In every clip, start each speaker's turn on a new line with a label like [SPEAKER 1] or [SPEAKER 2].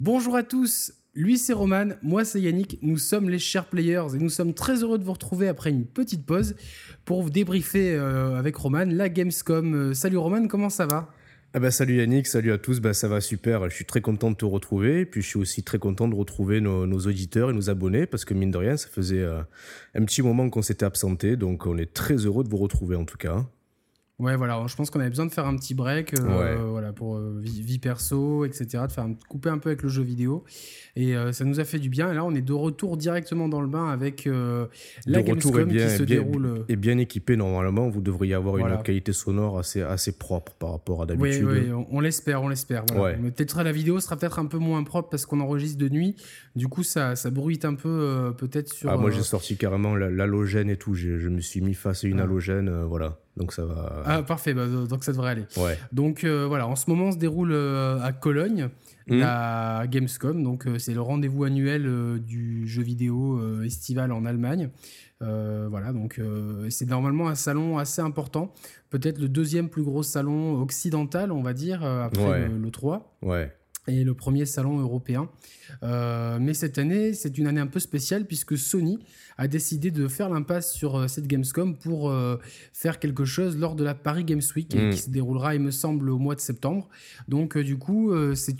[SPEAKER 1] Bonjour à tous, lui c'est Roman, moi c'est Yannick, nous sommes les Share Players et nous sommes très heureux de vous retrouver après une petite pause pour vous débriefer avec Roman la Gamescom. Salut Roman, comment ça va ?
[SPEAKER 2] Salut Yannick, salut à tous, ça va super, je suis très content de te retrouver, et puis je suis aussi très content de retrouver nos auditeurs et nos abonnés, parce que mine de rien, ça faisait un petit moment qu'on s'était absenté, donc on est très heureux de vous retrouver en tout cas.
[SPEAKER 1] Ouais, voilà, je pense qu'on avait besoin de faire un petit break voilà, pour vie perso, etc., de faire couper un peu avec le jeu vidéo. Et ça nous a fait du bien. Et là, on est de retour directement dans le bain avec la Gamescom qui se déroule.
[SPEAKER 2] Et bien équipé normalement, vous devriez avoir
[SPEAKER 1] Voilà.
[SPEAKER 2] une qualité sonore assez propre par rapport à
[SPEAKER 1] Oui,
[SPEAKER 2] d'habitude.
[SPEAKER 1] on l'espère. Voilà.
[SPEAKER 2] Ouais.
[SPEAKER 1] Mais peut-être la vidéo sera peut-être un peu moins propre parce qu'on enregistre de nuit. Du coup, ça bruite un peu peut-être sur...
[SPEAKER 2] Moi j'ai sorti carrément l'halogène et tout, je me suis mis face à une halogène, voilà. Donc ça va...
[SPEAKER 1] Ah, parfait, donc ça devrait aller.
[SPEAKER 2] Ouais.
[SPEAKER 1] Donc voilà, en ce moment, se déroule à Cologne, la Gamescom. Donc c'est le rendez-vous annuel du jeu vidéo estival en Allemagne. Voilà, donc c'est normalement un salon assez important. Peut-être le deuxième plus gros salon occidental, on va dire, après le 3.
[SPEAKER 2] Ouais.
[SPEAKER 1] Et le premier salon européen. Mais cette année, c'est une année un peu spéciale puisque Sony a décidé de faire l'impasse sur cette Gamescom pour faire quelque chose lors de la Paris Games Week qui se déroulera, il me semble, au mois de septembre. Donc du coup, c'est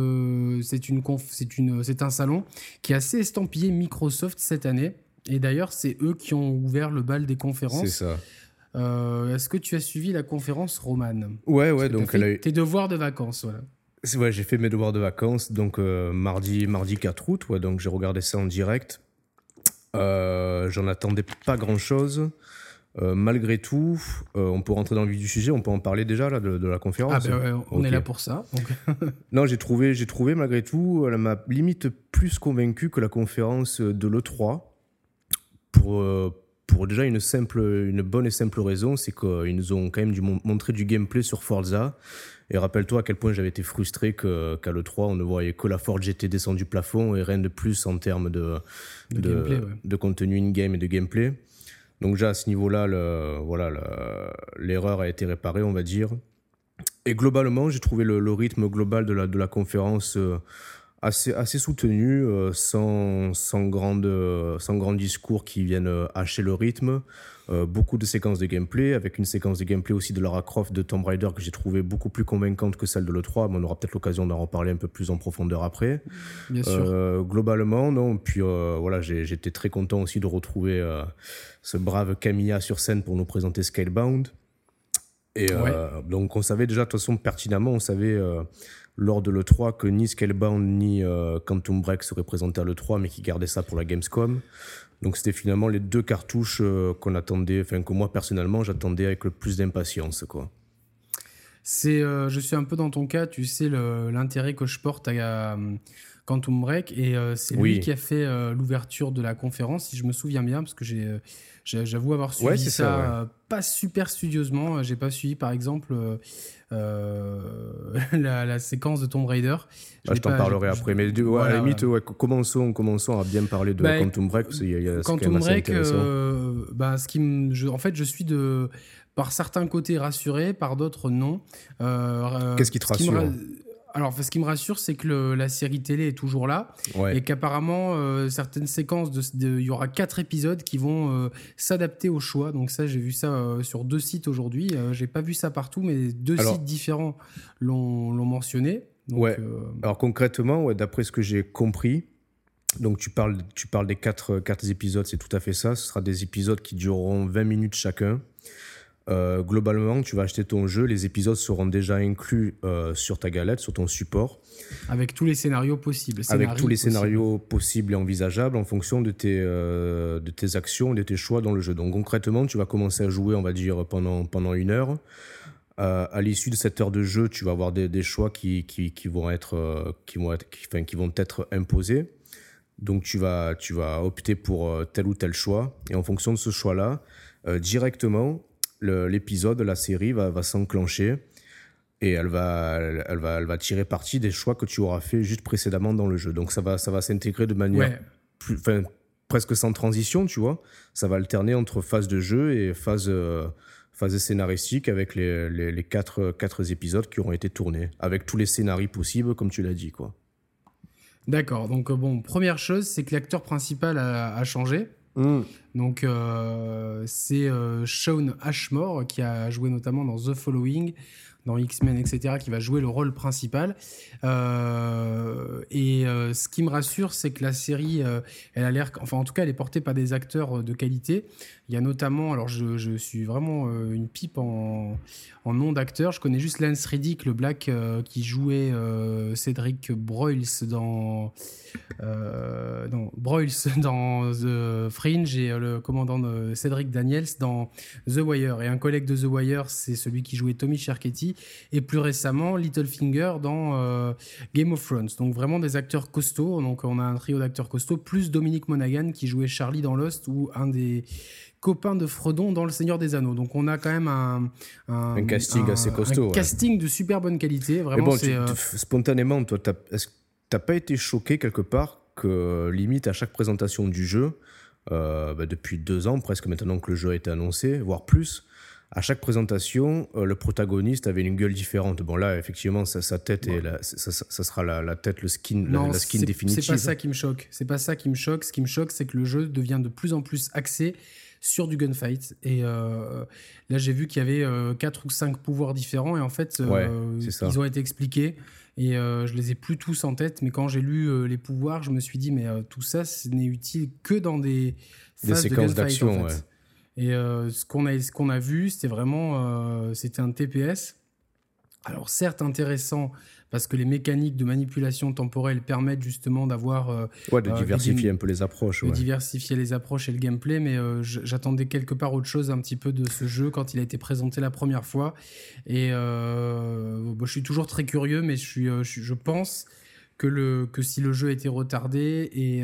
[SPEAKER 1] un salon qui est assez estampillé Microsoft cette année. Et d'ailleurs, c'est eux qui ont ouvert le bal des conférences.
[SPEAKER 2] C'est ça.
[SPEAKER 1] Est-ce que tu as suivi la conférence Roman ?
[SPEAKER 2] Ouais, donc elle a eu...
[SPEAKER 1] tes devoirs de vacances, voilà.
[SPEAKER 2] Ouais, j'ai fait mes devoirs de vacances, donc mardi 4 août, donc j'ai regardé ça en direct. J'en attendais pas grand-chose. Malgré tout, on peut rentrer dans le vif du sujet, on peut en parler déjà là, de la conférence.
[SPEAKER 1] On est là pour ça. Donc.
[SPEAKER 2] Non, j'ai trouvé malgré tout, elle m'a limite plus convaincu que la conférence de l'E3 pour déjà une bonne et simple raison, c'est qu'ils nous ont quand même dû montrer du gameplay sur Forza. Et rappelle-toi à quel point j'avais été frustré qu'à l'E3, on ne voyait que la Ford GT descendre du plafond et rien de plus en termes de contenu in-game et de gameplay. Donc déjà à ce niveau-là, l'erreur a été réparée, on va dire. Et globalement, j'ai trouvé le rythme global de la conférence assez soutenu, sans grand discours qui viennent hacher le rythme. Beaucoup de séquences de gameplay, avec une séquence de gameplay aussi de Lara Croft de Tomb Raider que j'ai trouvé beaucoup plus convaincante que celle de l'E3, mais on aura peut-être l'occasion d'en reparler un peu plus en profondeur après.
[SPEAKER 1] Bien sûr.
[SPEAKER 2] Globalement, non. Puis voilà, j'étais très content aussi de retrouver ce brave Camilla sur scène pour nous présenter Scalebound. Et donc on savait déjà de toute façon pertinemment, on savait lors de l'E3 que ni Scalebound ni Quantum Break seraient présentés à l'E3, mais qui gardaient ça pour la Gamescom. Donc c'était finalement les deux cartouches qu'on attendait, enfin que moi personnellement j'attendais avec le plus d'impatience, quoi.
[SPEAKER 1] Je suis un peu dans ton cas, tu sais l'intérêt que je porte à Quantum Break et c'est lui qui a fait l'ouverture de la conférence, si je me souviens bien, parce que j'avoue avoir suivi ça pas super studieusement. J'ai pas suivi par exemple la séquence de Tomb Raider.
[SPEAKER 2] Je t'en parlerai après, mais à la limite, commençons à bien parler de Quantum Break, parce qu'il y a
[SPEAKER 1] Quantum Break,
[SPEAKER 2] intéressant.
[SPEAKER 1] en fait, je suis par certains côtés rassuré, par d'autres non.
[SPEAKER 2] Qu'est-ce qui te rassure ?
[SPEAKER 1] Alors, ce qui me rassure, c'est que la série télé est toujours là et qu'apparemment, certaines séquences, il y aura 4 épisodes qui vont s'adapter au choix. Donc ça, j'ai vu ça sur 2 sites aujourd'hui. J'ai pas vu ça partout, mais 2 sites différents l'ont mentionné. Donc,
[SPEAKER 2] Alors concrètement, d'après ce que j'ai compris, donc tu parles des 4 épisodes, c'est tout à fait ça. Ce sera des épisodes qui dureront 20 minutes chacun. Globalement, tu vas acheter ton jeu, les épisodes seront déjà inclus sur ta galette, sur ton support.
[SPEAKER 1] Avec tous les scénarios possibles.
[SPEAKER 2] Scénarios possibles et envisageables en fonction de tes actions, de tes choix dans le jeu. Donc concrètement, tu vas commencer à jouer, on va dire, pendant 1 heure. À l'issue de cette heure de jeu, tu vas avoir des choix qui vont être imposés. Donc tu vas opter pour tel ou tel choix. Et en fonction de ce choix-là, directement, l'épisode, la série va s'enclencher et elle va tirer parti des choix que tu auras fait juste précédemment dans le jeu. Donc ça va s'intégrer de manière presque sans transition, tu vois. Ça va alterner entre phase de jeu et phase scénaristique avec les 4 épisodes qui auront été tournés, avec tous les scénarios possibles, comme tu l'as dit, quoi.
[SPEAKER 1] D'accord. Donc, bon, première chose, c'est que l'acteur principal a changé. Donc, c'est Shawn Ashmore qui a joué notamment dans The Following, dans X-Men, etc., qui va jouer le rôle principal. Ce qui me rassure, c'est que la série, elle a l'air... Enfin, en tout cas, elle est portée par des acteurs de qualité. Il y a notamment... Alors, je suis vraiment une pipe en nom d'acteur. Je connais juste Lance Reddick, le Black, qui jouait Cédric Broyles dans The Fringe, et le commandant Cédric Daniels dans The Wire. Et un collègue de The Wire, c'est celui qui jouait Tommy Sherketti, et plus récemment Littlefinger dans Game of Thrones. Donc vraiment des acteurs costauds. Donc on a un trio d'acteurs costauds, plus Dominic Monaghan qui jouait Charlie dans Lost, ou un des copain de Frodon dans Le Seigneur des Anneaux. Donc on a quand même un
[SPEAKER 2] casting assez costaud.
[SPEAKER 1] Un casting de super bonne qualité. Vraiment,
[SPEAKER 2] bon, spontanément, toi, est-ce que t'as pas été choqué quelque part que limite à chaque présentation du jeu, depuis 2 ans presque maintenant que le jeu a été annoncé, voire plus, à chaque présentation, le protagoniste avait une gueule différente. Bon là, effectivement, sa tête, ça sera la tête, le skin, la skin définitive.
[SPEAKER 1] C'est pas ça qui me choque. C'est pas ça qui me choque. Ce qui me choque, c'est que le jeu devient de plus en plus axé sur du gunfight. Et là, j'ai vu qu'il y avait 4 ou 5 pouvoirs différents. Et en fait, ils ont été expliqués. Et je les ai plus tous en tête. Mais quand j'ai lu les pouvoirs, je me suis dit, mais tout ça, ce n'est utile que dans des phases
[SPEAKER 2] séquences
[SPEAKER 1] de gunfight,
[SPEAKER 2] d'action.
[SPEAKER 1] en fait. Et ce qu'on a vu, c'était vraiment c'était un TPS. Alors certes intéressant, parce que les mécaniques de manipulation temporelle permettent justement d'avoir...
[SPEAKER 2] de diversifier un peu les approches.
[SPEAKER 1] De diversifier les approches et le gameplay, mais j'attendais quelque part autre chose un petit peu de ce jeu quand il a été présenté la première fois. Et je suis toujours très curieux, mais je pense que si le jeu a été retardé, et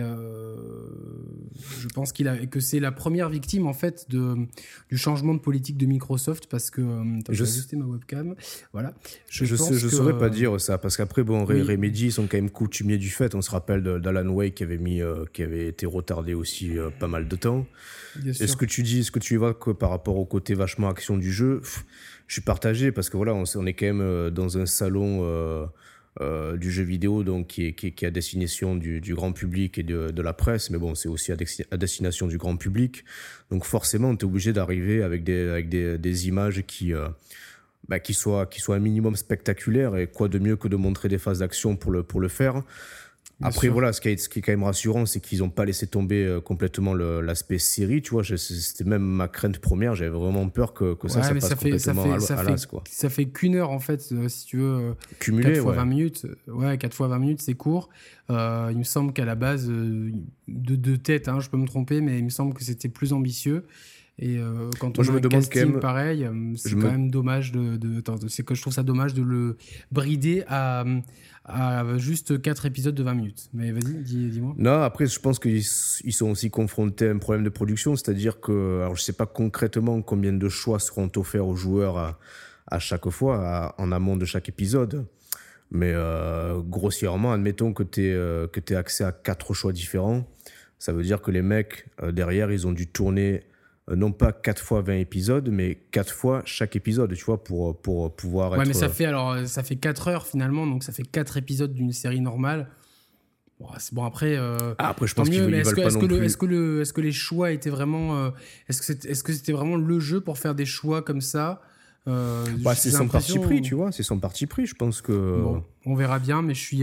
[SPEAKER 1] je pense que c'est la première victime en fait du changement de politique de Microsoft, parce que j'ai ajusté ma webcam, voilà.
[SPEAKER 2] Je saurais pas dire ça, parce qu'après Remedy, ils sont quand même coutumiers du fait. On se rappelle d'Alan Wake qui avait été retardé aussi pas mal de temps. Est-ce que tu évoques par rapport au côté vachement action du jeu, je suis partagé, parce que voilà, on est quand même dans un salon du jeu vidéo, donc qui est à destination du grand public et de la presse, mais bon, c'est aussi à destination du grand public. Donc forcément, tu es obligé d'arriver avec des images qui soient un minimum spectaculaires, et quoi de mieux que de montrer des phases d'action pour le faire. Après, voilà, ce qui est quand même rassurant, c'est qu'ils n'ont pas laissé tomber complètement l'aspect série, tu vois. C'était même ma crainte première, j'avais vraiment peur que ça passe complètement à l'as, quoi.
[SPEAKER 1] Ça fait qu'une heure, en fait, si tu veux.
[SPEAKER 2] Cumulé,
[SPEAKER 1] 4 fois 20 minutes. Ouais, 4 fois 20 minutes, c'est court. Il me semble qu'à la base, de tête, je peux me tromper, mais il me semble que c'était plus ambitieux. Et quand on a un casting pareil, c'est quand même dommage c'est que je trouve ça dommage de le brider à juste 4 épisodes de 20 minutes. Mais vas-y, dis-moi.
[SPEAKER 2] Non, après, je pense qu'ils sont aussi confrontés à un problème de production, c'est-à-dire que, alors je sais pas concrètement combien de choix seront offerts aux joueurs à chaque fois, en amont de chaque épisode, mais grossièrement, admettons que tu aies accès à 4 choix différents, ça veut dire que les mecs, derrière, ils ont dû tourner non pas 4 fois 20 épisodes, mais 4 fois chaque épisode, tu vois, pour pouvoir être...
[SPEAKER 1] Ouais, mais ça fait 4 heures finalement, donc ça fait 4 épisodes d'une série normale. Bon, c'est bon, après...
[SPEAKER 2] après, je pense qu'ils veulent pas non plus...
[SPEAKER 1] Est-ce que les choix étaient vraiment... Est-ce que c'était vraiment le jeu pour faire des choix comme ça
[SPEAKER 2] c'est son parti pris, tu vois, c'est son parti pris, je pense que...
[SPEAKER 1] Bon, on verra bien, mais je suis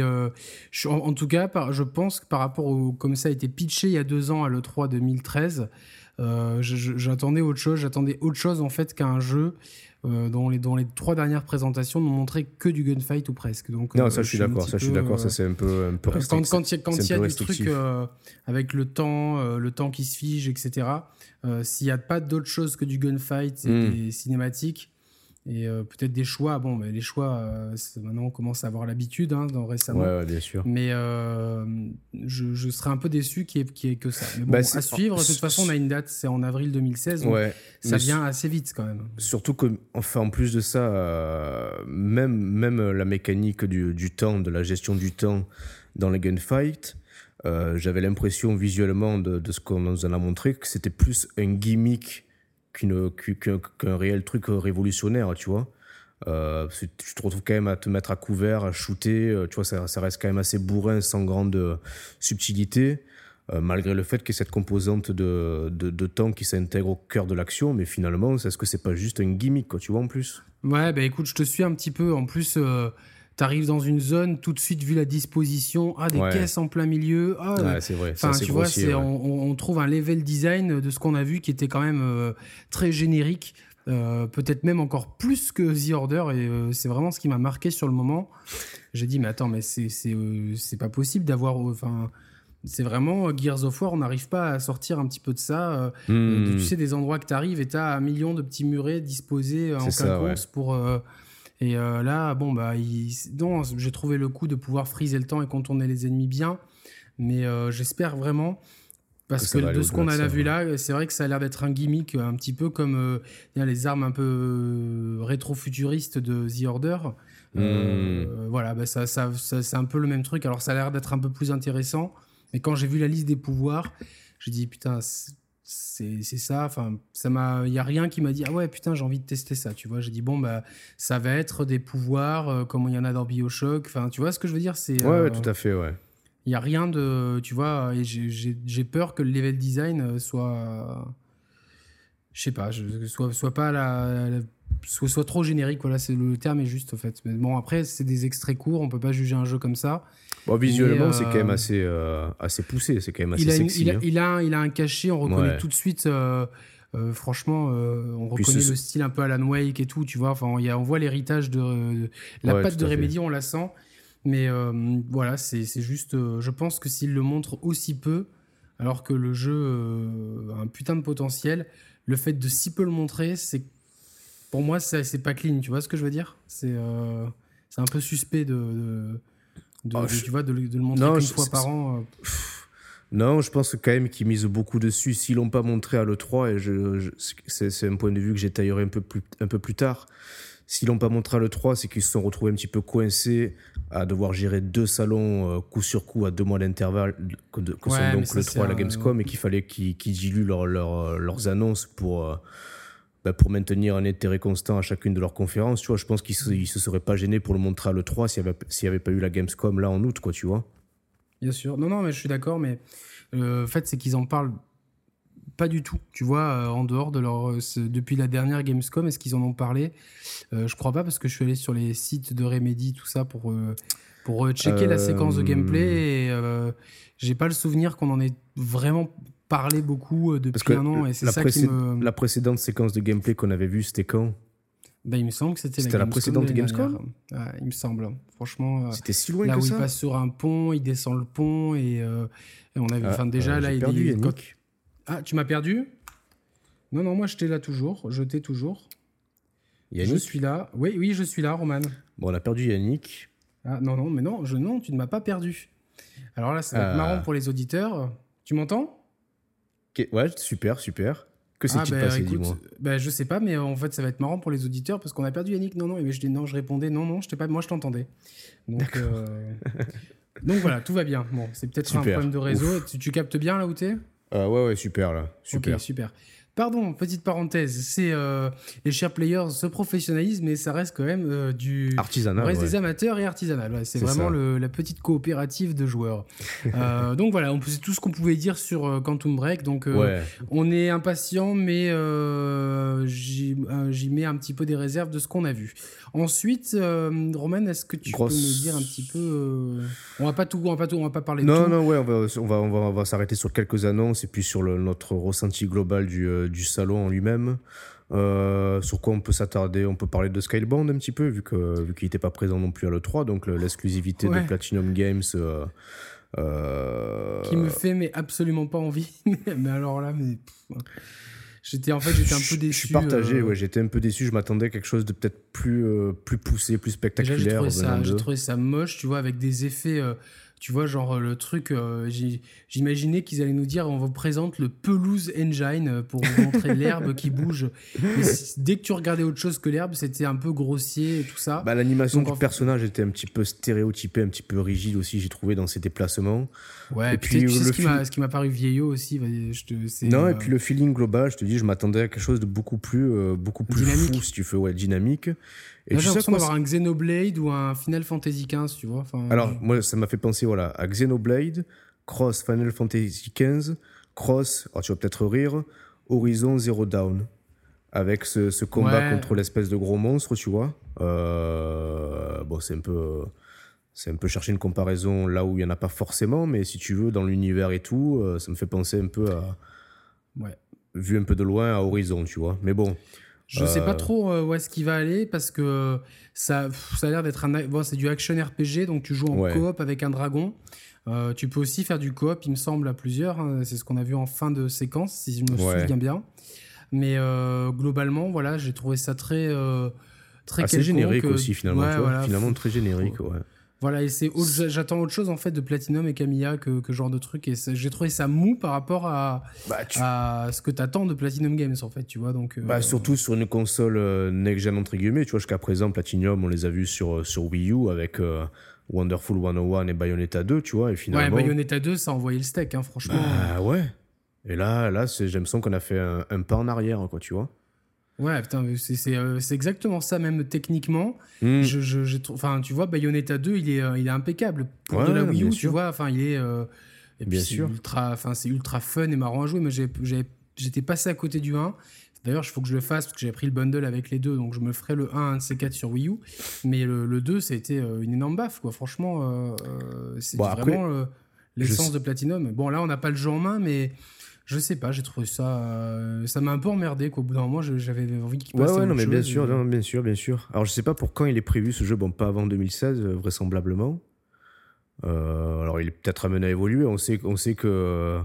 [SPEAKER 1] en tout cas, je pense que par rapport comme ça a été pitché il y a 2 ans à l'E3 2013... j'attendais autre chose en fait qu'un jeu dont les 3 dernières présentations n'ont montré que du gunfight ou presque. Donc,
[SPEAKER 2] non, ça je suis d'accord, ça c'est un peu restrictif.
[SPEAKER 1] Quand il y a des trucs avec le temps qui se fige, etc., s'il n'y a pas d'autre chose que du gunfight et des cinématiques, et peut-être des choix, mais les choix, maintenant on commence à avoir l'habitude récemment.
[SPEAKER 2] Ouais, bien sûr.
[SPEAKER 1] Mais je serais un peu déçu qu'il y ait que ça. Mais bon, à suivre, de toute façon, on a une date, c'est en avril 2016, donc ça vient assez vite quand même.
[SPEAKER 2] Surtout en plus de ça, même la mécanique du temps, de la gestion du temps dans les gunfights, j'avais l'impression visuellement de ce qu'on nous en a montré que c'était plus un gimmick qu'un réel truc révolutionnaire, tu vois. Tu te retrouves quand même à te mettre à couvert, à shooter. Tu vois, ça reste quand même assez bourrin, sans grande subtilité. Malgré le fait qu'il y ait cette composante de temps qui s'intègre au cœur de l'action, mais finalement, est-ce que c'est pas juste un gimmick, quoi, tu vois, en plus?
[SPEAKER 1] Ouais, bah écoute, je te suis un petit peu. En plus, t'arrives dans une zone, tout de suite, vu la disposition, des caisses en plein milieu.
[SPEAKER 2] Ouais, c'est vrai.
[SPEAKER 1] Enfin, tu vois,
[SPEAKER 2] grossier, ouais.
[SPEAKER 1] on trouve un level design de ce qu'on a vu qui était quand même très générique. Peut-être même encore plus que The Order. Et c'est vraiment ce qui m'a marqué sur le moment. J'ai dit, mais attends, mais c'est pas possible d'avoir... c'est vraiment Gears of War, on n'arrive pas à sortir un petit peu de ça. Tu sais, des endroits que tu arrives et tu as un million de petits murets disposés en quinconce pour. Là, bon, non, j'ai trouvé le coup de pouvoir freezer le temps et contourner les ennemis bien. Mais j'espère vraiment. Parce que de ce qu'on a vu là, c'est vrai que ça a l'air d'être un gimmick un petit peu comme les armes un peu rétro-futuristes de The Order. Voilà, c'est un peu le même truc. Alors, ça a l'air d'être un peu plus intéressant. Mais quand j'ai vu la liste des pouvoirs, j'ai dit putain, c'est ça. Enfin, il y a rien qui m'a dit ah ouais putain j'ai envie de tester ça. Tu vois, j'ai dit bon ça va être des pouvoirs comme il y en a dans BioShock. Enfin, tu vois ce que je veux dire, c'est.
[SPEAKER 2] Ouais, tout à fait, ouais.
[SPEAKER 1] Il y a rien de, tu vois, et j'ai peur que le level design soit, je sais pas, soit pas soit trop générique. Voilà, le terme est juste en fait. Mais bon après c'est des extraits courts, on peut pas juger un jeu comme ça.
[SPEAKER 2] Bon, visuellement, c'est quand même assez poussé, c'est quand même assez sexy.
[SPEAKER 1] Il a un cachet, on reconnaît tout de suite. Franchement, on reconnaît le style un peu Alan Wake et tout, tu vois. Enfin, on voit l'héritage de la patte de Remedy, on la sent. Mais voilà, c'est juste. Je pense que s'il le montre aussi peu, alors que le jeu a un putain de potentiel, le fait de si peu le montrer, pour moi, c'est pas clean. Tu vois ce que je veux dire ? C'est un peu suspect tu vois, de le montrer qu'une fois par an.
[SPEAKER 2] Non, je pense quand même qu'ils misent beaucoup dessus. S'ils l'ont pas montré à l'E3, et c'est un point de vue que j'étaillerai un peu plus tard. S'ils l'ont pas montré à l'E3, c'est qu'ils se sont retrouvés un petit peu coincés à devoir gérer 2 salons coup sur coup à 2 mois d'intervalle, que sont donc l'E3 et la Gamescom, et qu'il fallait qu'ils diluent leurs annonces pour maintenir un intérêt constant à chacune de leurs conférences. Tu vois, je pense qu'ils se seraient pas gênés pour le montrer à l'E3 s'il y avait pas eu la Gamescom là en août, quoi, tu vois.
[SPEAKER 1] Bien sûr. Non, mais je suis d'accord, mais le fait, c'est qu'ils en parlent pas du tout, tu vois, en dehors de depuis la dernière Gamescom, est-ce qu'ils en ont parlé ? Je crois pas, parce que je suis allé sur les sites de Remedy, tout ça, pour checker la séquence de gameplay, et j'ai pas le souvenir qu'on en ait vraiment parlé beaucoup depuis un an, et c'est ça qui me...
[SPEAKER 2] La précédente séquence de gameplay qu'on avait vue, c'était quand ?
[SPEAKER 1] Il me semble que c'était
[SPEAKER 2] la précédente Gamescom.
[SPEAKER 1] Il me semble. Franchement,
[SPEAKER 2] c'était si loin
[SPEAKER 1] là
[SPEAKER 2] que
[SPEAKER 1] où
[SPEAKER 2] ça.
[SPEAKER 1] il passe sur un pont, il descend le pont, et on a vu... déjà, là,
[SPEAKER 2] j'ai perdu Yannick.
[SPEAKER 1] Ah, tu m'as perdu ? Non, moi, je t'ai toujours.
[SPEAKER 2] Yannick ?
[SPEAKER 1] Je suis là. Oui, je suis là, Roman.
[SPEAKER 2] Bon, on a perdu Yannick.
[SPEAKER 1] Ah, non, tu ne m'as pas perdu. Alors là, ça va être marrant pour les auditeurs. Tu m'entends ?
[SPEAKER 2] Ouais, super. Que s'est-il passé, dis-moi ?
[SPEAKER 1] Je sais pas, mais en fait, ça va être marrant pour les auditeurs parce qu'on a perdu Yannick. Non, et je répondais non, je t'ai pas, moi je t'entendais. Donc, donc voilà, tout va bien. Bon, c'est peut-être un problème de réseau. Tu captes bien là où t'es ?
[SPEAKER 2] Ouais, super là. Super.
[SPEAKER 1] Ok, super. Pardon, petite parenthèse, c'est les chers players se professionnalisent, mais ça reste quand même du
[SPEAKER 2] artisanal,
[SPEAKER 1] reste des amateurs et artisanal. Ouais, c'est vraiment la petite coopérative de joueurs. Donc voilà, c'est tout ce qu'on pouvait dire sur Quantum Break. Donc on est impatient, mais j'y mets un petit peu des réserves de ce qu'on a vu. Ensuite, Roman, est-ce que tu peux me dire un petit peu on va pas parler de tout.
[SPEAKER 2] Non, ouais, on va s'arrêter sur quelques annonces et puis sur notre ressenti global du salon en lui-même. Sur quoi on peut s'attarder ? On peut parler de Scalebound un petit peu, vu qu'il n'était pas présent non plus à l'E3, donc l'exclusivité de Platinum Games.
[SPEAKER 1] Qui me fait mais absolument pas envie. Mais alors là, j'étais un peu déçu.
[SPEAKER 2] Je suis partagé, j'étais un peu déçu. Je m'attendais à quelque chose de peut-être plus poussé, plus spectaculaire.
[SPEAKER 1] J'ai trouvé ça moche, tu vois, avec des effets... tu vois, genre le truc, j'imaginais qu'ils allaient nous dire on vous présente le Pelouse Engine pour vous montrer l'herbe qui bouge. Mais dès que tu regardais autre chose que l'herbe, c'était un peu grossier et tout ça.
[SPEAKER 2] L'animation du personnage était un petit peu stéréotypée, un petit peu rigide aussi, j'ai trouvé, dans ses déplacements.
[SPEAKER 1] Ouais, et puis ce qui m'a paru vieillot aussi.
[SPEAKER 2] Et puis le feeling global, je te dis, je m'attendais à quelque chose de beaucoup plus
[SPEAKER 1] dynamique.
[SPEAKER 2] fou, si tu veux, dynamique. Et
[SPEAKER 1] là,
[SPEAKER 2] tu
[SPEAKER 1] j'ai
[SPEAKER 2] sais
[SPEAKER 1] l'impression
[SPEAKER 2] quoi,
[SPEAKER 1] d'avoir un Xenoblade ou un Final Fantasy XV, tu vois. Enfin,
[SPEAKER 2] alors, moi, ça m'a fait penser voilà, à Xenoblade, Cross Final Fantasy XV, Cross, alors tu vas peut-être rire, Horizon Zero Dawn, avec ce combat
[SPEAKER 1] ouais,
[SPEAKER 2] contre l'espèce de gros monstre, tu vois. Bon, c'est un peu chercher une comparaison là où il n'y en a pas forcément, mais si tu veux, dans l'univers et tout, ça me fait penser un peu à,
[SPEAKER 1] ouais.
[SPEAKER 2] vu un peu de loin, à Horizon, tu vois. Mais bon,
[SPEAKER 1] Je sais pas trop où est-ce qu'il va aller parce que ça a l'air d'être bon, c'est du action RPG, donc tu joues en
[SPEAKER 2] ouais.
[SPEAKER 1] coop avec un dragon. Tu peux aussi faire du coop, il me semble, à plusieurs. Hein. C'est ce qu'on a vu en fin de séquence, si je me souviens bien. Mais globalement, voilà, j'ai trouvé ça très
[SPEAKER 2] Assez générique
[SPEAKER 1] quelconque.
[SPEAKER 2] aussi, finalement,
[SPEAKER 1] Ouais,
[SPEAKER 2] tu vois.
[SPEAKER 1] voilà,
[SPEAKER 2] Finalement, très générique, ouais.
[SPEAKER 1] Voilà, et j'attends autre chose en fait de Platinum et Camilla que genre de truc. Et j'ai trouvé ça mou par rapport à ce que t'attends de Platinum Games en fait, tu vois. Donc,
[SPEAKER 2] surtout sur une console next-gen entre guillemets, tu vois, jusqu'à présent, Platinum, on les a vus sur Wii U avec Wonderful 101 et Bayonetta 2, tu vois, et finalement...
[SPEAKER 1] Ouais, Bayonetta 2, ça a envoyé le steak, hein, franchement.
[SPEAKER 2] Ah ouais. Et là j'ai l'impression qu'on a fait un pas en arrière, quoi, tu vois.
[SPEAKER 1] Ouais, putain, c'est exactement ça, même techniquement.
[SPEAKER 2] Mm.
[SPEAKER 1] Enfin, tu vois, Bayonetta 2, il est impeccable. Pour
[SPEAKER 2] Ouais,
[SPEAKER 1] de la
[SPEAKER 2] non,
[SPEAKER 1] Wii U,
[SPEAKER 2] bien
[SPEAKER 1] tu
[SPEAKER 2] sûr.
[SPEAKER 1] vois, enfin, il est. Et
[SPEAKER 2] Bien
[SPEAKER 1] puis,
[SPEAKER 2] sûr.
[SPEAKER 1] c'est ultra fun et marrant à jouer. Mais j'étais passé à côté du 1. D'ailleurs, il faut que je le fasse parce que j'avais pris le bundle avec les deux. Donc, je me ferai le 1 de ces 4 sur Wii U. Mais le 2, c'était une énorme baffe, quoi. Franchement, c'est
[SPEAKER 2] Bon, après,
[SPEAKER 1] vraiment l'essence de Platinum. Bon, là, on n'a pas le jeu en main, mais. Je sais pas, j'ai trouvé ça. Ça m'a un peu emmerdé, quoi. Au bout d'un moment, j'avais envie qu'il passe à autre
[SPEAKER 2] non, mais
[SPEAKER 1] chose.
[SPEAKER 2] bien sûr, non, bien sûr, bien sûr. Alors, je sais pas pour quand il est prévu ce jeu, bon, pas avant 2016, vraisemblablement. Alors, il est peut-être amené à évoluer. On sait que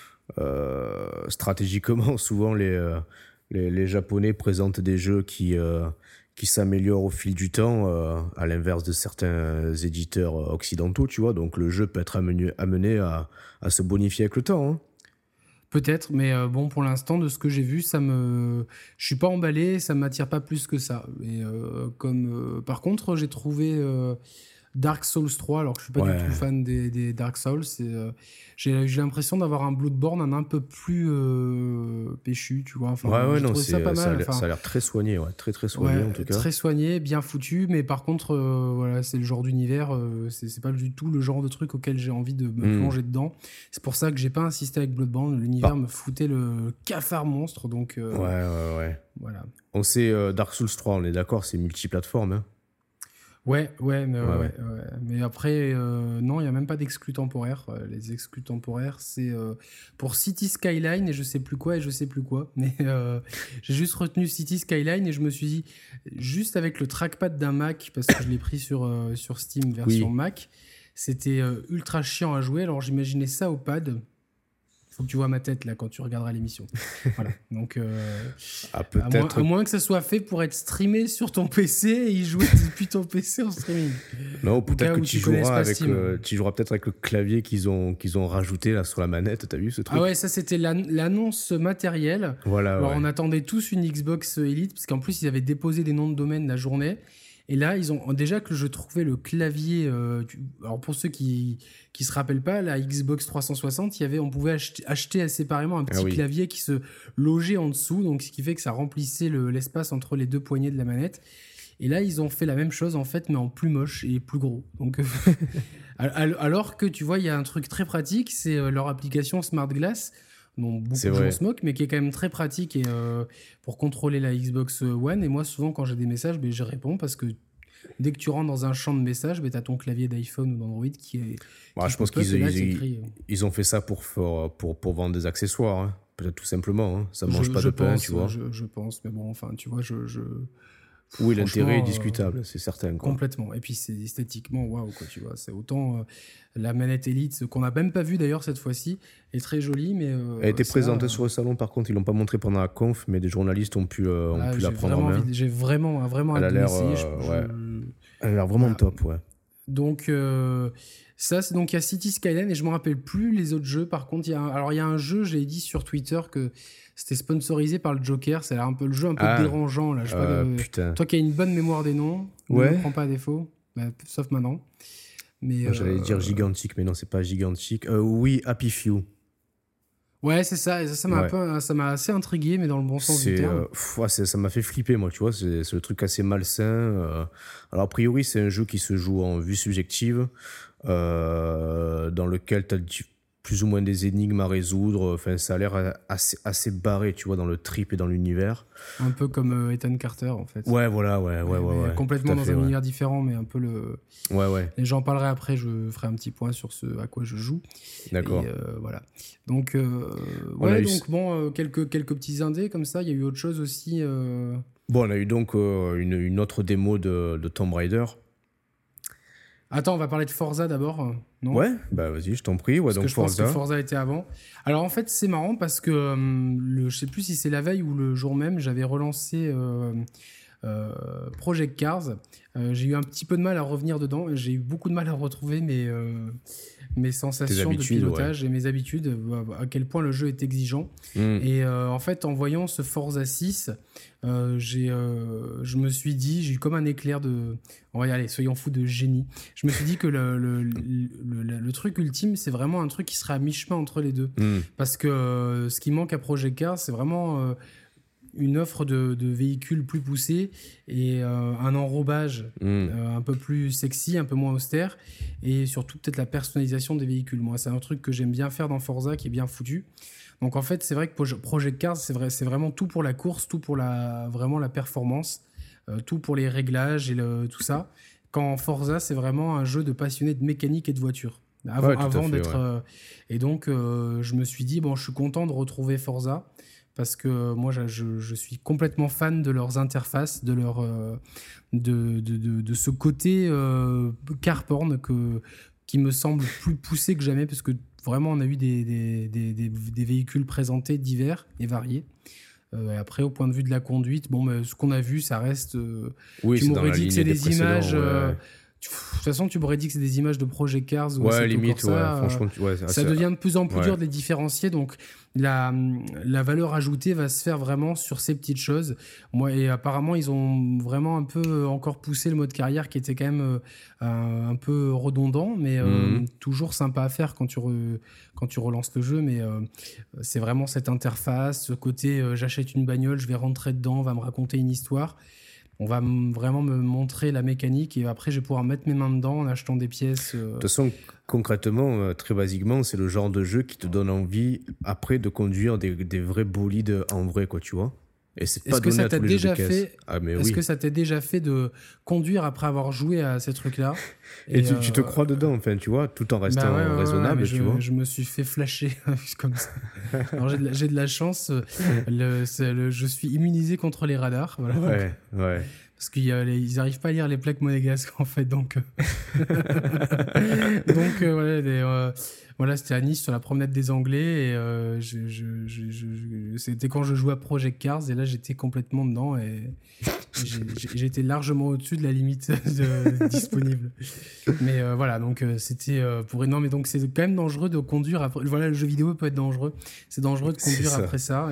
[SPEAKER 2] stratégiquement, souvent, les Japonais présentent des jeux qui s'améliorent au fil du temps, à l'inverse de certains éditeurs occidentaux, tu vois. Donc, le jeu peut être amené à se bonifier avec le temps, hein.
[SPEAKER 1] Peut-être, mais bon, pour l'instant, de ce que j'ai vu, je suis pas emballé, ça m'attire pas plus que ça. Et par contre, j'ai trouvé Dark Souls 3, alors que je suis pas du tout fan des Dark Souls. J'ai l'impression d'avoir un Bloodborne un peu plus péchu, tu vois. Enfin, j'ai trouvé ça pas mal.
[SPEAKER 2] Ça a l'air très soigné, très très soigné en tout cas.
[SPEAKER 1] Très soigné, bien foutu, mais par contre, voilà, c'est le genre d'univers, c'est pas du tout le genre de truc auquel j'ai envie de me plonger dedans. C'est pour ça que j'ai pas insisté avec Bloodborne. L'univers me foutait le cafard monstre, donc.
[SPEAKER 2] Ouais.
[SPEAKER 1] Voilà.
[SPEAKER 2] On sait Dark Souls 3, on est d'accord, c'est multiplateforme, hein.
[SPEAKER 1] Ouais, mais après, non, il n'y a même pas d'exclus temporaires. Les exclus temporaires, c'est pour City Skyline et je sais plus quoi. Mais j'ai juste retenu City Skyline et je me suis dit, juste avec le trackpad d'un Mac, parce que je l'ai pris sur Steam version Mac, c'était ultra chiant à jouer. Alors j'imaginais ça au pad. Faut que tu vois ma tête là quand tu regarderas l'émission. Voilà. Donc,
[SPEAKER 2] peut-être.
[SPEAKER 1] À moins que ça soit fait pour être streamé sur ton PC et y jouer depuis ton PC en streaming.
[SPEAKER 2] Non, peut-être que tu joueras peut-être avec le clavier qu'ils ont rajouté là sur la manette. T'as vu ce truc?
[SPEAKER 1] Ah ouais, ça c'était l'annonce matérielle.
[SPEAKER 2] Voilà.
[SPEAKER 1] Alors on attendait tous une Xbox Elite parce qu'en plus ils avaient déposé des noms de domaine la journée. Et là, ils ont déjà que je trouvais le clavier. Alors pour ceux qui se rappellent pas, la Xbox 360, on pouvait acheter séparément un petit clavier qui se logeait en dessous, donc ce qui fait que ça remplissait l'espace entre les deux poignées de la manette. Et là, ils ont fait la même chose en fait, mais en plus moche et plus gros. Donc alors que tu vois, il y a un truc très pratique, c'est leur application Smart Glass. dont beaucoup de gens se moquent, mais qui est quand même très pratique et, pour contrôler la Xbox One. Et moi, souvent, quand j'ai des messages, je réponds parce que dès que tu rentres dans un champ de messages, tu as ton clavier d'iPhone ou d'Android qui est.
[SPEAKER 2] Je pense qu'ils ont fait ça pour vendre des accessoires, hein. Peut-être tout simplement. Hein. Ça mange pas de pain, tu vois.
[SPEAKER 1] Je pense, mais bon, enfin, tu vois,
[SPEAKER 2] oui, l'intérêt est discutable, c'est certain, quoi.
[SPEAKER 1] Complètement. Et puis, c'est esthétiquement, waouh, quoi, tu vois. C'est autant la manette Elite, qu'on n'a même pas vue d'ailleurs cette fois-ci, est très jolie, mais.
[SPEAKER 2] Elle était présentée sur le salon, par contre, ils l'ont pas montré pendant la conf, mais des journalistes ont pu la prendre en main.
[SPEAKER 1] J'ai vraiment
[SPEAKER 2] elle a l'air, elle a l'air vraiment top, ouais.
[SPEAKER 1] Donc, ça, c'est donc il y a City Skyline et je me rappelle plus les autres jeux. Par contre, il y a un jeu, j'ai dit sur Twitter que c'était sponsorisé par le Joker. Ça a l'air un peu le jeu un peu dérangeant là. Je sais pas,
[SPEAKER 2] putain.
[SPEAKER 1] Toi qui as une bonne mémoire des noms, ne prends pas à défaut, sauf maintenant. Mais
[SPEAKER 2] j'allais dire gigantique, mais non, c'est pas gigantique. Oui, Happy Few.
[SPEAKER 1] Ouais, c'est ça. Et ça m'a ça m'a assez intrigué, mais dans le bon sens du terme.
[SPEAKER 2] Ça m'a fait flipper, moi, tu vois. C'est le truc assez malsain. Alors, a priori, c'est un jeu qui se joue en vue subjective, dans lequel tu as plus ou moins des énigmes à résoudre. Enfin, ça a l'air assez barré, tu vois, dans le trip et dans l'univers.
[SPEAKER 1] Un peu comme Ethan Carter, en fait.
[SPEAKER 2] Ouais, voilà, ouais.
[SPEAKER 1] Complètement dans un univers différent, mais un peu le...
[SPEAKER 2] Ouais.
[SPEAKER 1] Et j'en parlerai après, je ferai un petit point sur ce à quoi je joue.
[SPEAKER 2] D'accord.
[SPEAKER 1] Et voilà. Donc, quelques petits indés comme ça. Il y a eu autre chose aussi.
[SPEAKER 2] Bon, on a eu donc une autre démo de Tomb Raider.
[SPEAKER 1] Attends, on va parler de Forza d'abord, non ?
[SPEAKER 2] Ouais, bah vas-y, je t'en prie. Ouais,
[SPEAKER 1] parce
[SPEAKER 2] donc
[SPEAKER 1] que je pense que Forza était avant. Alors en fait, c'est marrant parce que je sais plus si c'est la veille ou le jour même, j'avais relancé Project Cars. J'ai eu un petit peu de mal à revenir dedans. J'ai eu beaucoup de mal à retrouver mes sensations de pilotage et mes habitudes, à quel point le jeu est exigeant. Et en fait, en voyant ce Forza 6, je me suis dit, j'ai eu comme un éclair de... allez, soyons fous de génie. Je me suis dit que le truc ultime, c'est vraiment un truc qui serait à mi-chemin entre les deux. Parce que ce qui manque à Project Cars, c'est vraiment... une offre de véhicules plus poussés et un enrobage un peu plus sexy, un peu moins austère, et surtout peut-être la personnalisation des véhicules. Moi, c'est un truc que j'aime bien faire dans Forza, qui est bien foutu. Donc en fait, c'est vrai que Project Cars, c'est vraiment tout pour la course, tout pour vraiment la performance, tout pour les réglages et tout ça. Quand Forza, c'est vraiment un jeu de passionnés de mécanique et de voiture. Avant d'être... et donc, je me suis dit, bon, je suis content de retrouver Forza, parce que moi, je suis complètement fan de leurs interfaces, de ce côté car porn qui me semble plus poussé que jamais, parce que vraiment, on a eu des véhicules présentés divers et variés. Et après, au point de vue de la conduite, ce qu'on a vu, ça reste... tu m'aurais dit que c'est des images... De toute façon, tu m'aurais dit que c'est des images de Project Cars ou
[SPEAKER 2] limite, franchement,
[SPEAKER 1] ça devient de plus en plus dur de les différencier. Donc, la valeur ajoutée va se faire vraiment sur ces petites choses. Et apparemment, ils ont vraiment un peu encore poussé le mode carrière, qui était quand même un peu redondant, mais toujours sympa à faire quand tu relances le jeu. Mais c'est vraiment cette interface, ce côté j'achète une bagnole, je vais rentrer dedans, on va me raconter une histoire. On va vraiment me montrer la mécanique, et après, je vais pouvoir mettre mes mains dedans en achetant des pièces.
[SPEAKER 2] De toute façon, concrètement, très basiquement, c'est le genre de jeu qui te donne envie, après, de conduire des vrais bolides en vrai, quoi, tu vois. Et c'est pas donné à tous les jeux de caisse.
[SPEAKER 1] Est-ce que ça t'est déjà fait de conduire après avoir joué à ces trucs-là ?
[SPEAKER 2] Et tu te crois dedans, enfin, tu vois, tout en restant raisonnable, tu vois.
[SPEAKER 1] Je me suis fait flasher comme ça. Alors j'ai de la chance. Je suis immunisé contre les radars. Voilà.
[SPEAKER 2] Ouais.
[SPEAKER 1] Parce qu'ils n'arrivent pas à lire les plaques monégasques, en fait. Donc, voilà, c'était à Nice, sur la promenade des Anglais. Et c'était quand je jouais à Project Cars. Et là, j'étais complètement dedans. Et j'étais largement au-dessus de la limite disponible. Mais voilà, donc c'était pour... Non, mais donc c'est quand même dangereux de conduire après... Voilà, le jeu vidéo peut être dangereux. C'est dangereux de conduire après ça.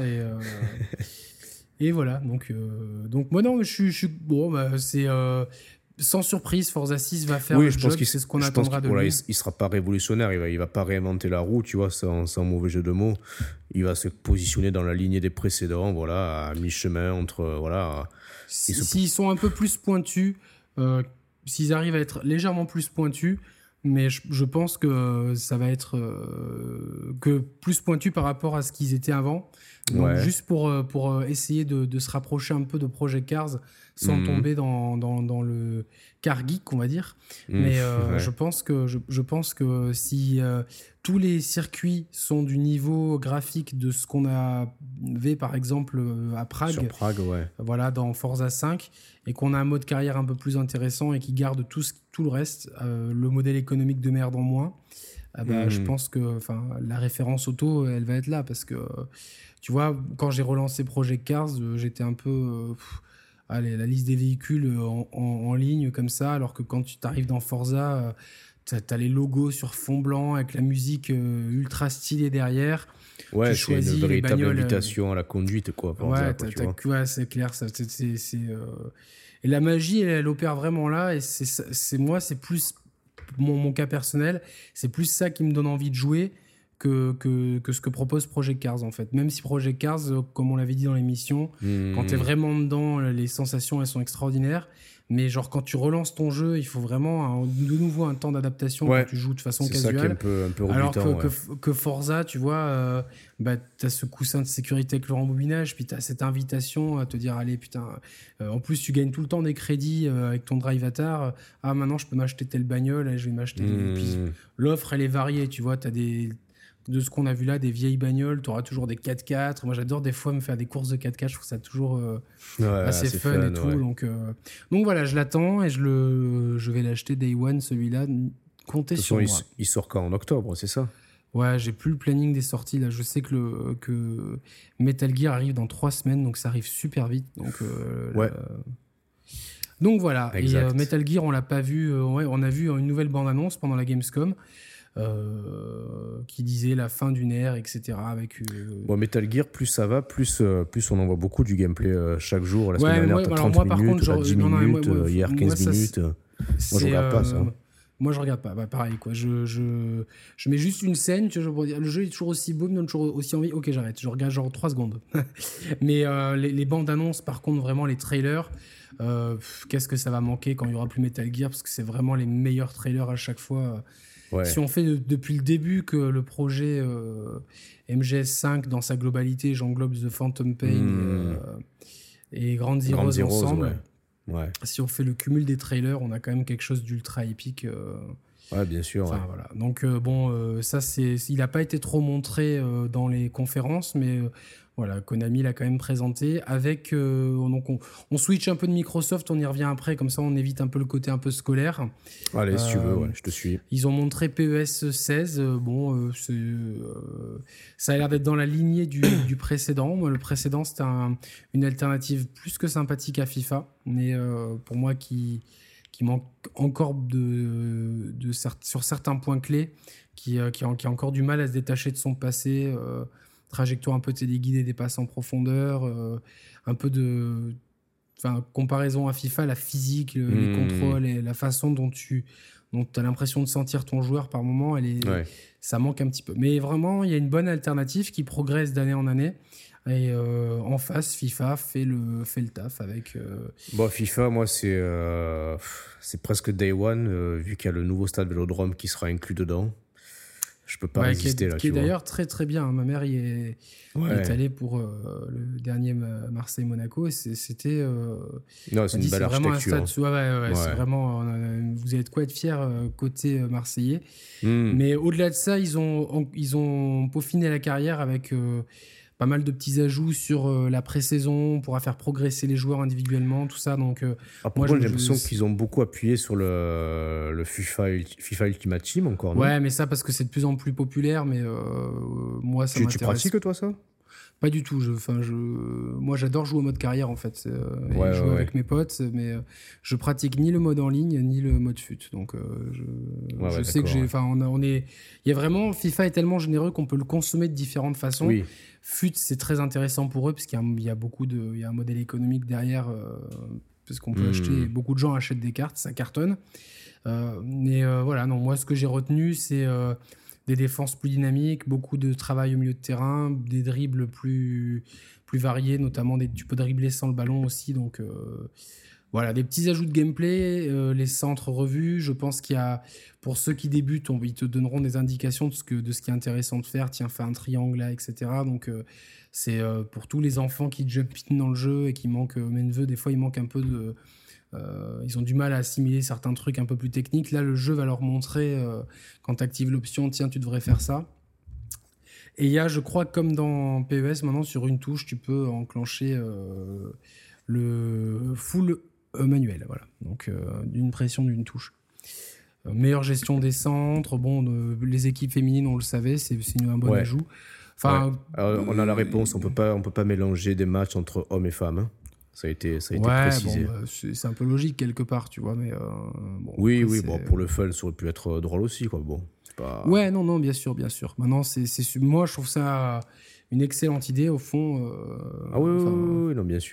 [SPEAKER 1] Et voilà, donc moi non, je suis bon, c'est sans surprise, Forza 6 va faire le job, c'est ce qu'on attendra de lui.
[SPEAKER 2] Il sera pas révolutionnaire, il va pas réinventer la roue, tu vois, sans mauvais jeu de mots. Il va se positionner dans la lignée des précédents, voilà, à mi-chemin entre voilà.
[SPEAKER 1] S'ils sont un peu plus pointus, s'ils arrivent à être légèrement plus pointus, mais je pense que ça va être que plus pointu par rapport à ce qu'ils étaient avant. Donc juste pour essayer de se rapprocher un peu de Project Cars sans tomber dans le car geek, on va dire. Mais je pense que si tous les circuits sont du niveau graphique de ce qu'on avait par exemple à Prague,
[SPEAKER 2] sur Prague,
[SPEAKER 1] voilà, dans Forza 5, et qu'on a un mode carrière un peu plus intéressant et qui garde tout le reste, le modèle économique de merde en moins, je pense que la référence auto, elle va être là, parce que tu vois, quand j'ai relancé Project Cars, j'étais un peu... la liste des véhicules en ligne comme ça, alors que quand tu t'arrives dans Forza, t'as les logos sur fond blanc avec la musique ultra stylée derrière.
[SPEAKER 2] Ouais, c'est une véritable invitation à la conduite, quoi.
[SPEAKER 1] Forza, c'est clair. Et la magie, elle opère vraiment là, et c'est plus mon cas personnel, c'est plus ça qui me donne envie de jouer que ce que propose Project Cars, en fait. Même si Project Cars, comme on l'avait dit dans l'émission, quand t'es vraiment dedans, les sensations, elles sont extraordinaires. Mais genre, quand tu relances ton jeu, il faut vraiment de nouveau un temps d'adaptation quand tu joues de façon casual.
[SPEAKER 2] C'est ça qui est un peu rebutant.
[SPEAKER 1] Alors que Forza, tu vois, t'as ce coussin de sécurité avec le rembobinage, puis t'as cette invitation à te dire, allez, putain, en plus, tu gagnes tout le temps des crédits avec ton Drivatar. Ah, maintenant, je peux m'acheter telle bagnole, allez, je vais m'acheter. Puis l'offre, elle est variée, tu vois, t'as de ce qu'on a vu là, des vieilles bagnoles, tu auras toujours des 4x4. Moi, j'adore des fois me faire des courses de 4x4. Je trouve ça toujours assez fun et tout. Ouais. Donc voilà, je l'attends et je vais l'acheter Day One, celui-là. Comptez sur moi.
[SPEAKER 2] Il sort quand, en octobre, c'est ça?
[SPEAKER 1] Ouais, j'ai plus le planning des sorties. Là, je sais que Metal Gear arrive dans 3 semaines, donc ça arrive super vite. Donc voilà. Exact. Et Metal Gear, on l'a pas vu. On a vu une nouvelle bande-annonce pendant la Gamescom. Qui disait la fin d'une ère, etc. Avec,
[SPEAKER 2] Metal Gear, plus ça va, plus on en voit beaucoup du gameplay chaque jour. La semaine dernière, t'as 30 minutes, t'as 10 minutes, hier 15 minutes. Moi, je regarde pas ça.
[SPEAKER 1] Moi, je regarde pas. Pareil, quoi. Je mets juste une scène. Tu vois, le jeu est toujours aussi beau, me donne toujours aussi envie. Ok, j'arrête. Je regarde genre 3 secondes. Mais les bandes annonces, par contre, vraiment, les trailers, qu'est-ce que ça va manquer quand il y aura plus Metal Gear? Parce que c'est vraiment les meilleurs trailers à chaque fois. Ouais. Si on fait depuis le début que le projet MGS5 dans sa globalité, j'englobe The Phantom Pain et Ground Zeroes ensemble. Ouais. Si on fait le cumul des trailers, on a quand même quelque chose d'ultra épique.
[SPEAKER 2] Ouais, bien sûr.
[SPEAKER 1] Voilà. Donc ça, il n'a pas été trop montré dans les conférences, mais voilà, Konami l'a quand même présenté avec. Donc on switch un peu de Microsoft, on y revient après, comme ça on évite un peu le côté un peu scolaire.
[SPEAKER 2] Allez, si tu veux, je te suis.
[SPEAKER 1] Ils ont montré PES 16. Ça a l'air d'être dans la lignée du précédent. Moi, le précédent, c'était une alternative plus que sympathique à FIFA, mais pour moi qui manque encore sur certains points clés, qui a encore du mal à se détacher de son passé. Trajectoire un peu téléguidée, des passes en profondeur, un peu de comparaison à FIFA, la physique, les contrôles et la façon dont tu as l'impression de sentir ton joueur par moment, ça manque un petit peu. Mais vraiment, il y a une bonne alternative qui progresse d'année en année. Et en face, FIFA fait le taf avec...
[SPEAKER 2] FIFA, moi, c'est presque Day One, vu qu'il y a le nouveau stade Vélodrome qui sera inclus dedans. Je peux pas résister là.
[SPEAKER 1] Qui est d'ailleurs très très bien. Ma mère est allée pour le dernier Marseille-Monaco et c'était.
[SPEAKER 2] Non, c'est une belle architecture.
[SPEAKER 1] C'est vraiment. Vous avez de quoi être fier côté marseillais. Mais au-delà de ça, ils ont peaufiné la carrière avec pas mal de petits ajouts sur la pré-saison. On pourra faire progresser les joueurs individuellement, tout ça. Donc,
[SPEAKER 2] moi, j'ai l'impression qu'ils ont beaucoup appuyé sur le FIFA Ultimate Team encore. Non,
[SPEAKER 1] ouais, mais ça parce que c'est de plus en plus populaire. Mais moi, ça m'intéresse.
[SPEAKER 2] Tu pratiques toi ça?
[SPEAKER 1] Pas du tout. Moi, j'adore jouer au mode carrière en fait. Jouer avec mes potes, mais je pratique ni le mode en ligne ni le mode fut. Donc, je sais que il y a vraiment, FIFA est tellement généreux qu'on peut le consommer de différentes façons.
[SPEAKER 2] Oui.
[SPEAKER 1] Fut, c'est très intéressant pour eux parce qu'il y a un modèle économique derrière, parce qu'on peut acheter. Beaucoup de gens achètent des cartes, ça cartonne. Voilà. Non, moi, ce que j'ai retenu, c'est des défenses plus dynamiques, beaucoup de travail au milieu de terrain, des dribbles plus variés, notamment tu peux dribbler sans le ballon aussi. Donc voilà, des petits ajouts de gameplay, les centres revus. Je pense qu'il y a, pour ceux qui débutent, ils te donneront des indications de ce qui est intéressant de faire. Tiens, fais un triangle là, etc. Donc c'est pour tous les enfants qui jump in dans le jeu et qui manquent, mes neveux, des fois ils manquent un peu de... ils ont du mal à assimiler certains trucs un peu plus techniques. Là, le jeu va leur montrer, quand tu actives l'option, tiens, tu devrais faire ça. Et il y a, je crois, comme dans PES, maintenant, sur une touche, tu peux enclencher le full manuel. Voilà. Donc, d'une pression d'une touche. Meilleure gestion des centres. Les équipes féminines, on le savait, c'est un bon ajout.
[SPEAKER 2] Enfin, on a la réponse. On peut pas mélanger des matchs entre hommes et femmes. Hein. Ça a été précisé.
[SPEAKER 1] C'est un peu logique quelque part, tu vois, mais
[SPEAKER 2] pour le fun, ça aurait pu être drôle aussi, quoi. Bon, pas...
[SPEAKER 1] Ouais, non, bien sûr. Maintenant, moi, je trouve ça une excellente idée au fond.
[SPEAKER 2] Oui, non, bien sûr.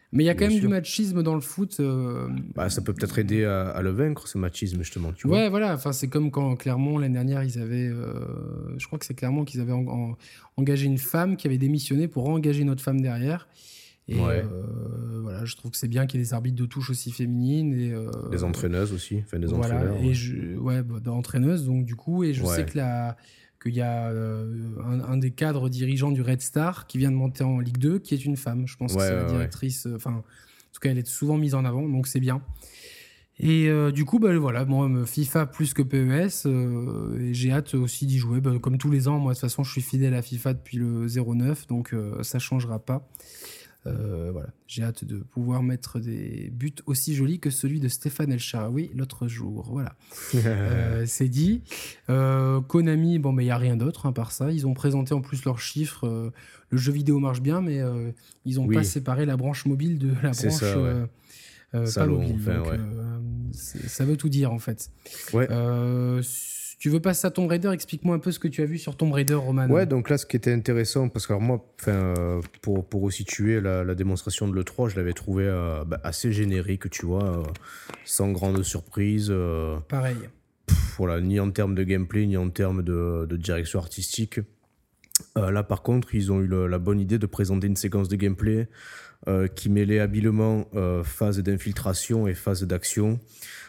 [SPEAKER 1] Mais il y a quand
[SPEAKER 2] bien
[SPEAKER 1] même
[SPEAKER 2] sûr.
[SPEAKER 1] du machisme dans le foot.
[SPEAKER 2] Bah, ça peut peut-être aider à le vaincre, ce machisme, justement, tu vois.
[SPEAKER 1] Ouais, voilà. Enfin, c'est comme quand Clermont, l'année dernière, ils avaient. Je crois que c'est Clermont qu'ils avaient engagé une femme qui avait démissionné pour engager une autre femme derrière. Et
[SPEAKER 2] Ouais.
[SPEAKER 1] voilà, je trouve que c'est bien qu'il y ait des arbitres de touche aussi féminines. Et,
[SPEAKER 2] Des entraîneuses aussi, enfin des
[SPEAKER 1] voilà.
[SPEAKER 2] entraîneurs.
[SPEAKER 1] Et ouais, d'entraîneuses, donc du coup. Et je sais
[SPEAKER 2] Ouais.
[SPEAKER 1] qu'il y a un des cadres dirigeants du Red Star qui vient de monter en Ligue 2, qui est une femme. Je pense que c'est la
[SPEAKER 2] Ouais.
[SPEAKER 1] directrice. Enfin, en tout cas, elle est souvent mise en avant, donc c'est bien. Et du coup, bah, voilà, moi, FIFA plus que PES, et j'ai hâte aussi d'y jouer. Bah, comme tous les ans, moi, de toute façon, je suis fidèle à FIFA depuis le 09, donc ça ne changera pas. Voilà, j'ai hâte de pouvoir mettre des buts aussi jolis que celui de Stéphane El Shaarawy l'autre jour. Voilà, c'est dit. Konami, bon, mais il n'y a rien d'autre à part ça. Ils ont présenté en plus leurs chiffres. Le jeu vidéo marche bien, mais ils n'ont pas séparé la branche mobile de la branche
[SPEAKER 2] ça, ouais.
[SPEAKER 1] pas mobile.
[SPEAKER 2] Enfin,
[SPEAKER 1] donc,
[SPEAKER 2] ouais.
[SPEAKER 1] ça veut tout dire en fait.
[SPEAKER 2] Ouais.
[SPEAKER 1] Tu veux passer à Tomb Raider, explique-moi un peu ce que tu as vu sur Tomb Raider, Roman.
[SPEAKER 2] Ouais, donc là, ce qui était intéressant, parce que alors moi, pour resituer la démonstration de l'E3, je l'avais trouvé assez générique, tu vois, sans grande surprise.
[SPEAKER 1] Pareil.
[SPEAKER 2] Voilà, ni en termes de gameplay, ni en termes de direction artistique. Là, par contre, ils ont eu la bonne idée de présenter une séquence de gameplay qui mêlait habilement phase d'infiltration et phase d'action.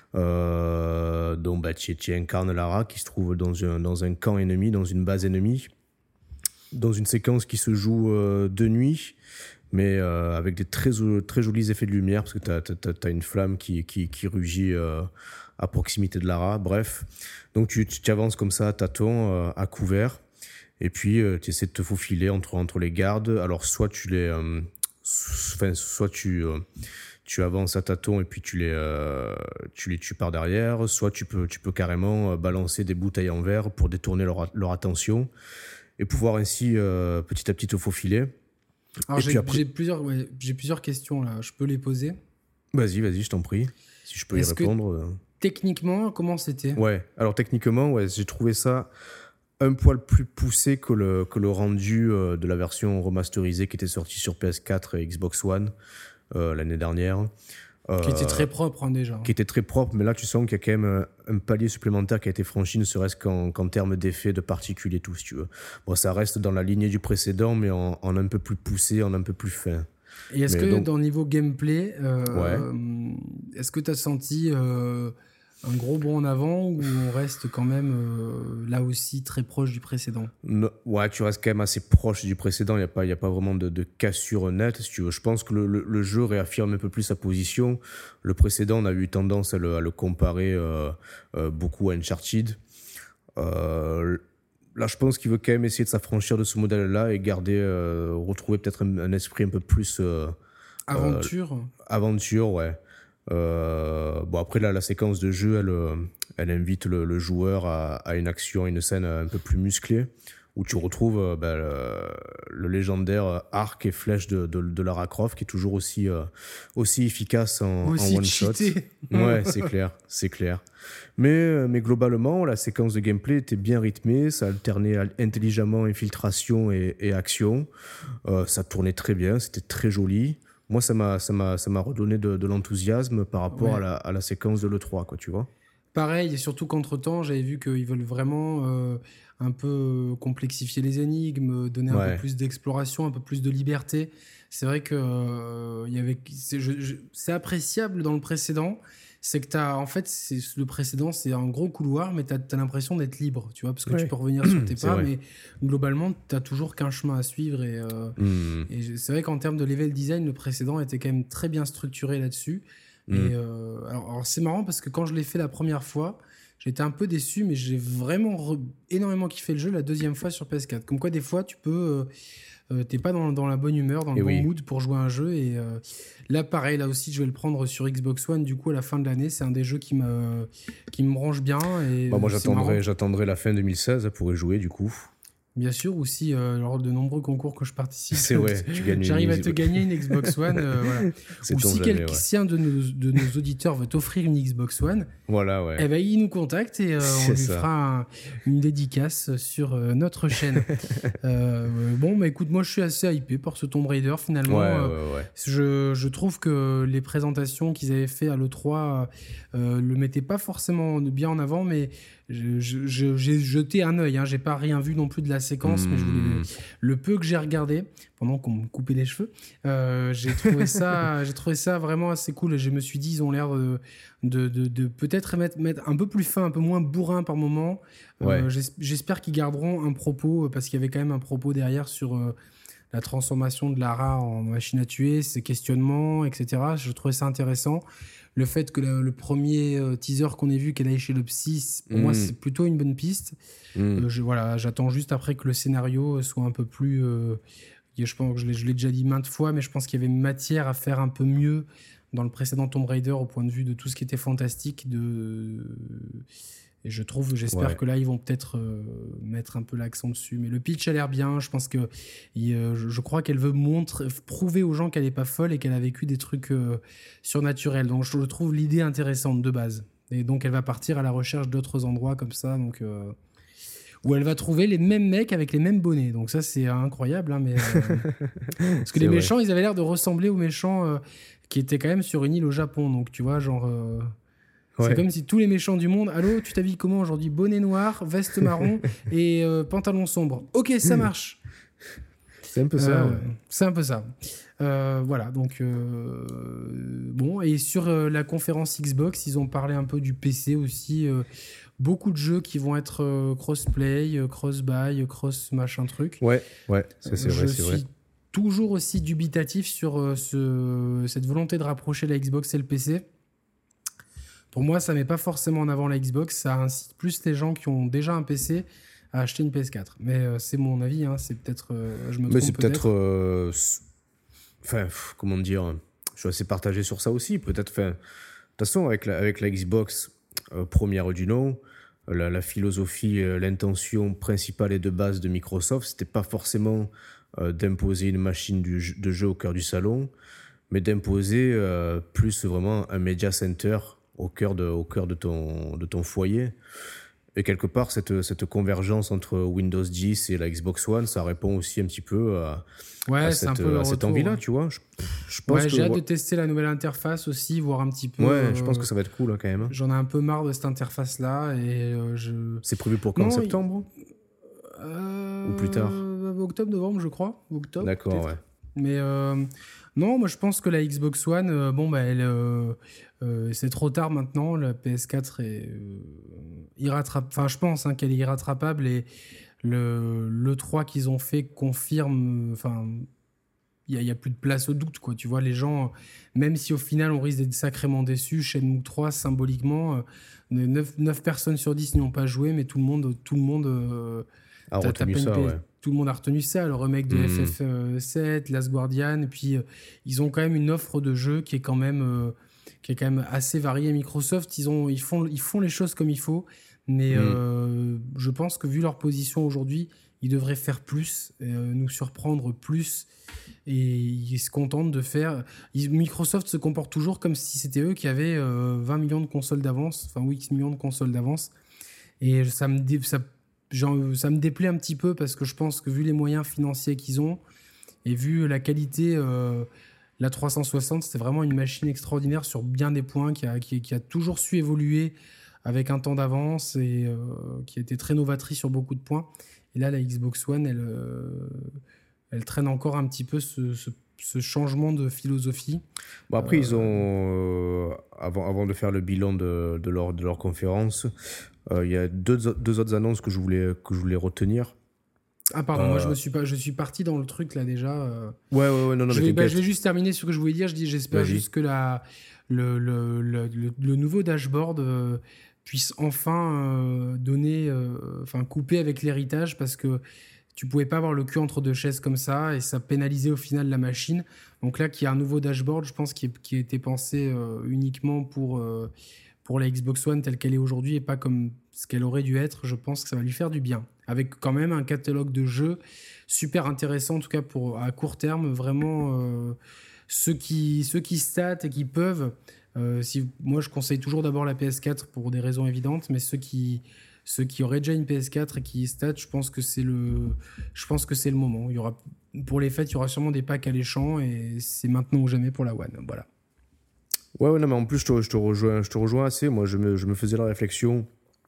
[SPEAKER 2] Donc tu incarnes Lara qui se trouve dans un camp ennemi, dans une base ennemie, dans une séquence qui se joue de nuit, mais avec des très jolis effets de lumière, parce que t'as une flamme qui rugit à proximité de Lara. Bref, donc tu avances comme ça à tâtons, à couvert, et puis tu essaies de te faufiler entre les gardes. Alors soit tu avances à tâtons et puis tu les tues par derrière, soit tu peux carrément balancer des bouteilles en verre pour détourner leur attention et pouvoir ainsi petit à petit te faufiler.
[SPEAKER 1] Alors
[SPEAKER 2] et
[SPEAKER 1] j'ai plusieurs questions là, je peux les poser?
[SPEAKER 2] Vas-y, je t'en prie, si je peux y répondre.
[SPEAKER 1] Techniquement, comment c'était?
[SPEAKER 2] Ouais, alors techniquement, ouais, j'ai trouvé ça un poil plus poussé que le rendu de la version remasterisée qui était sortie sur PS4 et Xbox One l'année dernière.
[SPEAKER 1] Qui était très propre déjà.
[SPEAKER 2] Qui était très propre, mais là tu sens qu'il y a quand même un palier supplémentaire qui a été franchi, ne serait-ce qu'en termes d'effets, de particules et tout, si tu veux. Bon, ça reste dans la lignée du précédent, mais en un peu plus poussé, en un peu plus fin.
[SPEAKER 1] Et est-ce que dans le niveau gameplay,
[SPEAKER 2] ouais.
[SPEAKER 1] est-ce que tu as senti un gros bond en avant ou on reste quand même là aussi très proche du précédent?
[SPEAKER 2] Ouais, tu restes quand même assez proche du précédent. Il n'y a pas vraiment de cassure nette, si tu veux. Je pense que le jeu réaffirme un peu plus sa position. Le précédent, on a eu tendance à le comparer beaucoup à Uncharted. Là, je pense qu'il veut quand même essayer de s'affranchir de ce modèle-là et retrouver peut-être un esprit un peu plus... Aventure, ouais. Bon, après, là, la séquence de jeu, elle invite le joueur à une action, une scène un peu plus musclée, où tu retrouves le légendaire arc et flèche de Lara Croft, qui est toujours aussi efficace en one-shot. Ouais, c'est clair. Mais globalement, la séquence de gameplay était bien rythmée, ça alternait intelligemment infiltration et action. Ça tournait très bien, c'était très joli. Moi, ça m'a redonné de l'enthousiasme par rapport à la séquence de l'E3, quoi, tu vois.
[SPEAKER 1] Pareil, et surtout qu'entre-temps, j'avais vu qu'ils veulent vraiment un peu complexifier les énigmes, donner un peu plus d'exploration, un peu plus de liberté. C'est vrai que c'est appréciable dans le précédent. C'est que le précédent, c'est un gros couloir, mais t'as l'impression d'être libre, tu vois, parce que tu peux revenir sur tes pas, mais globalement, t'as toujours qu'un chemin à suivre. Et c'est vrai qu'en termes de level design, le précédent était quand même très bien structuré là-dessus. Et alors c'est marrant parce que quand je l'ai fait la première fois, j'étais un peu déçu, mais j'ai vraiment énormément kiffé le jeu la deuxième fois sur PS4. Comme quoi, des fois, tu peux... t'es pas dans la bonne humeur, dans le bon mood pour jouer à un jeu. Et là, pareil, là aussi, je vais le prendre sur Xbox One. Du coup, à la fin de l'année, c'est un des jeux qui me branche bien. Et
[SPEAKER 2] moi, j'attendrai la fin 2016 pour y jouer, du coup.
[SPEAKER 1] Bien sûr, aussi lors de nombreux concours que je participe,
[SPEAKER 2] C'est ouais, tu gagnes
[SPEAKER 1] j'arrive à te gagner une Xbox One. Voilà.
[SPEAKER 2] C'est
[SPEAKER 1] Ou
[SPEAKER 2] ton
[SPEAKER 1] si
[SPEAKER 2] jamais, ouais.
[SPEAKER 1] si un de nos auditeurs veut t'offrir une Xbox One,
[SPEAKER 2] Voilà, ouais.
[SPEAKER 1] eh ben, il nous contacte et on
[SPEAKER 2] C'est
[SPEAKER 1] lui
[SPEAKER 2] ça.
[SPEAKER 1] fera une dédicace sur notre chaîne. Bon, bah écoute, moi je suis assez hypé par ce Tomb Raider finalement.
[SPEAKER 2] Ouais, ouais, ouais.
[SPEAKER 1] Je trouve que les présentations qu'ils avaient fait à l'E3 le mettaient pas forcément bien en avant, mais j'ai jeté un œil. Hein. J'ai pas rien vu non plus de la séquence, mais
[SPEAKER 2] Hmm.
[SPEAKER 1] le peu que j'ai regardé pendant qu'on me coupait les cheveux, j'ai trouvé ça vraiment assez cool. Et je me suis dit, ils ont l'air de peut-être mettre un peu plus fin, un peu moins bourrin par moment.
[SPEAKER 2] Ouais.
[SPEAKER 1] J'espère qu'ils garderont un propos, parce qu'il y avait quand même un propos derrière sur la transformation de Lara en machine à tuer, ses questionnements, etc. Je trouvais ça intéressant. Le fait que le premier teaser qu'on ait vu qu'elle aille chez le psy, pour moi, c'est plutôt une bonne piste.
[SPEAKER 2] Hmm.
[SPEAKER 1] Voilà, j'attends juste après que le scénario soit un peu plus... je pense que je l'ai déjà dit maintes fois, mais je pense qu'il y avait matière à faire un peu mieux dans le précédent Tomb Raider au point de vue de tout ce qui était fantastique. Et j'espère
[SPEAKER 2] Ouais.
[SPEAKER 1] que là, ils vont peut-être mettre un peu l'accent dessus. Mais le pitch a l'air bien. Je pense que je crois qu'elle veut prouver aux gens qu'elle n'est pas folle et qu'elle a vécu des trucs surnaturels. Donc, je trouve l'idée intéressante de base. Et donc, elle va partir à la recherche d'autres endroits comme ça. Donc, où elle va trouver les mêmes mecs avec les mêmes bonnets. Donc, ça, c'est incroyable. Hein, mais, parce que
[SPEAKER 2] C'est
[SPEAKER 1] les
[SPEAKER 2] vrai.
[SPEAKER 1] méchants, ils avaient l'air de ressembler aux méchants qui étaient quand même sur une île au Japon. Donc, tu vois, genre. C'est
[SPEAKER 2] Ouais.
[SPEAKER 1] comme si tous les méchants du monde, allô, tu t'habilles comment aujourd'hui? Bonnet noir, veste marron et pantalon sombre. Ok, ça marche.
[SPEAKER 2] C'est un peu ça, ouais.
[SPEAKER 1] C'est un peu ça. Voilà, donc bon, et sur la conférence Xbox, ils ont parlé un peu du PC aussi. Beaucoup de jeux qui vont être crossplay, cross-buy, cross machin truc.
[SPEAKER 2] Ouais, ouais, ça c'est
[SPEAKER 1] Je
[SPEAKER 2] vrai, c'est vrai.
[SPEAKER 1] suis toujours aussi dubitatif sur cette volonté de rapprocher la Xbox et le PC. Pour moi, ça met pas forcément en avant la Xbox, ça incite plus les gens qui ont déjà un PC à acheter une PS4. Mais c'est mon avis, hein, c'est peut-être, je me
[SPEAKER 2] Mais c'est
[SPEAKER 1] trompe
[SPEAKER 2] peut-être.
[SPEAKER 1] peut-être.
[SPEAKER 2] Enfin, comment dire. Je suis assez partagé sur ça aussi. Peut-être. Enfin, de toute façon, avec la Xbox première du nom, la philosophie, l'intention principale et de base de Microsoft, c'était pas forcément d'imposer une machine de jeu au cœur du salon, mais d'imposer plus vraiment un media center au cœur de ton foyer. Et quelque part, cette convergence entre Windows 10 et la Xbox One, ça répond aussi un petit peu
[SPEAKER 1] Ouais, c'est un peu le
[SPEAKER 2] à cette
[SPEAKER 1] retour.
[SPEAKER 2] envie-là,
[SPEAKER 1] Ouais,
[SPEAKER 2] tu vois. Je pense
[SPEAKER 1] ouais,
[SPEAKER 2] que
[SPEAKER 1] j'ai hâte de tester la nouvelle interface aussi, voir un petit peu.
[SPEAKER 2] ouais, je pense que ça va être cool hein, quand même.
[SPEAKER 1] J'en ai un peu marre de cette interface-là et
[SPEAKER 2] C'est prévu pour quand, en
[SPEAKER 1] Non,
[SPEAKER 2] septembre ou plus tard?
[SPEAKER 1] Octobre, novembre, je crois. Octobre,
[SPEAKER 2] D'accord, ouais.
[SPEAKER 1] peut-être. Mais non, moi je pense que la Xbox One, bon, bah, c'est trop tard maintenant. La PS4 est irrattrapable. Enfin, je pense hein, qu'elle est irrattrapable et l'E3 qu'ils ont fait confirme. Enfin, il y a plus de place au doute, quoi. Tu vois, les gens, même si au final on risque d'être sacrément déçus, Shenmue 3, symboliquement, 9 personnes sur 10 n'y ont pas joué, mais tout le monde
[SPEAKER 2] A retenu ça, ouais.
[SPEAKER 1] tout le monde a retenu ça, le remake de FF7, Last Guardian, et puis ils ont quand même une offre de jeux qui est quand même assez variée. Microsoft, ils font les choses comme il faut, mais je pense que vu leur position aujourd'hui, ils devraient faire plus, nous surprendre plus, et ils se contentent de faire... Microsoft se comporte toujours comme si c'était eux qui avaient 20 millions de consoles d'avance, enfin oui, X millions de consoles d'avance, et ça me déplaît un petit peu parce que je pense que vu les moyens financiers qu'ils ont et vu la qualité, la 360, c'était vraiment une machine extraordinaire sur bien des points qui a toujours su évoluer avec un temps d'avance et qui a été très novatrice sur beaucoup de points. Et là, la Xbox One, elle traîne encore un petit peu ce changement de philosophie.
[SPEAKER 2] Bon, après, ils ont, avant de faire le bilan de leur conférence, il y a deux autres annonces que je voulais retenir.
[SPEAKER 1] Ah pardon, moi je suis parti dans le truc là déjà.
[SPEAKER 2] Ouais, non, mais
[SPEAKER 1] je
[SPEAKER 2] t'inquiète.
[SPEAKER 1] vais juste terminer ce que je voulais dire. J'espère
[SPEAKER 2] Vas-y.
[SPEAKER 1] juste que le nouveau dashboard puisse enfin couper avec l'héritage parce que tu pouvais pas avoir le cul entre deux chaises comme ça et ça pénalisait au final la machine. Donc là, qu'il y a un nouveau dashboard, je pense qui a été pensé uniquement pour la Xbox One telle qu'elle est aujourd'hui et pas comme ce qu'elle aurait dû être. Je pense que ça va lui faire du bien. Avec quand même un catalogue de jeux super intéressant, en tout cas à court terme. Vraiment, ceux qui statent et qui peuvent... moi, je conseille toujours d'abord la PS4 pour des raisons évidentes, mais ceux qui auraient déjà une PS4 et qui statent, je pense que c'est le moment. Il y aura, pour les fêtes, il y aura sûrement des packs alléchants et c'est maintenant ou jamais pour la One. Voilà.
[SPEAKER 2] Ouais, non, mais en plus, je te rejoins assez. Moi, je me faisais la réflexion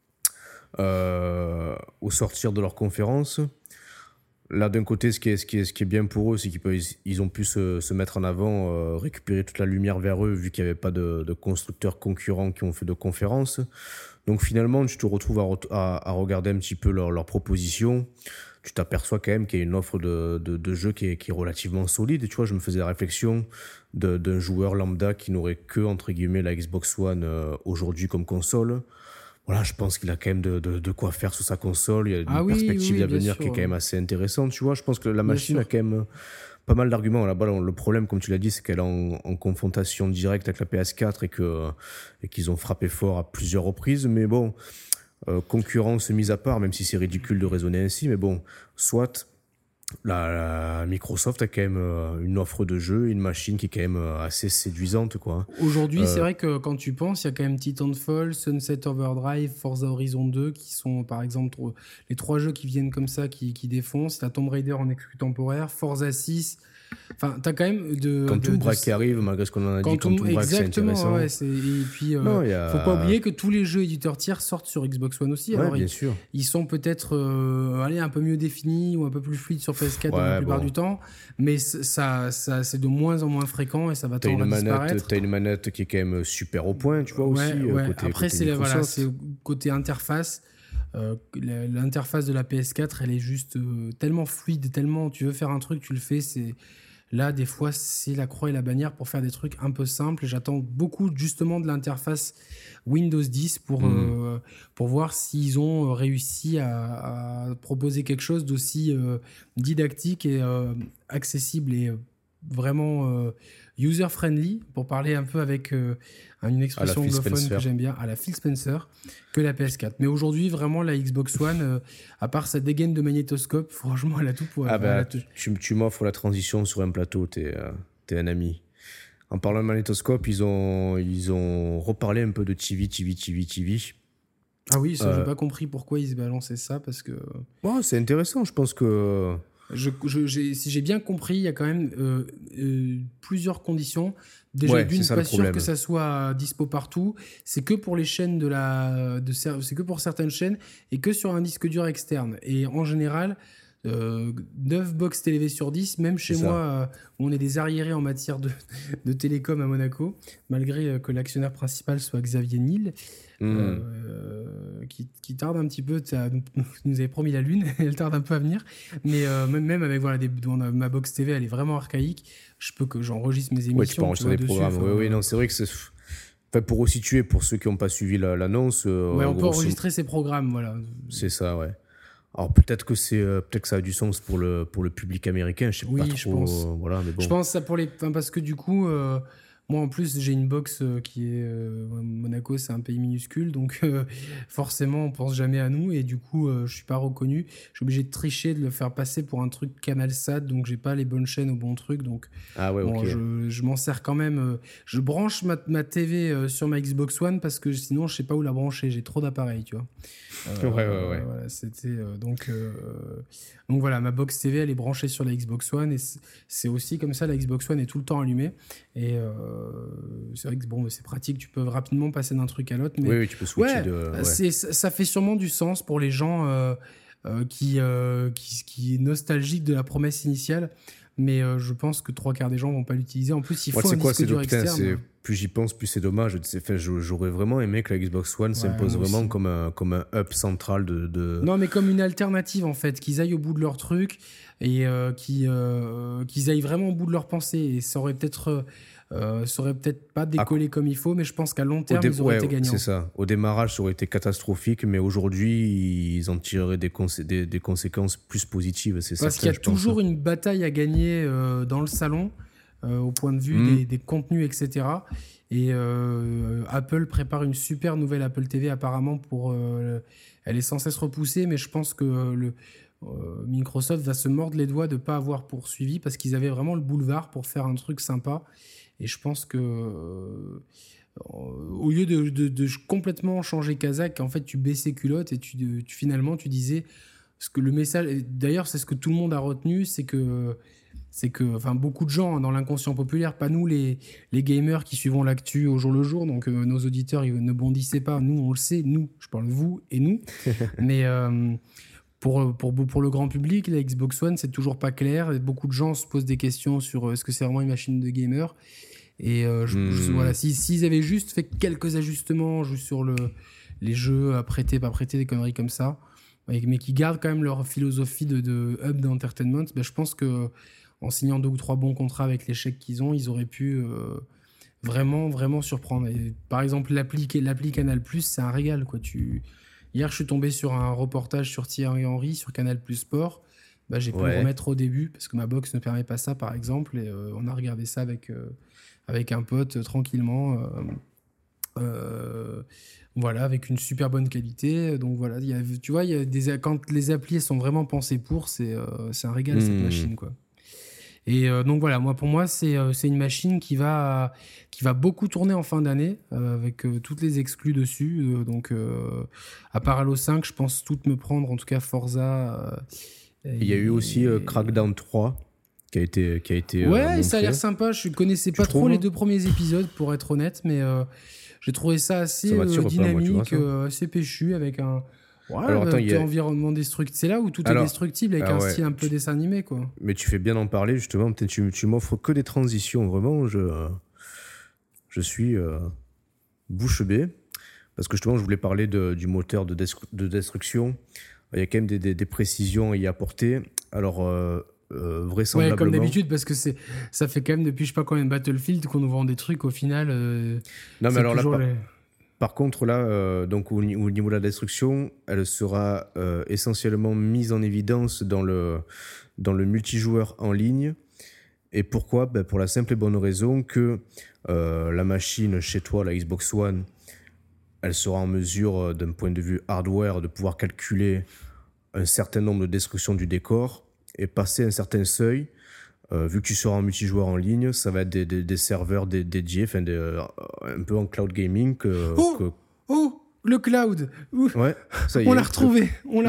[SPEAKER 2] au sortir de leur conférence. Là, d'un côté, ce qui est bien pour eux, c'est qu'ils ont pu se mettre en avant, récupérer toute la lumière vers eux, vu qu'il n'y avait pas de constructeurs concurrents qui ont fait de conférences. Donc finalement, tu te retrouves à regarder un petit peu leurs propositions. Tu t'aperçois quand même qu'il y a une offre de jeu qui est relativement solide. Et tu vois, je me faisais la réflexion d'un joueur lambda qui n'aurait que, entre guillemets, la Xbox One aujourd'hui comme console. Voilà, je pense qu'il a quand même de quoi faire sur sa console. Il y a une perspective d'avenir qui est quand même assez intéressante. Tu vois, je pense que la machine a quand même pas mal d'arguments. Là-bas, le problème, comme tu l'as dit, c'est qu'elle est en confrontation directe avec la PS4 et qu'ils ont frappé fort à plusieurs reprises. Mais bon, concurrence mise à part, même si c'est ridicule de raisonner ainsi, mais bon, soit la Microsoft a quand même une offre de jeu, une machine qui est quand même assez séduisante, quoi.
[SPEAKER 1] Aujourd'hui, c'est vrai que quand tu penses, il y a quand même Titanfall, Sunset Overdrive, Forza Horizon 2 qui sont par exemple les 3 jeux qui viennent comme ça, qui défoncent. T'as Tomb Raider en exclu temporaire, Forza 6. Enfin, t'as quand même
[SPEAKER 2] Quantum Break qui arrive, malgré ce qu'on en a dit. Quantum Break, c'est intéressant.
[SPEAKER 1] Ouais, et puis, faut pas oublier que tous les jeux éditeurs tiers sortent sur Xbox One aussi. Alors,
[SPEAKER 2] bien sûr.
[SPEAKER 1] Ils sont peut-être un peu mieux définis ou un peu plus fluides sur PS4 la plupart du temps, mais ça c'est de moins en moins fréquent et ça va tendre à disparaître.
[SPEAKER 2] T'as une manette qui est quand même super au point, tu vois, aussi.
[SPEAKER 1] Après, c'est côté interface. L'interface de la PS4, elle est juste tellement fluide, tellement tu veux faire un truc, tu le fais. Là, des fois, c'est la croix et la bannière pour faire des trucs un peu simples. J'attends beaucoup justement de l'interface Windows 10 pour voir s'ils ont réussi à proposer quelque chose d'aussi didactique et accessible et vraiment user-friendly, pour parler un peu avec une expression anglophone que j'aime bien, à la Phil Spencer, que la PS4. Mais aujourd'hui, vraiment, la Xbox One, à part sa dégaine de magnétoscope, franchement, elle a tout pour...
[SPEAKER 2] tu m'offres la transition sur un plateau, t'es un ami. En parlant de magnétoscope, ils ont reparlé un peu de TV.
[SPEAKER 1] Ah oui, ça, j'ai pas compris pourquoi ils se balançaient ça, parce que...
[SPEAKER 2] Ouais, c'est intéressant, je pense que...
[SPEAKER 1] si j'ai bien compris, il y a quand même plusieurs conditions. Déjà, d'une, pas sûr que ça soit dispo partout. C'est que pour les chaînes c'est que pour certaines chaînes et que sur un disque dur externe. Et en général, 9 box TV sur 10, même chez moi, où on est des arriérés en matière de télécom à Monaco, malgré que l'actionnaire principal soit Xavier Niel, qui tarde un petit peu. Nous avait promis la lune, elle tarde un peu à venir. Mais même avec ma box TV, elle est vraiment archaïque. Je peux que j'enregistre mes émissions.
[SPEAKER 2] Oui, tu peux enregistrer des programmes. Oui, non, c'est vrai que c'est... Enfin, pour resituer, pour ceux qui n'ont pas suivi l'annonce...
[SPEAKER 1] on peut enregistrer ces programmes, voilà.
[SPEAKER 2] C'est ça, ouais. Alors peut-être que ça a du sens pour le public américain, je sais pas trop.
[SPEAKER 1] Je pense.
[SPEAKER 2] Voilà, mais bon.
[SPEAKER 1] Je pense ça parce que du coup, moi en plus j'ai une box qui est Monaco, c'est un pays minuscule, donc forcément on pense jamais à nous et du coup je suis pas reconnu. Je suis obligé de tricher, de le faire passer pour un truc CanalSat, donc j'ai pas les bonnes chaînes au bon truc, donc
[SPEAKER 2] ok.
[SPEAKER 1] je m'en sers quand même. Je branche ma TV sur ma Xbox One parce que sinon je sais pas où la brancher, j'ai trop d'appareils, tu vois.
[SPEAKER 2] Ouais.
[SPEAKER 1] Voilà, c'était donc voilà, ma box TV elle est branchée sur la Xbox One et c'est aussi comme ça, la Xbox One est tout le temps allumée et c'est vrai que c'est pratique, tu peux rapidement passer d'un truc à l'autre, mais
[SPEAKER 2] oui, tu peux switcher
[SPEAKER 1] ça fait sûrement du sens pour les gens qui est nostalgique de la promesse initiale, mais je pense que 3/4 des gens vont pas l'utiliser. En plus, il faut un disque dur externe.
[SPEAKER 2] Plus j'y pense, plus c'est dommage. J'aurais vraiment aimé que la Xbox One s'impose vraiment comme un hub central de...
[SPEAKER 1] Non, mais comme une alternative, en fait, qu'ils aillent au bout de leur truc et qu'ils aillent vraiment au bout de leur pensée. Et ça aurait peut-être pas décollé comme il faut, mais je pense qu'à long terme, ils auraient été gagnants.
[SPEAKER 2] C'est ça. Au démarrage, ça aurait été catastrophique, mais aujourd'hui, ils en tireraient des conséquences plus positives. C'est
[SPEAKER 1] parce qu'il y a toujours une bataille à gagner dans le salon. au point de vue des contenus, etc. Et Apple prépare une super nouvelle Apple TV apparemment elle est sans cesse repoussée, mais je pense que Microsoft va se mordre les doigts de ne pas avoir poursuivi parce qu'ils avaient vraiment le boulevard pour faire un truc sympa. Et je pense que au lieu de complètement changer Kazakh, en fait, tu baissais culotte et finalement, tu disais ce que le message. D'ailleurs, c'est ce que tout le monde a retenu, c'est que enfin, beaucoup de gens dans l'inconscient populaire, pas nous les gamers qui suivons l'actu au jour le jour, donc nos auditeurs ils ne bondissaient pas, nous on le sait, nous, je parle vous et nous, mais pour le grand public, la Xbox One c'est toujours pas clair, et beaucoup de gens se posent des questions sur est-ce que c'est vraiment une machine de gamer, et voilà, s'ils avaient juste fait quelques ajustements juste sur les jeux à prêter, pas prêter, des conneries comme ça, mais qui gardent quand même leur philosophie de hub d'entertainment, ben, je pense que en signant 2 ou 3 bons contrats avec les chèques qu'ils ont, ils auraient pu vraiment, vraiment surprendre. Et, par exemple, l'appli Canal+, c'est un régal, quoi. Hier, je suis tombé sur un reportage sur Thierry Henry, sur Canal+ Sport. Bah, j'ai pu le remettre au début, parce que ma box ne permet pas ça, par exemple. Et on a regardé ça avec un pote, tranquillement. Voilà, avec une super bonne qualité. Donc voilà, tu vois, quand les applis sont vraiment pensées pour, c'est un régal, cette machine, quoi. Et donc voilà, pour moi, c'est une machine qui va beaucoup tourner en fin d'année, avec toutes les exclus dessus. Donc, à part Halo 5, je pense toutes me prendre, en tout cas Forza.
[SPEAKER 2] Il y a eu aussi Crackdown 3 qui a été
[SPEAKER 1] ouais,
[SPEAKER 2] montré.
[SPEAKER 1] ça a l'air sympa. Je connaissais pas trop les 2 premiers épisodes, pour être honnête, mais j'ai trouvé ça assez dynamique, assez péchu, avec un... Ouais, alors, attends, environnement destructible. C'est là où tout est destructible, avec un style un peu dessin animé, quoi.
[SPEAKER 2] Mais tu fais bien d'en parler, justement. Peut-être tu m'offres que des transitions. Vraiment, je suis bouche bée. Parce que justement, je voulais parler du moteur de destruction. Il y a quand même des précisions à y apporter. Alors, vraisemblablement...
[SPEAKER 1] Ouais, comme d'habitude, parce que ça fait quand même depuis je sais pas combien de Battlefield qu'on nous vend des trucs, au final.
[SPEAKER 2] Non, mais alors là... Par contre, là, donc au niveau de la destruction, elle sera essentiellement mise en évidence dans le multijoueur en ligne. Et pourquoi ? Ben pour la simple et bonne raison que la machine chez toi, la Xbox One, elle sera en mesure, d'un point de vue hardware, de pouvoir calculer un certain nombre de destructions du décor et passer un certain seuil. Vu que tu seras en multijoueur en ligne, ça va être des serveurs dédiés, un peu en cloud gaming.
[SPEAKER 1] Oh, le cloud.
[SPEAKER 2] Ouais, ça y est.
[SPEAKER 1] On l'a retrouvé.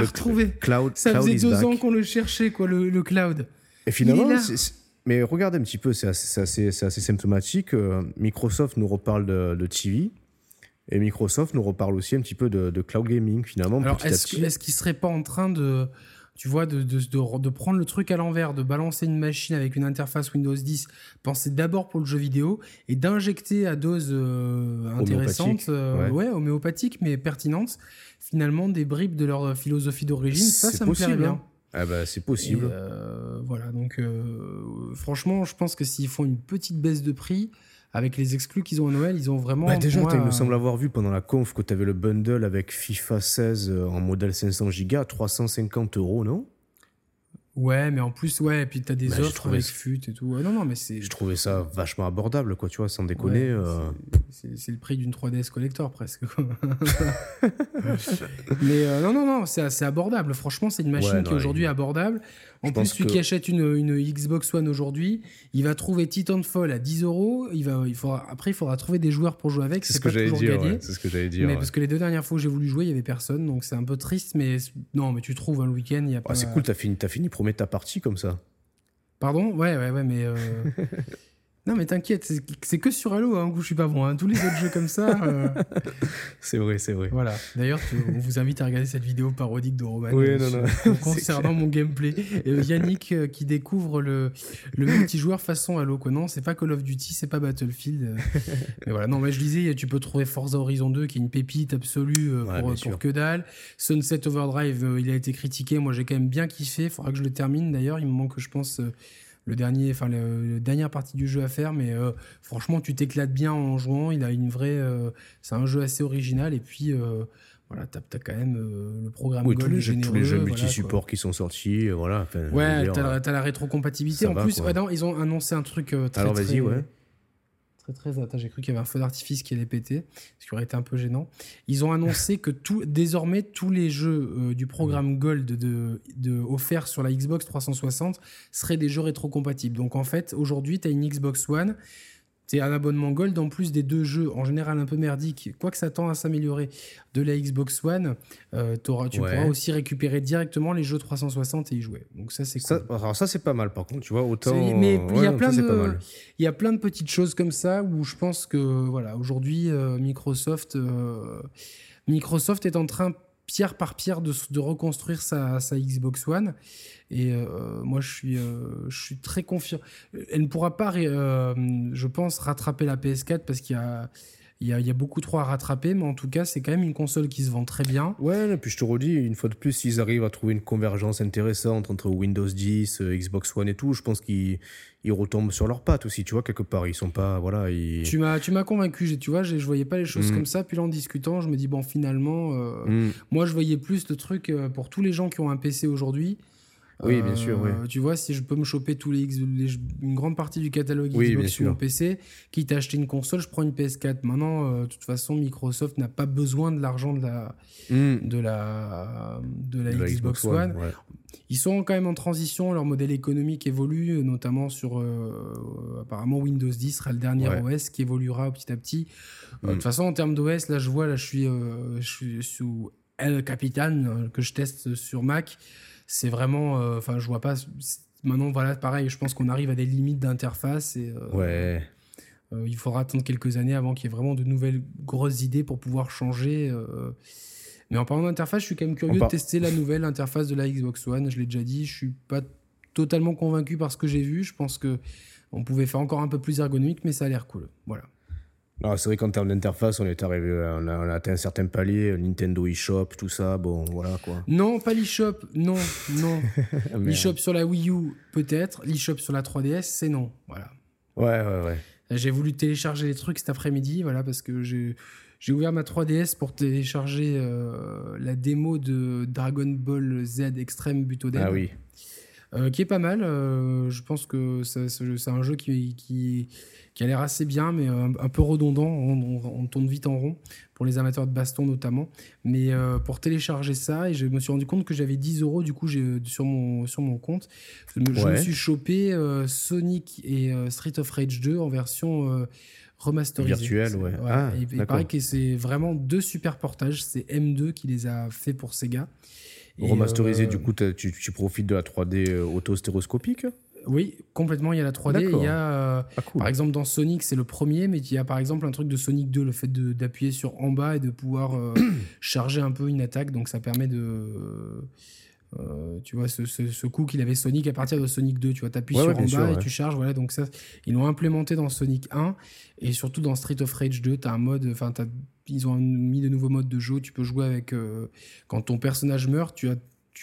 [SPEAKER 1] Ça faisait 2 ans qu'on le cherchait, quoi, le cloud.
[SPEAKER 2] Et finalement, mais regarde un petit peu, c'est assez symptomatique. Microsoft nous reparle de TV. Et Microsoft nous reparle aussi un petit peu de cloud gaming, finalement.
[SPEAKER 1] Alors, est-ce qu'ils ne seraient pas en train de... Tu vois, de prendre le truc à l'envers, de balancer une machine avec une interface Windows 10, penser d'abord pour le jeu vidéo, et d'injecter à dose intéressante, homéopathique, mais pertinente, finalement, des bribes de leur philosophie d'origine. Ça me plairait bien.
[SPEAKER 2] Ah bah, c'est possible.
[SPEAKER 1] Et voilà, donc franchement, je pense que s'ils font une petite baisse de prix, avec les exclus qu'ils ont à Noël, ils ont vraiment...
[SPEAKER 2] Bah déjà, il me semble avoir vu pendant la conf que tu avais le bundle avec FIFA 16 en modèle 500 Go à 350 €, non ?
[SPEAKER 1] Ouais, mais en plus, et puis t'as des offres avec FUT et tout. Non, mais c'est...
[SPEAKER 2] Je trouvais ça vachement abordable, quoi, tu vois, sans déconner.
[SPEAKER 1] C'est le prix d'une 3DS Collector, presque. Mais non, c'est assez abordable. Franchement, c'est une machine qui est aujourd'hui abordable. En plus, celui qui achète une Xbox One aujourd'hui, il va trouver Titanfall à 10 €. Il faudra trouver des joueurs pour jouer avec.
[SPEAKER 2] C'est pas toujours gagné.
[SPEAKER 1] Ouais,
[SPEAKER 2] c'est ce que j'allais dire.
[SPEAKER 1] Mais parce que les 2 dernières fois où j'ai voulu jouer, il y avait personne. Donc c'est un peu triste. Mais non, mais tu trouves le week-end, il y a pas...
[SPEAKER 2] C'est cool, t'as fini pour mettre ta partie comme ça.
[SPEAKER 1] Pardon ? Ouais, mais... Non, mais t'inquiète, c'est que sur Halo où je suis pas bon. Tous les autres jeux comme ça...
[SPEAKER 2] C'est vrai.
[SPEAKER 1] Voilà. D'ailleurs, on vous invite à regarder cette vidéo parodique de Roman concernant mon gameplay. Yannick qui découvre le multijoueur façon Halo. Non, c'est pas Call of Duty, c'est pas Battlefield. Mais voilà. Non, mais je disais, tu peux trouver Forza Horizon 2 qui est une pépite absolue pour que dalle. Sunset Overdrive, il a été critiqué. Moi, j'ai quand même bien kiffé. Faudra que je le termine d'ailleurs. Il me manque, je pense... la dernière partie du jeu à faire, mais franchement tu t'éclates bien en jouant. Il a une vraie, c'est un jeu assez original, et puis Voilà, t'as quand même le programme
[SPEAKER 2] Oui,
[SPEAKER 1] Gold
[SPEAKER 2] tous les jeux
[SPEAKER 1] généreux,
[SPEAKER 2] multi-supports qui sont sortis, voilà. Enfin, je veux
[SPEAKER 1] ouais,
[SPEAKER 2] dire,
[SPEAKER 1] t'as la rétrocompatibilité.
[SPEAKER 2] ça
[SPEAKER 1] En
[SPEAKER 2] va,
[SPEAKER 1] plus,
[SPEAKER 2] quoi.
[SPEAKER 1] ouais, non, ils ont annoncé un truc
[SPEAKER 2] Alors, vas-y, ouais.
[SPEAKER 1] très. Attends, j'ai cru qu'il y avait un feu d'artifice qui allait péter, ce qui aurait été un peu gênant. Ils ont annoncé que désormais, tous les jeux du programme Gold offerts sur la Xbox 360 seraient des jeux rétrocompatibles. Donc en fait, aujourd'hui, tu as une Xbox One, c'est un abonnement Gold en plus des 2 jeux, en général un peu merdiques, quoique ça tend à s'améliorer, de la Xbox One. Tu pourras aussi récupérer directement les jeux 360 et y jouer. Donc ça, c'est cool.
[SPEAKER 2] Alors ça, c'est pas mal, par contre, tu vois, autant...
[SPEAKER 1] Mais il y a plein
[SPEAKER 2] c'est pas mal.
[SPEAKER 1] il y a plein de petites choses comme ça où je pense que, voilà, aujourd'hui, Microsoft est en train, pierre par pierre, de reconstruire sa Xbox One. Et moi, je suis très confiant. Elle ne pourra pas, je pense, rattraper la PS4 parce qu'il y a beaucoup trop à rattraper, mais en tout cas, c'est quand même une console qui se vend très bien.
[SPEAKER 2] Ouais, et puis je te redis, une fois de plus, s'ils arrivent à trouver une convergence intéressante entre Windows 10, Xbox One et tout, je pense qu'ils retombent sur leurs pattes aussi, tu vois, quelque part. Ils sont pas... Voilà,
[SPEAKER 1] Tu m'as convaincu, tu vois, je voyais pas les choses comme ça, puis là, en discutant, je me dis, bon, finalement, moi, je voyais plus le truc pour tous les gens qui ont un PC aujourd'hui.
[SPEAKER 2] Oui, bien sûr, oui.
[SPEAKER 1] Tu vois, si je peux me choper une grande partie du catalogue Xbox sur mon PC, quitte à acheter une console, je prends une PS4. Maintenant, de toute façon, Microsoft n'a pas besoin de l'argent de la Xbox One.
[SPEAKER 2] Ouais.
[SPEAKER 1] Ils sont quand même en transition, leur modèle économique évolue, notamment sur apparemment Windows 10 sera le dernier OS qui évoluera petit à petit. De toute façon, en termes d'OS, là je suis sous El Capitan que je teste sur Mac. C'est vraiment, enfin, je vois pas. Maintenant, voilà, pareil, je pense qu'on arrive à des limites d'interface et il faudra attendre quelques années avant qu'il y ait vraiment de nouvelles grosses idées pour pouvoir changer. Mais en parlant d'interface, je suis quand même curieux de tester la nouvelle interface de la Xbox One. Je l'ai déjà dit, je suis pas totalement convaincu par ce que j'ai vu. Je pense que on pouvait faire encore un peu plus ergonomique, mais ça a l'air cool. Voilà.
[SPEAKER 2] Non, c'est vrai qu'en termes d'interface, on a atteint un certain palier, Nintendo eShop, tout ça, bon, voilà quoi.
[SPEAKER 1] Non, pas l'eShop, non. l'eShop sur la Wii U, peut-être. l'eShop sur la 3DS, c'est non. Voilà.
[SPEAKER 2] Ouais.
[SPEAKER 1] J'ai voulu télécharger les trucs cet après-midi, voilà, parce que j'ai ouvert ma 3DS pour télécharger la démo de Dragon Ball Z Extreme Butoden.
[SPEAKER 2] Ah oui.
[SPEAKER 1] Qui est pas mal. Je pense que c'est un jeu qui a l'air assez bien, mais un peu redondant. On tourne vite en rond, pour les amateurs de baston notamment. Mais pour télécharger ça, et je me suis rendu compte que j'avais 10 € du coup, sur mon compte. Je me suis chopé Sonic et Street of Rage 2 en version remasterisée.
[SPEAKER 2] Virtuelle, ouais.
[SPEAKER 1] Il paraît que c'est vraiment 2 super portages. C'est M2 qui les a fait pour Sega.
[SPEAKER 2] Remasterisé, du coup, tu profites de la 3D auto-stéroscopique ?
[SPEAKER 1] Oui, complètement. Il y a la 3D. Il y a,
[SPEAKER 2] cool.
[SPEAKER 1] par exemple, dans Sonic, c'est le premier, mais il y a par exemple un truc de Sonic 2, le fait d'appuyer sur en bas et de pouvoir charger un peu une attaque. Donc ça permet de... tu vois, ce coup qu'il avait Sonic à partir de Sonic 2, tu vois, t'appuies sur en bas et tu charges, voilà, donc ça, ils l'ont implémenté dans Sonic 1, et surtout dans Street of Rage 2, t'as un mode, enfin, ils ont mis de nouveaux modes de jeu, tu peux jouer avec, quand ton personnage meurt, tu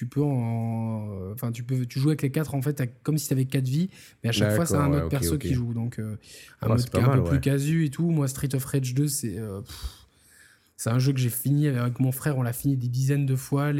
[SPEAKER 1] joues avec les 4 en fait, comme si t'avais 4 vies, mais à chaque fois c'est un autre perso qui joue, donc un mode qui est un peu plus casu et tout. Moi, Street of Rage 2, c'est un jeu que j'ai fini avec mon frère, on l'a fini des dizaines de fois.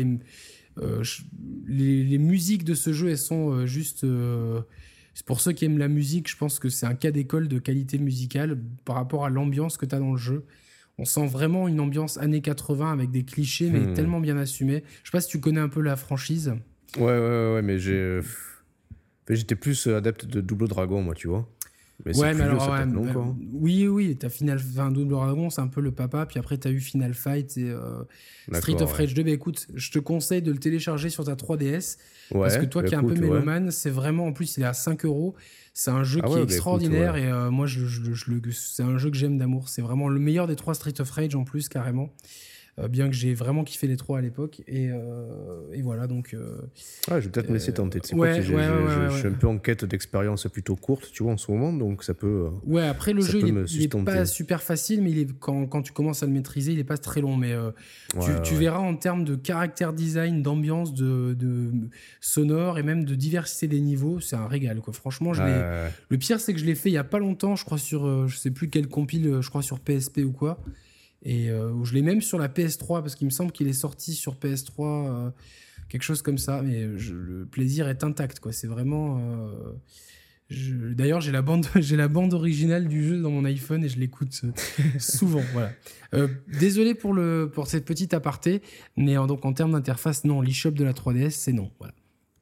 [SPEAKER 1] Les musiques de ce jeu, elles sont juste... pour ceux qui aiment la musique, je pense que c'est un cas d'école de qualité musicale par rapport à l'ambiance que tu as dans le jeu. On sent vraiment une ambiance années 80 avec des clichés, mais tellement bien assumés. Je sais pas si tu connais un peu la franchise.
[SPEAKER 2] Ouais, mais j'étais plus adepte de Double Dragon, moi, tu vois. Mais
[SPEAKER 1] ouais, mais alors, oui, t'as Double Dragon, c'est un peu le papa, puis après t'as eu Final Fight et Street of Rage 2. Bah écoute, je te conseille de le télécharger sur ta 3DS, parce que toi qui es un peu mélomane, c'est vraiment, en plus il est à 5 €, c'est un jeu qui est extraordinaire, et moi c'est un jeu que j'aime d'amour, c'est vraiment le meilleur des 3 Street of Rage en plus, carrément. Bien que j'ai vraiment kiffé les 3 à l'époque, et voilà, donc
[SPEAKER 2] je vais peut-être me laisser tenter. Je suis un peu en quête d'expérience plutôt courte, tu vois, en ce moment, donc ça peut
[SPEAKER 1] après le jeu il est pas super facile, mais quand tu commences à le maîtriser, il est pas très long, mais tu verras en termes de caractère design, d'ambiance, de sonore, et même de diversité des niveaux, c'est un régal, quoi. Franchement, le pire, c'est que je l'ai fait il y a pas longtemps, je crois, sur je sais plus quelle compile, je crois sur PSP ou quoi. Et où je l'ai même sur la PS3, parce qu'il me semble qu'il est sorti sur PS3, quelque chose comme ça. Mais le plaisir est intact, quoi. C'est vraiment... D'ailleurs, j'ai la bande originale du jeu dans mon iPhone et je l'écoute souvent. Voilà. Désolé pour cette petite aparté, mais donc en termes d'interface, non, l'eShop de la 3DS, c'est non. Voilà.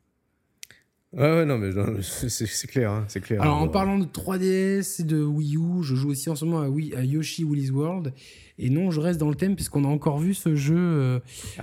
[SPEAKER 2] Ouais, non, mais c'est clair, hein, c'est clair.
[SPEAKER 1] Alors, en parlant de 3DS et de Wii U, je joue aussi en ce moment à Yoshi Woolly's World. Et non, je reste dans le thème puisqu'on a encore vu ce jeu.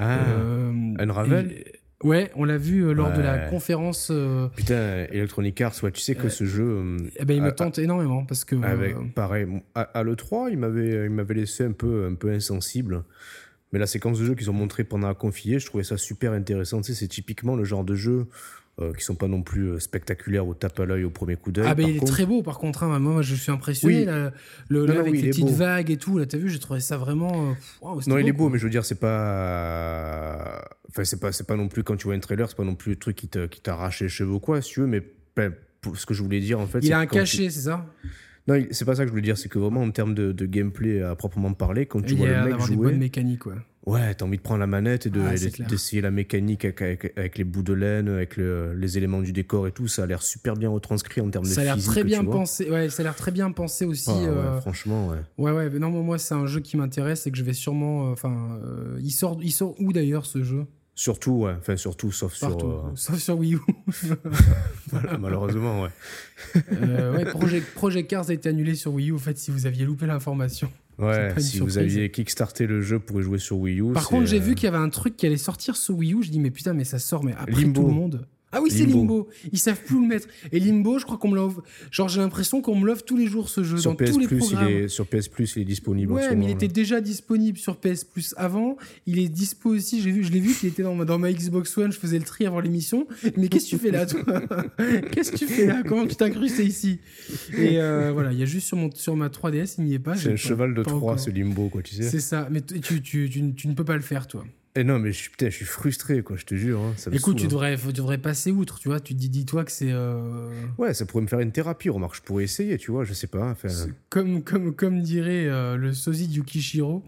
[SPEAKER 2] Unravel.
[SPEAKER 1] Ouais, on l'a vu lors de la conférence.
[SPEAKER 2] Putain, Electronic Arts, ouais, tu sais que ce jeu.
[SPEAKER 1] Il me tente énormément parce que.
[SPEAKER 2] Pareil, à l'E3, il m'avait laissé un peu insensible. Mais la séquence de jeu qu'ils ont montré pendant la confiée, je trouvais ça super intéressant. Tu sais, c'est typiquement le genre de jeu qui sont pas non plus spectaculaires au tape à l'œil au premier coup d'œil.
[SPEAKER 1] Il est très beau par contre. Hein. Moi, je suis impressionné.
[SPEAKER 2] Oui.
[SPEAKER 1] Avec les petites vagues et tout. Là, t'as vu, j'ai trouvé ça vraiment.
[SPEAKER 2] Non, il est beau, mais je veux dire, c'est pas. Enfin, c'est pas non plus quand tu vois un trailer, c'est pas non plus le truc qui t'arrache les cheveux ou quoi, si tu veux. Mais ce que je voulais dire en fait.
[SPEAKER 1] Il a un cachet, c'est ça?
[SPEAKER 2] Non, c'est pas ça que je voulais dire. C'est que vraiment en termes de gameplay à proprement parler, quand tu vois le mec jouer.
[SPEAKER 1] Des bonnes mécaniques, ouais.
[SPEAKER 2] Ouais, t'as envie de prendre la manette et d'essayer la mécanique avec les bouts de laine, avec les éléments du décor et tout. Ça a l'air super bien retranscrit en termes de physique.
[SPEAKER 1] Ça a l'air très bien pensé. Ouais, ça a l'air très bien pensé aussi.
[SPEAKER 2] Ouais, franchement, ouais.
[SPEAKER 1] Ouais. Mais non, moi, c'est un jeu qui m'intéresse et que je vais sûrement. Il sort où d'ailleurs ce jeu?
[SPEAKER 2] Surtout, ouais. Enfin, surtout, sauf
[SPEAKER 1] sur Wii U.
[SPEAKER 2] Voilà, malheureusement, ouais.
[SPEAKER 1] Project Cars a été annulé sur Wii U. En fait, si vous aviez loupé l'information.
[SPEAKER 2] Ouais, si vous aviez kickstarté le jeu pour y jouer sur Wii U.
[SPEAKER 1] Par contre, j'ai vu qu'il y avait un truc qui allait sortir sur Wii U. Je dis, mais putain, mais ça sort, mais après
[SPEAKER 2] Limbo.
[SPEAKER 1] tout le monde. Ah oui, c'est Limbo. Ils savent plus le mettre. Et Limbo, je crois qu'on me l'offre. Genre, j'ai l'impression qu'on me l'offre tous les jours ce jeu.
[SPEAKER 2] Sur
[SPEAKER 1] dans
[SPEAKER 2] PS
[SPEAKER 1] tous les
[SPEAKER 2] Plus,
[SPEAKER 1] programmes.
[SPEAKER 2] sur PS Plus, il est disponible.
[SPEAKER 1] Ouais, mais il était déjà disponible sur PS Plus avant. Il est dispo aussi. Je l'ai vu qu'il était dans ma Xbox One. Je faisais le tri avant l'émission. Mais qu'est-ce que tu fais là, toi? Qu'est-ce que tu fais là? Comment tu t'es incrusté ici? Et voilà, il y a juste sur ma 3DS, il n'y est pas.
[SPEAKER 2] C'est un cheval de Troie, ce Limbo, quoi, tu sais.
[SPEAKER 1] C'est ça. Mais tu ne peux pas le faire, toi.
[SPEAKER 2] Et non, mais je suis frustré, quoi, je te jure. Hein, ça me
[SPEAKER 1] Écoute,
[SPEAKER 2] saoule,
[SPEAKER 1] tu devrais passer outre, tu vois. Tu dis-toi que c'est.
[SPEAKER 2] Ouais, ça pourrait me faire une thérapie, remarque. Je pourrais essayer, tu vois, je sais pas. Enfin...
[SPEAKER 1] Comme dirait le sosie de Yukishiro,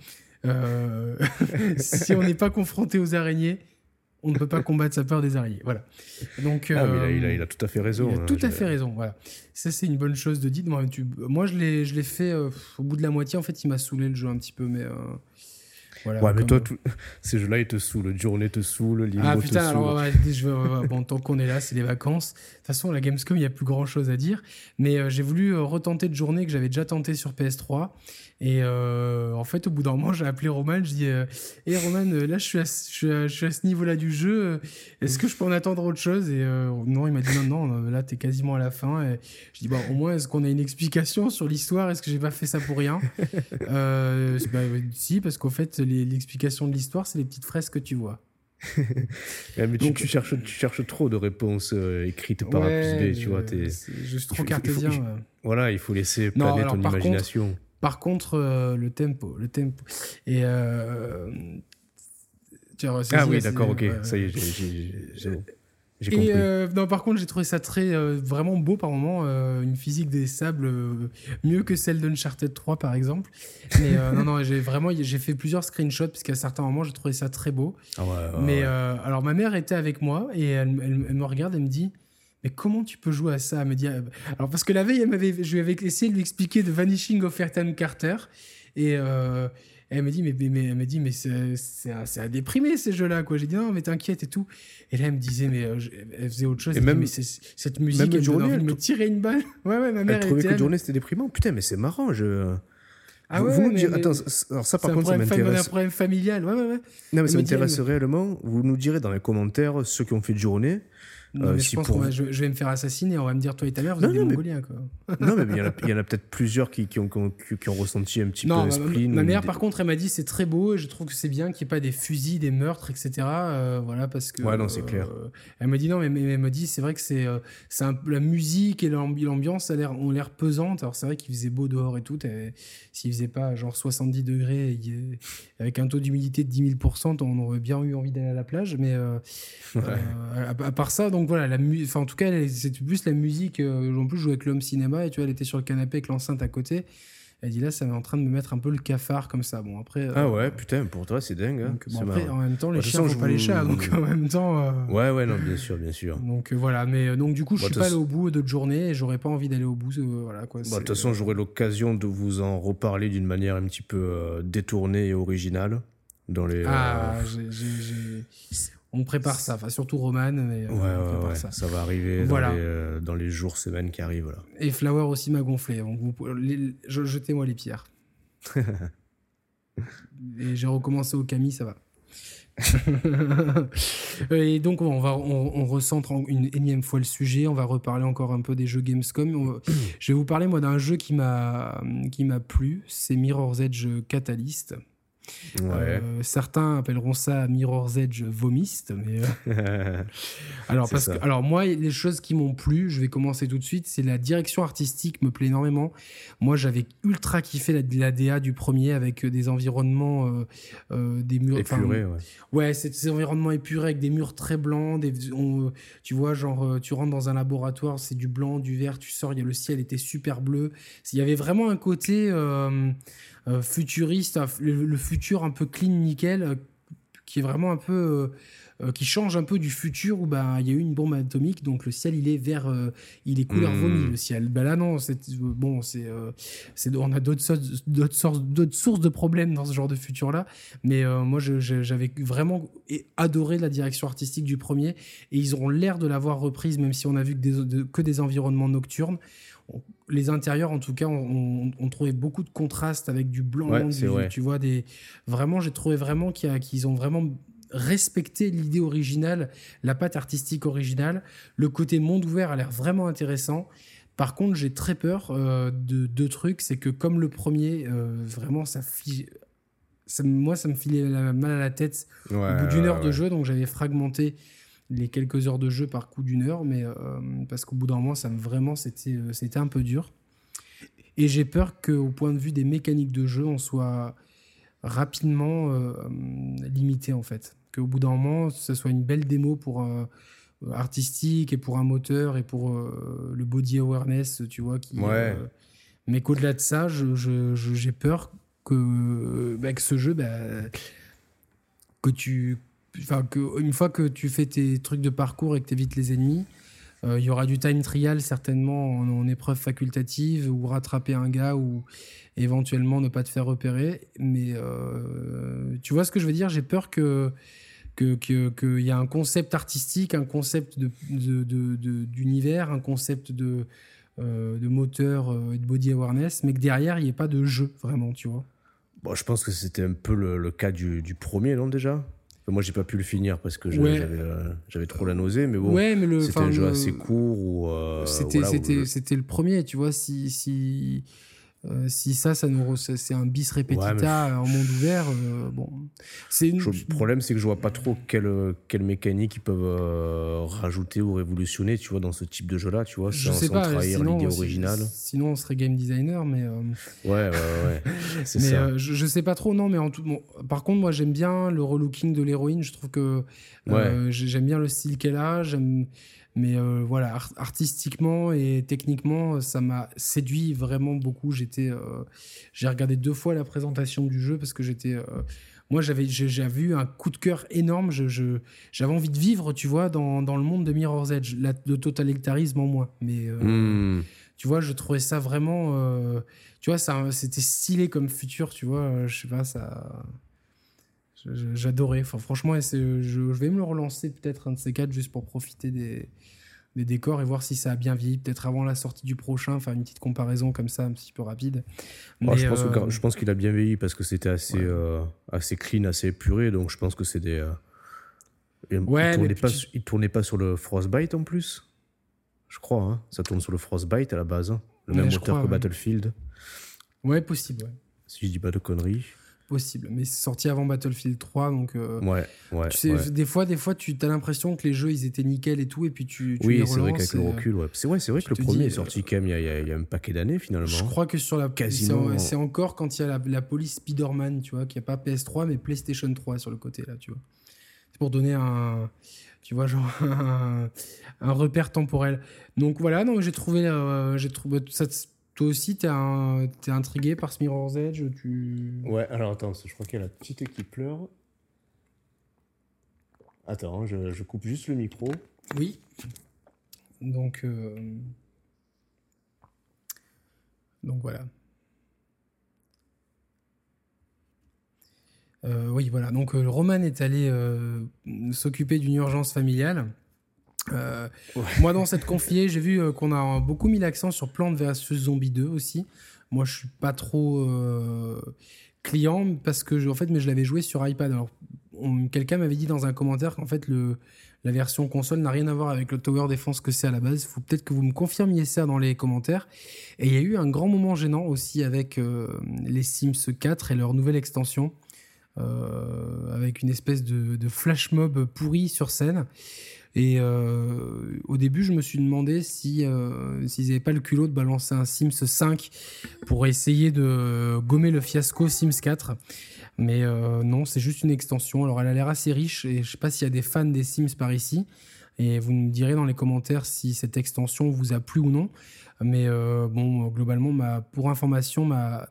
[SPEAKER 1] si on n'est pas confronté aux araignées, on ne peut pas combattre sa peur des araignées. Voilà. Donc,
[SPEAKER 2] mais il a tout à fait raison.
[SPEAKER 1] Il a tout à fait raison, voilà. Ça, c'est une bonne chose de dire. Moi, je l'ai fait au bout de la moitié. En fait, il m'a saoulé le jeu un petit peu, mais... Voilà,
[SPEAKER 2] ouais, mais toi, ces jeux-là, ils te saoulent. Journée te saoule, Limbo te saoule.
[SPEAKER 1] Alors, bon, tant qu'on est là, c'est les vacances. De toute façon, la Gamescom, il n'y a plus grand-chose à dire. Mais j'ai voulu retenter de journée que j'avais déjà tenté sur PS3. Et en fait, au bout d'un moment, j'ai appelé Roman. Je dis hey, Roman, là, je suis à ce niveau-là du jeu. Est-ce que je peux en attendre autre chose? Et non, il m'a dit non, là, t'es quasiment à la fin. Et je dis, au moins, est-ce qu'on a une explication sur l'histoire? Est-ce que j'ai pas fait ça pour rien? Si, parce qu'en fait, l'explication de l'histoire, c'est les petites phrases que tu vois.
[SPEAKER 2] Mais donc, tu cherches trop de réponses écrites par A plus B, tu vois.
[SPEAKER 1] Je suis trop cartésien.
[SPEAKER 2] Voilà, il faut laisser planer ton imagination.
[SPEAKER 1] Par contre, le tempo. Et
[SPEAKER 2] oui, d'accord, ok. Ça y est, j'ai compris.
[SPEAKER 1] Non, par contre, j'ai trouvé ça très vraiment beau par moment, une physique des sables mieux que celle d'Uncharted 3 par exemple. Mais non, j'ai fait plusieurs screenshots parce qu'à certains moments, j'ai trouvé ça très beau. Mais alors ma mère était avec moi et elle me regarde et me dit, mais comment tu peux jouer à ça? Elle me dit, alors parce que la veille, je lui avais essayé de lui expliquer The Vanishing of Ethan Carter et elle me dit, mais c'est à déprimer ces jeux-là, quoi. J'ai dit, non, mais t'inquiète et tout. Et là, elle me disait, mais elle faisait autre chose.
[SPEAKER 2] Et même,
[SPEAKER 1] mais cette musique, elle me donne envie de me tirer une balle. Ouais, ma mère,
[SPEAKER 2] elle trouvait que journée c'était déprimant. Putain, mais c'est marrant. Attends, alors ça, par contre, ça m'intéresse.
[SPEAKER 1] C'est un problème familial, ouais.
[SPEAKER 2] Non, mais ça m'intéresse réellement. Vous nous direz dans les commentaires ceux qui ont fait de journée.
[SPEAKER 1] Non, mais je pense que je vais me faire assassiner. On va me dire, toi et ta mère, vous êtes des Mongoliens, quoi.
[SPEAKER 2] Non, mais il y en a peut-être plusieurs qui ont ressenti un petit peu l'esprit.
[SPEAKER 1] Ma mère, par contre, elle m'a dit c'est très beau et je trouve que c'est bien qu'il n'y ait pas des fusils, des meurtres, etc. Voilà, parce que.
[SPEAKER 2] Ouais, non, c'est clair.
[SPEAKER 1] Elle m'a dit non, mais elle m'a dit c'est vrai que la musique et l'ambiance ont l'air pesantes. Alors, c'est vrai qu'il faisait beau dehors et tout. S'il faisait pas genre 70 degrés avec un taux d'humidité de 10 000%, on aurait bien eu envie d'aller à la plage. Mais à part ça, donc voilà, en tout cas, c'était plus la musique. En plus, je jouais avec l'homme cinéma et tu vois, elle était sur le canapé avec l'enceinte à côté. Elle dit là, ça est en train de me mettre un peu le cafard comme ça. Bon, après.
[SPEAKER 2] Ah ouais, putain, pour toi, c'est dingue. Hein.
[SPEAKER 1] Donc,
[SPEAKER 2] c'est
[SPEAKER 1] après,
[SPEAKER 2] marrant.
[SPEAKER 1] en même temps, les
[SPEAKER 2] De toute
[SPEAKER 1] chiens
[SPEAKER 2] façon,
[SPEAKER 1] font pas les chats. Donc, en même temps.
[SPEAKER 2] Ouais, non, bien sûr.
[SPEAKER 1] Donc, voilà. Mais donc, du coup, je
[SPEAKER 2] Bon,
[SPEAKER 1] suis pas allé au bout d'autres journées et j'aurais pas envie d'aller au bout. Voilà, quoi.
[SPEAKER 2] De toute façon, j'aurai l'occasion de vous en reparler d'une manière un petit peu détournée et originale. Dans les.
[SPEAKER 1] On prépare ça, enfin surtout Roman, mais on prépare ça.
[SPEAKER 2] Ça va arriver dans les jours, semaines qui arrivent. Là.
[SPEAKER 1] Et Flower aussi m'a gonflé, donc jetez-moi les pierres. Et j'ai recommencé au Camille, ça va. Et donc on recentre une énième fois le sujet, on va reparler encore un peu des jeux Gamescom. Je vais vous parler moi d'un jeu qui m'a plu, c'est Mirror's Edge Catalyst.
[SPEAKER 2] Ouais.
[SPEAKER 1] Certains appelleront ça Mirror's Edge vomiste, mais alors moi les choses qui m'ont plu, je vais commencer tout de suite, c'est la direction artistique me plaît énormément. Moi j'avais ultra kiffé la DA du premier avec des environnements des murs
[SPEAKER 2] épurés,
[SPEAKER 1] ouais, c'est ces environnements épurés avec des murs très blancs, tu vois genre tu rentres dans un laboratoire, c'est du blanc, du vert, tu sors, il y a le ciel était super bleu. Il y avait vraiment un côté futuriste, le futur un peu clean nickel, qui est vraiment un peu qui change un peu du futur où il y a eu une bombe atomique, donc le ciel il est vert, il est couleur vomi le ciel. Là non, on a d'autres sources de problèmes dans ce genre de futur là, mais moi j'avais vraiment adoré la direction artistique du premier et ils auront l'air de l'avoir reprise, même si on a vu que des environnements nocturnes. Les intérieurs, en tout cas, on trouvait beaucoup de contrastes avec du blanc, tu vois, vraiment, j'ai trouvé vraiment qu'ils ont vraiment respecté l'idée originale, la patte artistique originale. Le côté monde ouvert a l'air vraiment intéressant. Par contre, j'ai très peur de deux trucs, c'est que comme le premier, vraiment, moi, ça me filait mal à la tête au bout d'une heure de jeu, donc j'avais fragmenté les quelques heures de jeu par coup d'une heure, mais parce qu'au bout d'un moment, c'était un peu dur. Et j'ai peur qu'au point de vue des mécaniques de jeu, on soit rapidement limité, en fait. Qu'au bout d'un moment, ce soit une belle démo pour artistique et pour un moteur et pour le body awareness, tu vois. Mais qu'au-delà de ça, j'ai peur que ce jeu, une fois que tu fais tes trucs de parcours et que tu évites les ennemis, il y aura du time trial certainement en épreuve facultative ou rattraper un gars ou éventuellement ne pas te faire repérer. Mais tu vois ce que je veux dire ? J'ai peur qu'il y a un concept artistique, un concept d'univers, un concept de moteur et de body awareness, mais que derrière, il n'y ait pas de jeu vraiment, tu vois.
[SPEAKER 2] Bon, je pense que c'était un peu le cas du premier, non, déjà ? Moi, j'ai pas pu le finir parce que j'avais trop la nausée, mais bon, c'était un jeu assez court.
[SPEAKER 1] C'était le premier, tu vois. Si c'est un bis repetita en monde ouvert, bon.
[SPEAKER 2] Le problème, c'est que je vois pas trop quelle mécanique ils peuvent rajouter ou révolutionner, tu vois, dans ce type de jeu-là, tu vois, sans trahir l'idée originale.
[SPEAKER 1] Sinon, on serait game designer, mais.
[SPEAKER 2] Ouais. C'est ça.
[SPEAKER 1] Je sais pas trop, non, mais par contre, moi, j'aime bien le relooking de l'héroïne. Je trouve que j'aime bien le style qu'elle a. Mais voilà, artistiquement et techniquement, ça m'a séduit vraiment beaucoup. J'ai regardé 2 fois la présentation du jeu parce que moi, j'avais eu un coup de cœur énorme. J'avais envie de vivre, tu vois, dans le monde de Mirror's Edge, le totalitarisme en moi. Mais tu vois, je trouvais ça vraiment... tu vois, c'était stylé comme futur, tu vois. Je sais pas, ça... J'adorais. Enfin, franchement, je vais me le relancer peut-être un de ces 4 juste pour profiter des décors et voir si ça a bien vieilli. Peut-être avant la sortie du prochain, faire une petite comparaison comme ça, un petit peu rapide.
[SPEAKER 2] Mais, je pense qu'il a bien vieilli parce que c'était assez clean, assez épuré. Donc, je pense que c'est des... il tournait pas sur le Frostbite en plus, je crois. Hein. Ça tourne sur le Frostbite à la base. Hein. Le même moteur que Battlefield.
[SPEAKER 1] Ouais, possible. Ouais.
[SPEAKER 2] Si je dis pas de conneries.
[SPEAKER 1] Possible, mais c'est sorti avant Battlefield 3, donc
[SPEAKER 2] tu
[SPEAKER 1] sais, des fois tu as l'impression que les jeux ils étaient nickel et tout, et puis tu
[SPEAKER 2] oui,
[SPEAKER 1] les
[SPEAKER 2] c'est vrai qu'avec le recul, c'est vrai que le premier est sorti quand même il y a un paquet d'années finalement.
[SPEAKER 1] Je crois que sur la c'est encore quand il y a la police Spider-Man, tu vois, qu'il n'y a pas PS3 mais PlayStation 3 sur le côté là, tu vois. C'est pour donner un repère temporel. Donc voilà, j'ai trouvé ça toi aussi, t'es intrigué par ce Mirror's Edge
[SPEAKER 2] Ouais, alors attends, je crois qu'il y a la petite qui pleure. Attends, je coupe juste le micro.
[SPEAKER 1] Oui. Donc voilà. Oui, voilà. Donc Roman est allé s'occuper d'une urgence familiale. Moi, dans cette confiée, j'ai vu qu'on a beaucoup mis l'accent sur Plants vs Zombies 2 aussi. Moi, je suis pas trop client parce que mais je l'avais joué sur iPad. Alors, quelqu'un m'avait dit dans un commentaire qu'en fait la version console n'a rien à voir avec le Tower Defense que c'est à la base. Il faut peut-être que vous me confirmiez ça dans les commentaires. Et il y a eu un grand moment gênant aussi avec les Sims 4 et leur nouvelle extension. Avec une espèce de flash mob pourri sur scène. Et au début, je me suis demandé s'ils n'avaient pas le culot de balancer un Sims 5 pour essayer de gommer le fiasco Sims 4. Mais non, c'est juste une extension. Alors, elle a l'air assez riche et je ne sais pas s'il y a des fans des Sims par ici. Et vous me direz dans les commentaires si cette extension vous a plu ou non. Mais globalement, pour information,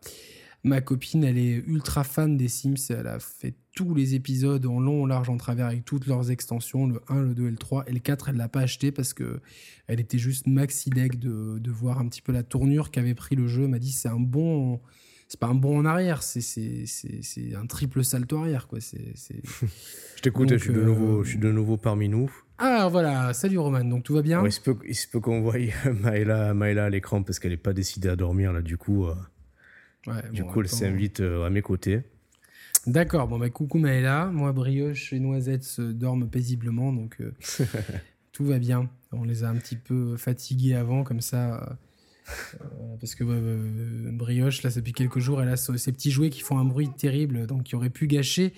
[SPEAKER 1] ma copine, elle est ultra fan des Sims. Elle a fait tous les épisodes en long, en large, en travers avec toutes leurs extensions, le 1, le 2 et le 3. Et le 4, elle ne l'a pas acheté parce qu'elle était juste maxi deg de voir un petit peu la tournure qu'avait pris le jeu. Elle m'a dit c'est pas un bond en arrière, c'est un triple salto arrière, quoi.
[SPEAKER 2] Je t'écoute, je suis de nouveau parmi nous.
[SPEAKER 1] Ah voilà, salut Roman, donc tout va bien?
[SPEAKER 2] Ouais, il se peut qu'on voie Maëla à l'écran parce qu'elle n'est pas décidée à dormir là, du coup. Elle s'invite à mes côtés.
[SPEAKER 1] D'accord, coucou Maëla, moi Brioche et Noisette se dorment paisiblement, donc tout va bien. On les a un petit peu fatigués avant, comme ça, parce que Brioche, là, depuis quelques jours, elle a ces petits jouets qui font un bruit terrible, donc qui auraient pu gâcher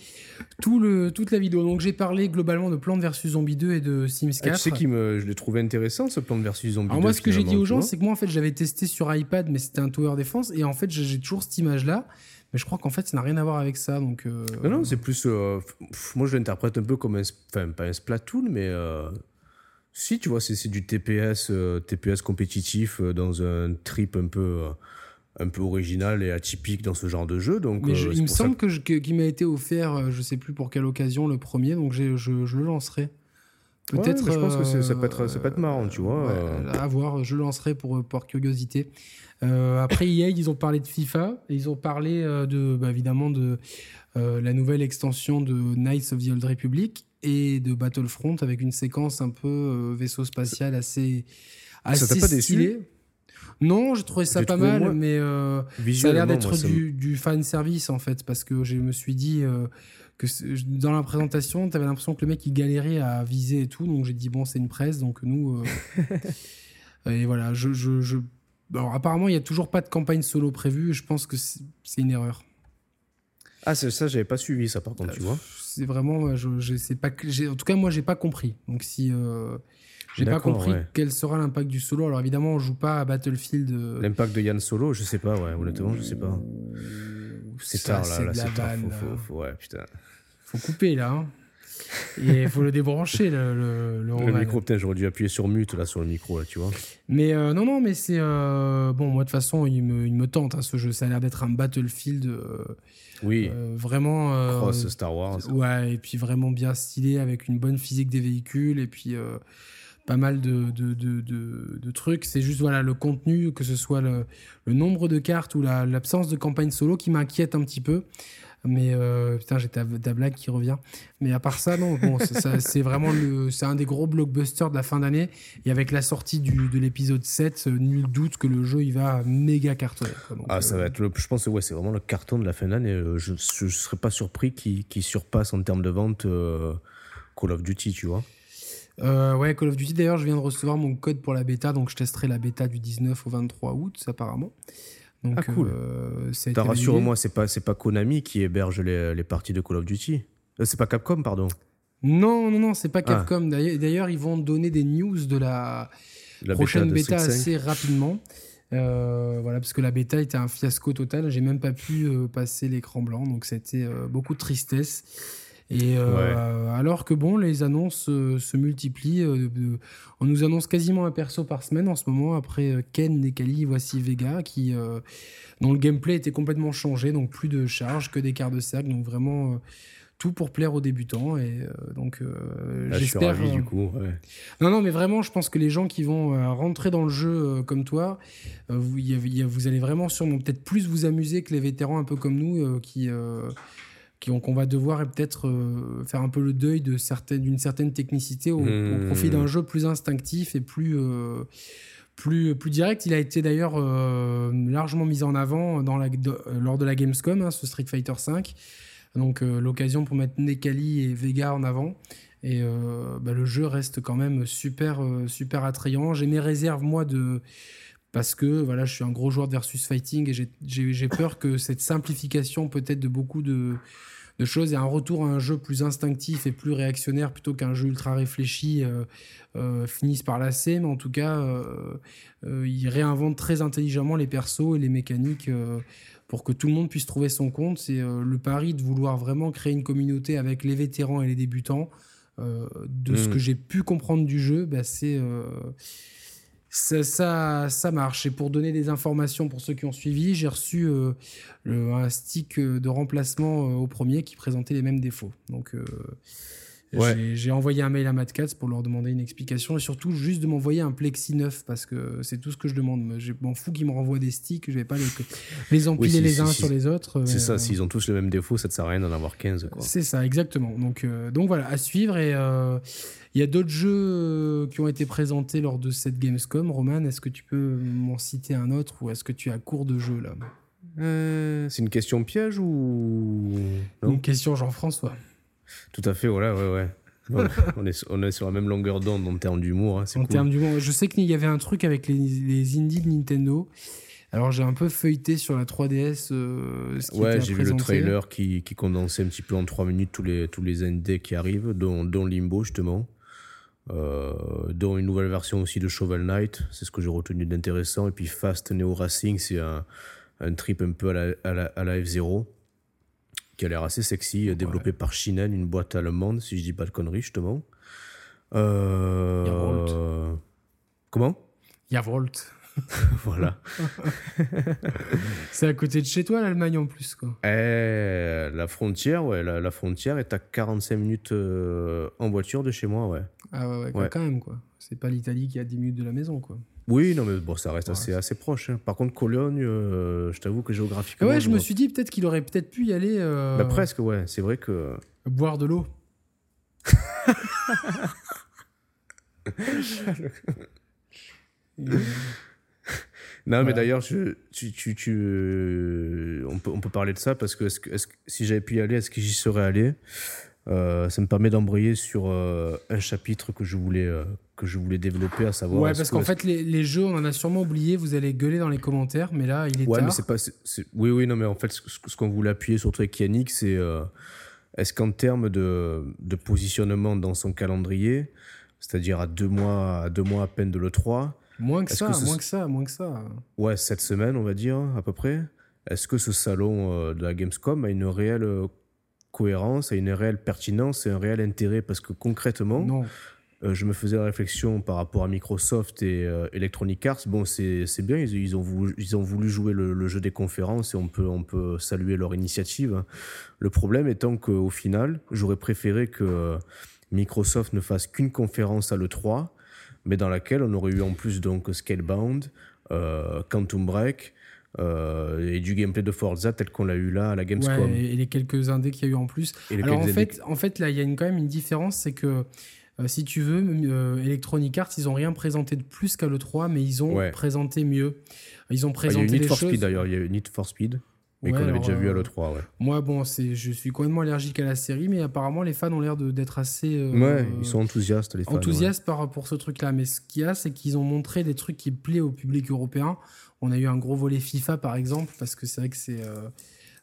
[SPEAKER 1] toute la vidéo. Donc j'ai parlé globalement de Plants vs Zombies 2 et de Sims 4.
[SPEAKER 2] Tu sais je l'ai trouvé intéressant, ce Plants vs Zombies 2.
[SPEAKER 1] Alors moi, ce que j'ai dit aux gens, c'est que moi, en fait, je l'avais testé sur iPad, mais c'était un Tower Defense, et en fait, j'ai toujours cette image-là. Mais je crois qu'en fait, ça n'a rien à voir avec ça. Donc,
[SPEAKER 2] Non, c'est plus... moi, je l'interprète un peu comme pas un Splatoon, mais... Si, tu vois, c'est du TPS compétitif dans un trip un peu original et atypique dans ce genre de jeu. Donc,
[SPEAKER 1] mais il me semble qu'il m'a été offert, je sais plus pour quelle occasion, le premier, donc je le lancerai. Peut-être.
[SPEAKER 2] Ouais, je pense que ça peut être marrant, tu vois.
[SPEAKER 1] À voir, je le lancerai par curiosité. Après EA, ils ont parlé de FIFA, et ils ont parlé évidemment de la nouvelle extension de Knights of the Old Republic et de Battlefront avec une séquence un peu vaisseau spatial assez
[SPEAKER 2] ça t'a pas
[SPEAKER 1] stylée. Non, j'ai trouvé ça pas mal, mais ça a l'air d'être du fan service en fait, parce que je me suis dit que dans la présentation, t'avais l'impression que le mec il galérait à viser et tout, donc j'ai dit bon, c'est une presse, donc nous et voilà, alors, apparemment, il n'y a toujours pas de campagne solo prévue. Je pense que c'est une erreur.
[SPEAKER 2] Ah, ça, j'avais pas suivi ça, par contre, tu vois.
[SPEAKER 1] C'est vraiment... je sais pas, en tout cas, moi, j'ai pas compris. Donc, si j'ai pas compris quel sera l'impact du solo. Alors, évidemment, on joue pas à Battlefield...
[SPEAKER 2] L'impact de Yann Solo, je sais pas, ouais. Honnêtement, je sais pas. C'est tard, là. C'est tard. Ouais, putain.
[SPEAKER 1] Faut couper, là. Hein. Et il faut le débrancher, le
[SPEAKER 2] micro, putain, j'aurais dû appuyer sur mute, là, sur le micro, là, tu vois.
[SPEAKER 1] Mais non, mais c'est... bon, moi, de toute façon, il me tente, hein, ce jeu. Ça a l'air d'être un Battlefield...
[SPEAKER 2] oui.
[SPEAKER 1] Vraiment...
[SPEAKER 2] Cross Star Wars.
[SPEAKER 1] Ouais, et puis vraiment bien stylé, avec une bonne physique des véhicules, et puis pas mal de trucs. C'est juste, voilà, le contenu, que ce soit le nombre de cartes ou l'absence de campagne solo qui m'inquiète un petit peu. Mais putain, j'ai ta blague qui revient. Mais à part ça, non, bon, c'est vraiment c'est un des gros blockbusters de la fin d'année. Et avec la sortie de l'épisode 7, nul doute que le jeu il va méga cartonner. Donc,
[SPEAKER 2] ça va être je pense que c'est vraiment le carton de la fin d'année. Je serais pas surpris qu'il surpasse en termes de vente Call of Duty, tu vois.
[SPEAKER 1] Ouais, Call of Duty. D'ailleurs, je viens de recevoir mon code pour la bêta, donc je testerai la bêta du 19 au 23 août, apparemment. Donc,
[SPEAKER 2] cool. Rassure-moi, c'est pas Konami qui héberge les parties de Call of Duty. C'est pas Capcom, pardon.
[SPEAKER 1] Non, c'est pas Capcom. D'ailleurs, ils vont donner des news de la prochaine bêta assez rapidement. Voilà, parce que la bêta était un fiasco total. J'ai même pas pu passer l'écran blanc, donc c'était beaucoup de tristesse. Et alors que bon, les annonces se multiplient. On nous annonce quasiment un perso par semaine en ce moment. Après Ken, Nekali, voici Vega, dont le gameplay était complètement changé. Donc plus de charge, que des quarts de cercle. Donc vraiment tout pour plaire aux débutants. Et donc j'espère.
[SPEAKER 2] Je suis ravi, du coup. Ouais.
[SPEAKER 1] Non, mais vraiment, je pense que les gens qui vont rentrer dans le jeu comme toi, vous allez vraiment sûrement peut-être plus vous amuser que les vétérans un peu comme nous qu'on va devoir peut-être faire un peu le deuil d'une certaine technicité au profit d'un jeu plus instinctif et plus direct. Il a été d'ailleurs largement mis en avant lors de la Gamescom, ce Street Fighter V. Donc l'occasion pour mettre Nekali et Vega en avant. Et le jeu reste quand même super attrayant. J'ai mes réserves, moi, parce que voilà, je suis un gros joueur de versus fighting et j'ai peur que cette simplification peut-être de beaucoup de choses et un retour à un jeu plus instinctif et plus réactionnaire plutôt qu'un jeu ultra réfléchi finissent par lasser. Mais en tout cas, ils réinventent très intelligemment les persos et les mécaniques pour que tout le monde puisse trouver son compte. C'est le pari de vouloir vraiment créer une communauté avec les vétérans et les débutants. Ce que j'ai pu comprendre du jeu, ça marche. Et pour donner des informations pour ceux qui ont suivi, j'ai reçu un stick de remplacement au premier qui présentait les mêmes défauts. Donc j'ai envoyé un mail à Mad Catz pour leur demander une explication et surtout juste de m'envoyer un plexi neuf parce que c'est tout ce que je demande. Je m'en fous qu'ils me renvoient des sticks, je vais pas les empiler les uns sur les autres.
[SPEAKER 2] C'est ça, s'ils ont tous le même défaut, ça ne sert à rien d'en avoir 15. Quoi.
[SPEAKER 1] C'est ça, exactement. Donc voilà, à suivre. Et il y a d'autres jeux qui ont été présentés lors de cette Gamescom. Roman, est-ce que tu peux m'en citer un autre ou est-ce que tu as cours de jeu là ?
[SPEAKER 2] C'est une question piège ou... Non ?
[SPEAKER 1] Une question Jean-François.
[SPEAKER 2] Tout à fait, voilà, ouais. on est sur la même longueur d'onde en termes d'humour. Hein, c'est cool.
[SPEAKER 1] Termes d'humour, je sais qu'il y avait un truc avec les indies de Nintendo. Alors j'ai un peu feuilleté sur la 3DS ce qui était
[SPEAKER 2] j'ai vu le trailer qui condensait un petit peu en 3 minutes tous les indies qui arrivent, dont Limbo justement, dont une nouvelle version aussi de Shovel Knight, c'est ce que j'ai retenu d'intéressant. Et puis Fast Neo Racing, c'est un trip un peu à la F-Zero, qui a l'air assez sexy, développé par Shinen, une boîte allemande, si je dis pas de conneries, justement. Comment ?
[SPEAKER 1] Yavolt.
[SPEAKER 2] Voilà.
[SPEAKER 1] C'est à côté de chez toi, l'Allemagne, en plus, quoi.
[SPEAKER 2] La frontière, la frontière est à 45 minutes en voiture de chez moi, ouais.
[SPEAKER 1] Ah ouais, quand même, quoi. C'est pas l'Italie qui est à 10 minutes de la maison, quoi.
[SPEAKER 2] Oui, non, mais bon, ça reste assez proche. Hein. Par contre, Cologne, je t'avoue que géographiquement...
[SPEAKER 1] Ouais, je me suis dit peut-être qu'il aurait peut-être pu y aller...
[SPEAKER 2] presque, ouais. C'est vrai que...
[SPEAKER 1] Boire de l'eau.
[SPEAKER 2] Non, mais d'ailleurs, on peut parler de ça parce que, si j'avais pu y aller, est-ce que j'y serais allé ? Ça me permet d'embrayer sur un chapitre que je voulais développer, à savoir...
[SPEAKER 1] Ouais, parce qu'en fait, les jeux, on en a sûrement oublié, vous allez gueuler dans les commentaires, mais là, il est tard.
[SPEAKER 2] Ouais, mais c'est pas... Oui, non, mais en fait, ce qu'on voulait appuyer, surtout avec Yannick, c'est... est-ce qu'en termes de positionnement dans son calendrier, c'est-à-dire à 2 mois à peine de l'E3...
[SPEAKER 1] Moins que ça.
[SPEAKER 2] Ouais, 7 semaines, on va dire, à peu près. Est-ce que ce salon de la Gamescom a une réelle cohérence, a une réelle pertinence et un réel intérêt ? Parce que concrètement,
[SPEAKER 1] non.
[SPEAKER 2] Je me faisais la réflexion par rapport à Microsoft et Electronic Arts. Bon, c'est bien, ils ont voulu jouer le jeu des conférences et on peut saluer leur initiative. Le problème étant qu'au final, j'aurais préféré que Microsoft ne fasse qu'une conférence à l'E3, mais dans laquelle on aurait eu en plus donc Scalebound, Quantum Break et du gameplay de Forza tel qu'on l'a eu là à la Gamescom.
[SPEAKER 1] Ouais, et les quelques indés qu'il y a eu en plus. Alors en fait, là, il y a quand même une différence, c'est que si tu veux, Electronic Arts, ils n'ont rien présenté de plus qu'à l'E3, mais ils ont présenté mieux. Ils ont présenté
[SPEAKER 2] il y a eu Need for
[SPEAKER 1] choses...
[SPEAKER 2] Speed d'ailleurs, il y a eu Need for Speed. Mais qu'on avait déjà vu à l'E3, ouais.
[SPEAKER 1] Moi, bon, je suis complètement allergique à la série, mais apparemment, les fans ont l'air d'être assez...
[SPEAKER 2] ils sont enthousiastes, les fans.
[SPEAKER 1] Enthousiastes pour ce truc-là. Mais ce qu'il y a, c'est qu'ils ont montré des trucs qui plaisent au public européen. On a eu un gros volet FIFA, par exemple, parce que c'est vrai que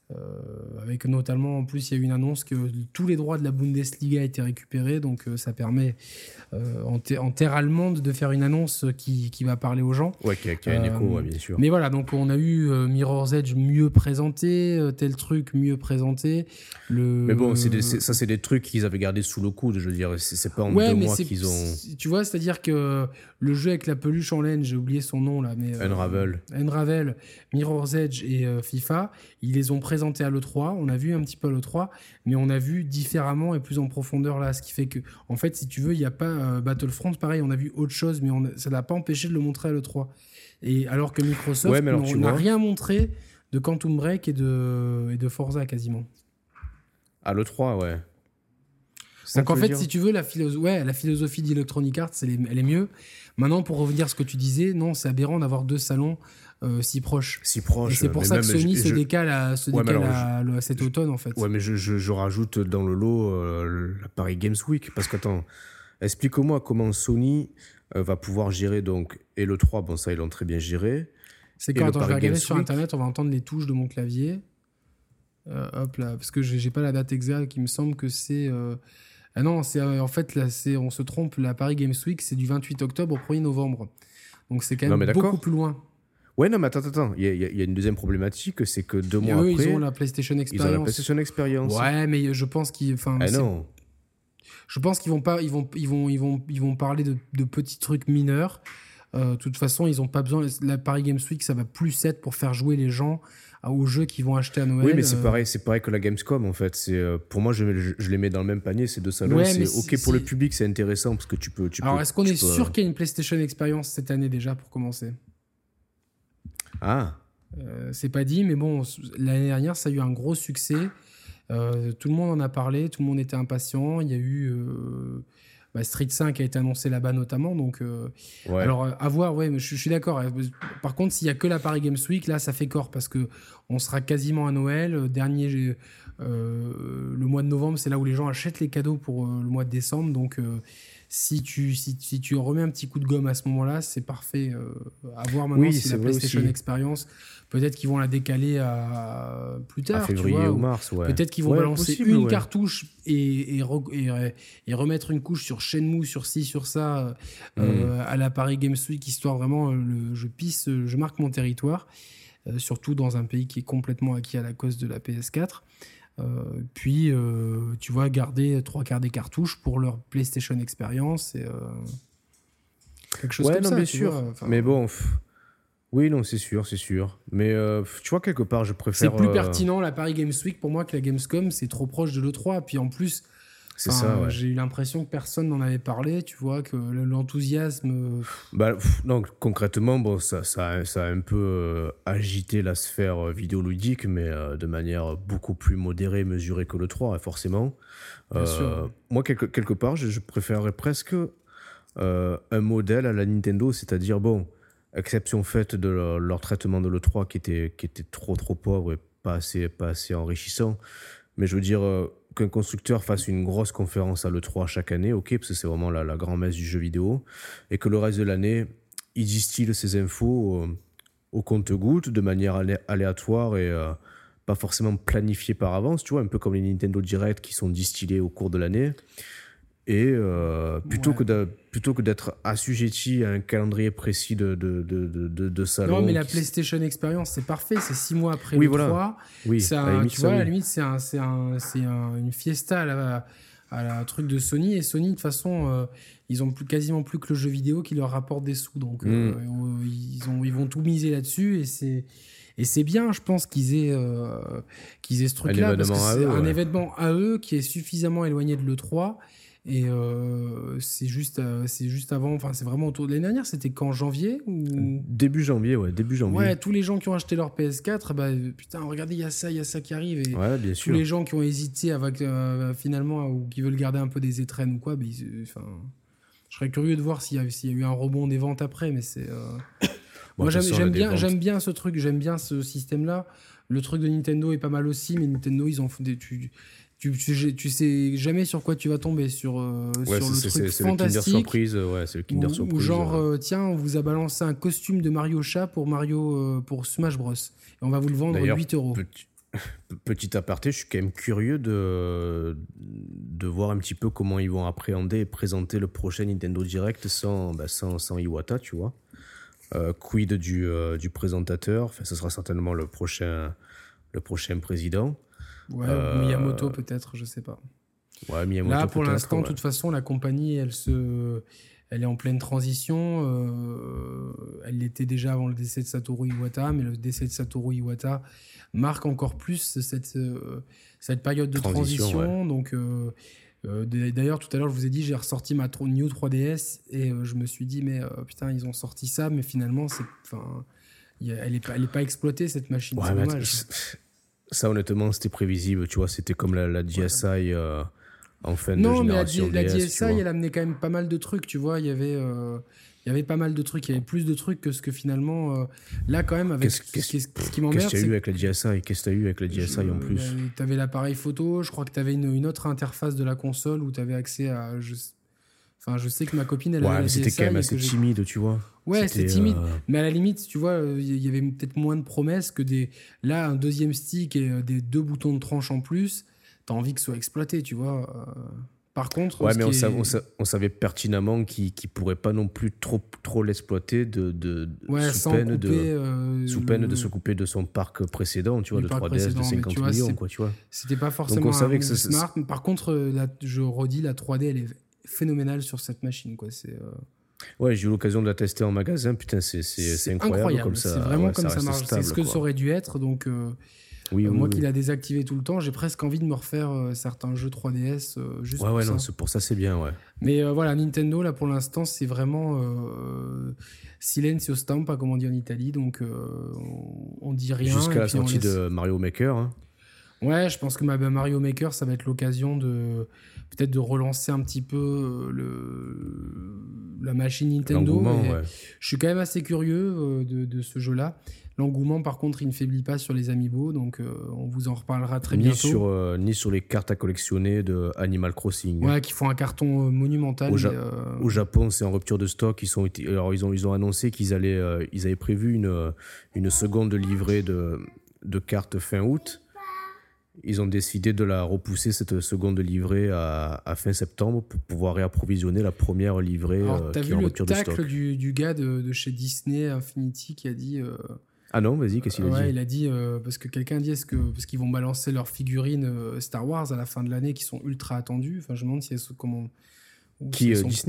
[SPEAKER 1] Avec notamment, en plus, il y a eu une annonce que tous les droits de la Bundesliga étaient récupérés, donc ça permet en terre allemande de faire une annonce qui va parler aux gens.
[SPEAKER 2] Ouais, qui a un écho, ouais, bien sûr.
[SPEAKER 1] Mais voilà, donc on a eu Mirror's Edge mieux présenté, tel truc mieux présenté.
[SPEAKER 2] Mais bon, ça c'est des trucs qu'ils avaient gardés sous le coude, je veux dire, c'est pas en 2 mois qu'ils ont...
[SPEAKER 1] Tu vois, c'est-à-dire que le jeu avec la peluche en laine, j'ai oublié son nom là, mais... Unravel, Mirror's Edge et FIFA, ils les ont présentés à l'E3, on a vu un petit peu à l'E3, mais on a vu différemment et plus en profondeur là, ce qui fait que, en fait, si tu veux, il n'y a pas Battlefront, pareil, on a vu autre chose, mais ça n'a pas empêché de le montrer à l'E3. Et alors que Microsoft n'a rien montré de Quantum Break et de Forza quasiment.
[SPEAKER 2] À l'E3, ouais.
[SPEAKER 1] Donc en fait, si tu veux, la philosophie d'Electronic Arts, elle est mieux. Maintenant, pour revenir à ce que tu disais, non, c'est aberrant d'avoir 2 salons si proches.
[SPEAKER 2] Si proches.
[SPEAKER 1] Et c'est pour ça que Sony se décale à cet automne, en fait.
[SPEAKER 2] Ouais, mais je rajoute dans le lot la Paris Games Week. Parce qu'attends, explique-moi comment Sony va pouvoir gérer donc... Et le 3, bon, ça, ils l'ont très bien géré.
[SPEAKER 1] C'est quand je vais regarder sur Internet, on va entendre les touches de mon clavier. Hop là, parce que j'ai pas la date exacte, il me semble que c'est... Ah non, en fait, là, on se trompe, la Paris Games Week, c'est du 28 octobre au 1er novembre. Donc c'est quand même beaucoup plus loin.
[SPEAKER 2] Ouais, non, mais attends. Il y a une deuxième problématique, c'est que 2 mois après...
[SPEAKER 1] Ils ont la PlayStation Experience. Ouais, mais je pense qu'ils...
[SPEAKER 2] non.
[SPEAKER 1] Je pense qu'ils vont pas... Ils vont parler de petits trucs mineurs. De toute façon, ils n'ont pas besoin... La Paris Games Week, ça va plus être pour faire jouer les gens aux jeux qu'ils vont acheter à Noël.
[SPEAKER 2] Oui, mais c'est pareil que la Gamescom, en fait. Pour moi, je les mets dans le même panier, ces 2 salons.
[SPEAKER 1] Ouais,
[SPEAKER 2] pour le public, c'est intéressant, parce que tu peux...
[SPEAKER 1] Alors, est-ce qu'on est sûr qu'il y a une PlayStation Experience cette année, déjà, pour commencer ? C'est pas dit, mais bon, l'année dernière, ça a eu un gros succès. Tout le monde en a parlé, tout le monde était impatient. Il y a eu... Street 5 a été annoncé là-bas notamment, donc
[SPEAKER 2] ouais.
[SPEAKER 1] Alors à voir, ouais, mais je suis d'accord. Par contre, s'il y a que la Paris Games Week, là, ça fait corps parce que on sera quasiment à Noël. Le mois de novembre, c'est là où les gens achètent les cadeaux pour le mois de décembre, donc si tu remets un petit coup de gomme à ce moment-là, c'est parfait. À voir maintenant si la PlayStation Experience, peut-être qu'ils vont la décaler à plus tard,
[SPEAKER 2] à février ou mars, ouais.
[SPEAKER 1] Peut-être qu'ils vont balancer une cartouche et remettre une couche sur Shenmue, sur ci, sur ça, à la Paris Games Week, histoire vraiment, je marque mon territoire, surtout dans un pays qui est complètement acquis à la cause de la PS4. Puis tu vois, garder 3/4 des cartouches pour leur PlayStation Experience et quelque chose comme ça.
[SPEAKER 2] Bien sûr. Mais bon, oui, non, c'est sûr. Mais tu vois, quelque part, je préfère...
[SPEAKER 1] C'est plus pertinent la Paris Games Week pour moi que la Gamescom, c'est trop proche de l'E3. Puis en plus,
[SPEAKER 2] c'est ça, ouais.
[SPEAKER 1] J'ai eu l'impression que personne n'en avait parlé, tu vois, que l'enthousiasme...
[SPEAKER 2] Non, concrètement, bon, ça a un peu agité la sphère vidéoludique, mais de manière beaucoup plus modérée et mesurée que le 3, forcément.
[SPEAKER 1] Bien sûr.
[SPEAKER 2] Moi, quelque part, je préférerais presque un modèle à la Nintendo, c'est-à-dire, bon, exception faite de leur traitement de l'E3 qui était trop pauvre et pas assez enrichissant, mais je veux dire... qu'un constructeur fasse une grosse conférence à l'E3 chaque année, ok, parce que c'est vraiment la grand-messe du jeu vidéo, et que le reste de l'année, il distille ces infos au compte-gouttes, de manière aléatoire et pas forcément planifiée par avance, tu vois, un peu comme les Nintendo Direct qui sont distillés au cours de l'année. Et plutôt que d'être assujetti à un calendrier précis de salon.
[SPEAKER 1] Non, mais la PlayStation Experience, c'est parfait. C'est 6 mois après le 3.
[SPEAKER 2] Oui,
[SPEAKER 1] tu vois, à la limite, c'est une fiesta à la truc de Sony. Et Sony, de toute façon, ils ont quasiment plus que le jeu vidéo qui leur rapporte des sous. Donc, ils vont tout miser là-dessus. Et c'est bien, je pense, qu'ils aient ce truc-là. Parce que c'est un événement à eux qui est suffisamment éloigné de l'E3. Et c'est juste avant, enfin c'est vraiment autour de l'année dernière, c'était quand, janvier ou...
[SPEAKER 2] Début janvier. Ouais,
[SPEAKER 1] tous les gens qui ont acheté leur PS4, putain, regardez, il y a ça qui arrive. Et
[SPEAKER 2] ouais, bien sûr.
[SPEAKER 1] Tous les gens qui ont hésité finalement, ou qui veulent garder un peu des étrennes ou quoi, je serais curieux de voir s'il y a eu un rebond des ventes après, mais c'est... Moi j'aime bien ce truc, j'aime bien ce système-là. Le truc de Nintendo est pas mal aussi, mais Nintendo, ils ont fait tu sais jamais sur quoi tu vas tomber, sur le truc fantastique.
[SPEAKER 2] C'est le Kinder Surprise, c'est le Kinder Surprise.
[SPEAKER 1] Ou genre, tiens, on vous a balancé un costume de Mario Chat pour Smash Bros. Et on va vous le vendre 8 €.
[SPEAKER 2] petit aparté, je suis quand même curieux de voir un petit peu comment ils vont appréhender et présenter le prochain Nintendo Direct sans Iwata, tu vois. Quid du présentateur, enfin, ce sera certainement le prochain président.
[SPEAKER 1] Ouais, ou Miyamoto peut-être, je sais pas.
[SPEAKER 2] Ouais, Miyamoto
[SPEAKER 1] là, pour l'instant,
[SPEAKER 2] ouais.
[SPEAKER 1] de toute façon, la compagnie, elle est en pleine transition. Elle l'était déjà avant le décès de Satoru Iwata, mais le décès de Satoru Iwata marque encore plus cette période de transition. Ouais. Donc, d'ailleurs, tout à l'heure, je vous ai dit, j'ai ressorti ma New 3DS et je me suis dit, mais putain, ils ont sorti ça, mais finalement, elle est pas exploitée, cette machine.
[SPEAKER 2] Ouais,
[SPEAKER 1] c'est dommage.
[SPEAKER 2] Ça, honnêtement, c'était prévisible, tu vois. C'était comme la DSi en fin de
[SPEAKER 1] génération. Non, mais la DSi, elle amenait quand même pas mal de trucs, tu vois. Il y avait pas mal de trucs. Il y avait plus de trucs que ce que finalement... là, quand même, avec ce qui m'emmerde...
[SPEAKER 2] Qu'est-ce que tu as eu avec la DSi ? Qu'est-ce que tu as eu avec la DSi en plus ?
[SPEAKER 1] Tu avais l'appareil photo. Je crois que tu avais une autre interface de la console où tu avais accès à... je sais que ma copine, elle avait la DSi.
[SPEAKER 2] C'était quand même assez timide, tu vois.
[SPEAKER 1] Ouais, c'était timide. Mais à la limite, tu vois, il y avait peut-être moins de promesses que là, un deuxième stick et des 2 boutons de tranche en plus, t'as envie que ce soit exploité, tu vois. Par contre...
[SPEAKER 2] Ouais, mais on savait pertinemment qu'ils ne pourraient pas non plus trop l'exploiter sous peine de se couper de son parc précédent, tu vois, de 3DS de 50 millions, quoi, tu vois.
[SPEAKER 1] C'était pas forcément smart. Je redis, la 3D, elle est phénoménale sur cette machine, quoi.
[SPEAKER 2] Ouais, j'ai eu l'occasion de la tester en magasin. Putain, c'est incroyable comme ça.
[SPEAKER 1] C'est vraiment comme ça marche. C'est ce que ça aurait dû être. Donc, moi qui l'ai désactivé tout le temps, j'ai presque envie de me refaire certains jeux 3DS juste pour ça.
[SPEAKER 2] Non, pour ça, c'est bien, ouais.
[SPEAKER 1] Mais voilà, Nintendo, là, pour l'instant, c'est vraiment silenzio stampa, comme on dit en Italie. Donc, on dit rien.
[SPEAKER 2] Jusqu'à la sortie de Mario Maker. Hein.
[SPEAKER 1] Ouais, je pense que Mario Maker, ça va être l'occasion peut-être de relancer un petit peu la machine Nintendo.
[SPEAKER 2] Ouais.
[SPEAKER 1] Je suis quand même assez curieux de ce jeu-là. L'engouement, par contre, il ne faiblit pas sur les Amiibo, donc on vous en reparlera très bientôt.
[SPEAKER 2] Ni sur les cartes à collectionner de Animal Crossing.
[SPEAKER 1] Ouais, qui font un carton monumental.
[SPEAKER 2] Au Japon, c'est en rupture de stock. Ils ont annoncé qu'ils avaient prévu une seconde livrée de cartes fin août. Ils ont décidé de la repousser, cette seconde livrée, à fin septembre pour pouvoir réapprovisionner la première livrée qui est en rupture de stock.
[SPEAKER 1] T'as vu le tacle du gars de chez Disney Infinity qui a dit...
[SPEAKER 2] Ah non, vas-y, qu'est-ce qu'il a dit ?
[SPEAKER 1] Ouais, il a dit, parce que quelqu'un dit, parce qu'ils vont balancer leurs figurines Star Wars à la fin de l'année qui sont ultra attendues. Enfin, je me demande si elles sont comment...
[SPEAKER 2] Disney ?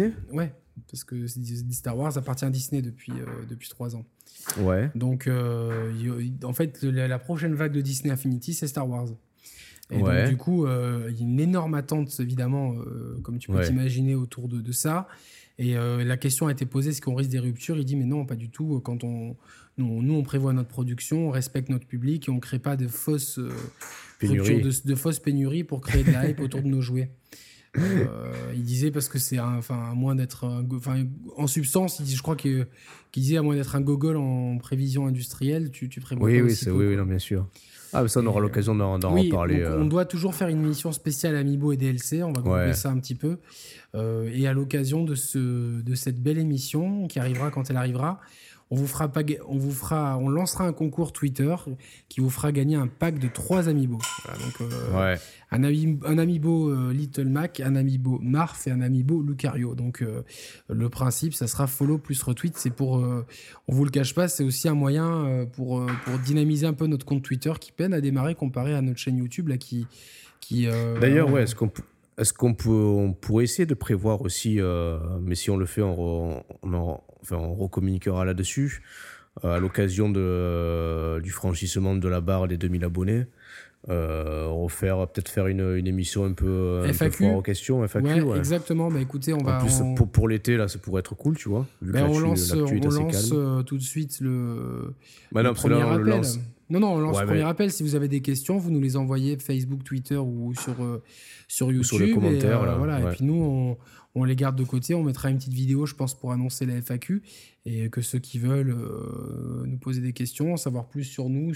[SPEAKER 1] Ouais, parce que Star Wars appartient à Disney depuis 3 ans.
[SPEAKER 2] Ouais.
[SPEAKER 1] Donc, en fait, la prochaine vague de Disney Infinity, c'est Star Wars. Et donc, du coup, il y a une énorme attente, évidemment, comme tu peux t'imaginer, autour de ça. Et la question a été posée, est-ce qu'on risque des ruptures ? Il dit, mais non, pas du tout. Quand nous, on prévoit notre production, on respecte notre public et on ne crée pas de fausses ruptures, de fausses pénuries pour créer de la hype autour de nos jouets. Il disait, parce que c'est à moins d'être... en substance, je crois qu'il disait, à moins d'être un gogol en prévision industrielle, tu prévois pas aussi peu.
[SPEAKER 2] Oui, non, bien sûr. Ah, mais ça, on aura l'occasion d'en reparler.
[SPEAKER 1] On doit toujours faire une émission spéciale Amiibo et DLC. On va grouper ça un petit peu. Et à l'occasion de cette belle émission qui arrivera quand elle arrivera, on lancera un concours Twitter qui vous fera gagner un pack de 3 Amiibo. Voilà, donc, un Amiibo Little Mac, un Amiibo Marf et un Amiibo Lucario. Donc le principe, ça sera follow plus retweet. C'est pour, on vous le cache pas, c'est aussi un moyen pour dynamiser un peu notre compte Twitter qui peine à démarrer comparé à notre chaîne YouTube là qui.
[SPEAKER 2] D'ailleurs, est-ce qu'on pourrait essayer de prévoir aussi, mais si on le fait, on recommuniquera là-dessus, à l'occasion du franchissement de la barre des 2000 abonnés, peut-être faire une émission un peu foire aux questions, FAQ.
[SPEAKER 1] Ouais, exactement. Bah, écoutez, on va...
[SPEAKER 2] Pour l'été, là, ça pourrait être cool, tu vois. Vu que
[SPEAKER 1] on lance tout de suite le
[SPEAKER 2] premier appel.
[SPEAKER 1] On lance le premier appel. Si vous avez des questions, vous nous les envoyez Facebook, Twitter ou sur YouTube. Ou
[SPEAKER 2] sur les commentaires.
[SPEAKER 1] Et puis nous, on les garde de côté. On mettra une petite vidéo, je pense, pour annoncer la FAQ. Et que ceux qui veulent nous poser des questions, en savoir plus sur nous,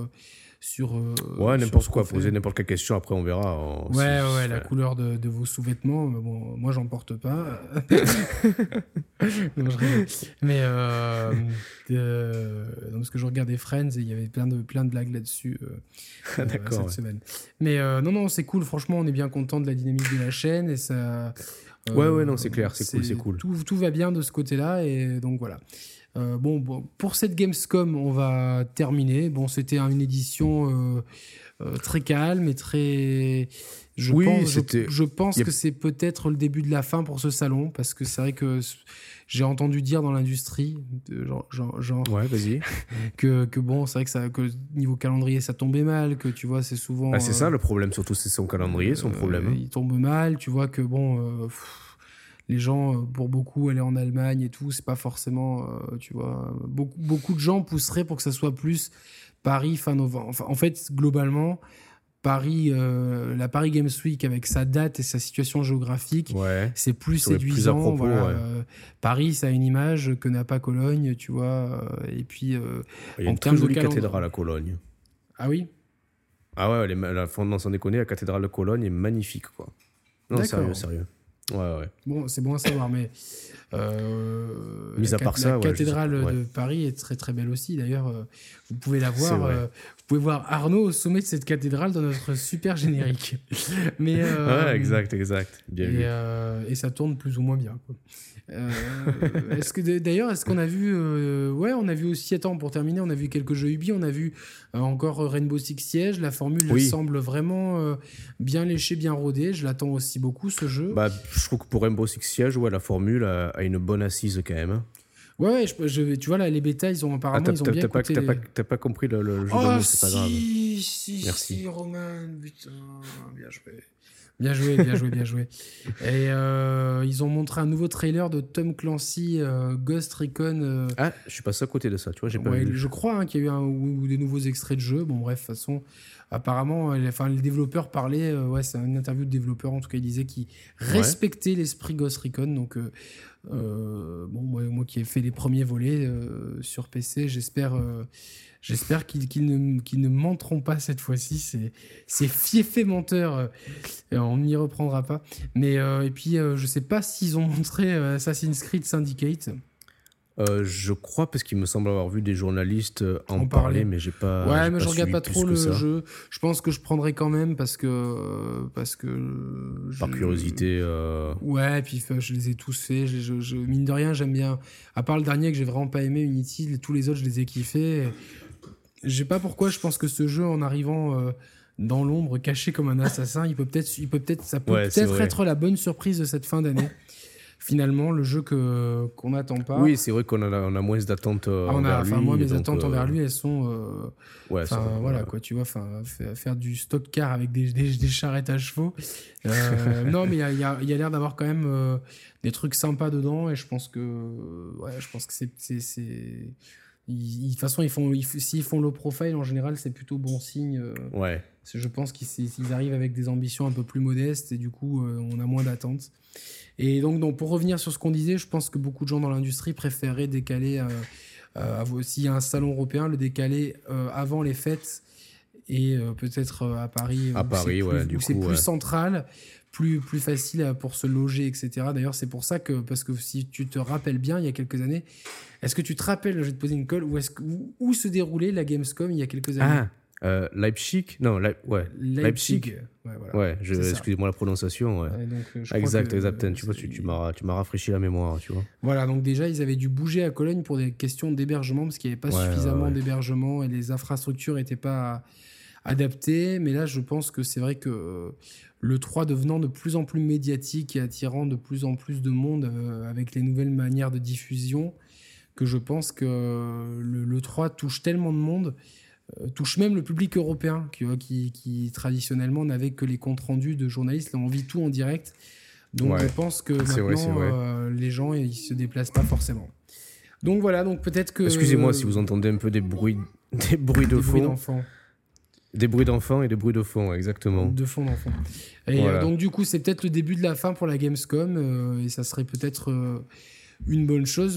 [SPEAKER 2] n'importe quoi, poser n'importe quelle question, après on verra.
[SPEAKER 1] La couleur de vos sous-vêtements, bon, moi j'en porte pas. Non, je rigole. Mais parce que je regardais Friends et il y avait plein de blagues là-dessus
[SPEAKER 2] D'accord,
[SPEAKER 1] cette semaine. Mais non, c'est cool. Franchement, on est bien content de la dynamique de la chaîne et ça.
[SPEAKER 2] Ouais, non, c'est clair, c'est cool.
[SPEAKER 1] Tout va bien de ce côté-là et donc voilà. Bon, pour cette Gamescom, on va terminer. Bon, c'était une édition très calme et très. Je pense que c'est peut-être le début de la fin pour ce salon parce que c'est vrai que j'ai entendu dire dans l'industrie, genre
[SPEAKER 2] ouais, vas-y.
[SPEAKER 1] que bon, c'est vrai que niveau calendrier ça tombait mal, que tu vois, c'est souvent.
[SPEAKER 2] Ah, c'est ça le problème, surtout c'est son calendrier, son problème.
[SPEAKER 1] Il tombe mal, tu vois que bon. Les gens, pour beaucoup, aller en Allemagne et tout, c'est pas forcément, tu vois, beaucoup de gens pousseraient pour que ça soit plus Paris fin novembre. Enfin, en fait, globalement, Paris, la Paris Games Week avec sa date et sa situation géographique, c'est plus séduisant.
[SPEAKER 2] Plus à propos,
[SPEAKER 1] voilà. Paris, ça a une image que n'a pas Cologne, tu vois. Et puis,
[SPEAKER 2] il y a une très jolie cathédrale à Cologne.
[SPEAKER 1] Ah oui?
[SPEAKER 2] Ah ouais, la fondement sans déconner, la cathédrale de Cologne est magnifique, quoi. Non, sérieux. Ouais.
[SPEAKER 1] Bon, c'est bon à savoir, mais
[SPEAKER 2] mis à part ça,
[SPEAKER 1] la cathédrale de Paris est très très belle aussi. D'ailleurs, vous pouvez la voir. Vous pouvez voir Arnaud au sommet de cette cathédrale dans notre super générique. Mais
[SPEAKER 2] exact. Bien vu.
[SPEAKER 1] Et ça tourne plus ou moins bien, quoi. Est-ce qu'on a vu on a vu aussi, attends, pour terminer, on a vu quelques jeux Ubi, on a vu encore Rainbow Six Siege. La formule semble vraiment bien léchée, bien rodée. Je l'attends aussi beaucoup, ce jeu.
[SPEAKER 2] Bah, je trouve que pour Rainbow Six Siege, la formule a une bonne assise quand même.
[SPEAKER 1] Ouais, tu vois là, les bêtas, ils ont apparemment ils ont bien écouté.
[SPEAKER 2] T'as pas compris le jeu de mots, c'est pas grave.
[SPEAKER 1] Merci. Si, Roman, putain, bien joué. Et ils ont montré un nouveau trailer de Tom Clancy, Ghost Recon.
[SPEAKER 2] Je suis passé à côté de ça, tu vois, j'ai pas vu.
[SPEAKER 1] Je crois qu'il y a eu ou des nouveaux extraits de jeu. Bon, bref, de toute façon, apparemment, les développeurs parlaient. C'est une interview de développeur, en tout cas, ils disaient qu'ils respectaient l'esprit Ghost Recon. Donc, moi qui ai fait les premiers volets sur PC, j'espère qu'ils ne menteront pas cette fois-ci. C'est fiefé menteur. On n'y reprendra pas. Mais et puis je sais pas s'ils ont montré Assassin's Creed Syndicate.
[SPEAKER 2] Je crois, parce qu'il me semble avoir vu des journalistes en parler, mais j'ai pas.
[SPEAKER 1] Ouais, mais je regarde pas trop le jeu. Je pense que je prendrai quand même parce que.
[SPEAKER 2] Par curiosité.
[SPEAKER 1] Ouais, et puis je les ai tous faits. Mine de rien, j'aime bien. À part le dernier que j'ai vraiment pas aimé, Unity, tous les autres, je les ai kiffés. Je sais pas pourquoi, je pense que ce jeu, en arrivant dans l'ombre, caché comme un assassin, ça peut peut-être être la bonne surprise de cette fin d'année. Finalement, le jeu qu'on n'attend pas.
[SPEAKER 2] Oui, c'est vrai qu'on a moins d'attentes envers lui.
[SPEAKER 1] Moi, mes attentes envers lui, elles sont. Quoi, tu vois, faire du stock car avec des charrettes à chevaux. Non, mais il y a l'air d'avoir quand même des trucs sympas dedans, et je pense que c'est. De toute façon, s'ils font low profile, en général, c'est plutôt bon signe. Je pense qu'ils arrivent avec des ambitions un peu plus modestes, et du coup, on a moins d'attentes. Et donc, pour revenir sur ce qu'on disait, je pense que beaucoup de gens dans l'industrie préféraient décaler, s'il y a un salon européen, le décaler avant les fêtes, et peut-être à Paris.
[SPEAKER 2] Où
[SPEAKER 1] c'est plus central, plus facile pour se loger, etc. D'ailleurs, c'est pour ça parce que si tu te rappelles bien, il y a quelques années, est-ce que tu te rappelles, je vais te poser une colle, où se déroulait la Gamescom il y a quelques années?
[SPEAKER 2] Leipzig. Leipzig. Excusez-moi la prononciation. Donc, exact. Tu vois, tu m'as rafraîchi la mémoire, tu vois.
[SPEAKER 1] Voilà, donc déjà, ils avaient dû bouger à Cologne pour des questions d'hébergement, parce qu'il n'y avait pas suffisamment d'hébergement et les infrastructures n'étaient pas adaptées. Mais là, je pense que c'est vrai que le 3 devenant de plus en plus médiatique et attirant de plus en plus de monde avec les nouvelles manières de diffusion, que je pense que le 3 touche tellement de monde, touche même le public européen qui traditionnellement n'avait que les comptes rendus de journalistes. Là, on vit tout en direct. Donc je pense que maintenant, les gens, ils se déplacent pas forcément. Donc voilà, donc peut-être que...
[SPEAKER 2] Excusez-moi si vous entendez un peu des bruits de fond. Des bruits d'enfants et des bruits de fond, exactement.
[SPEAKER 1] De fond d'enfants. Et donc du coup, c'est peut-être le début de la fin pour la Gamescom, et ça serait peut-être une bonne chose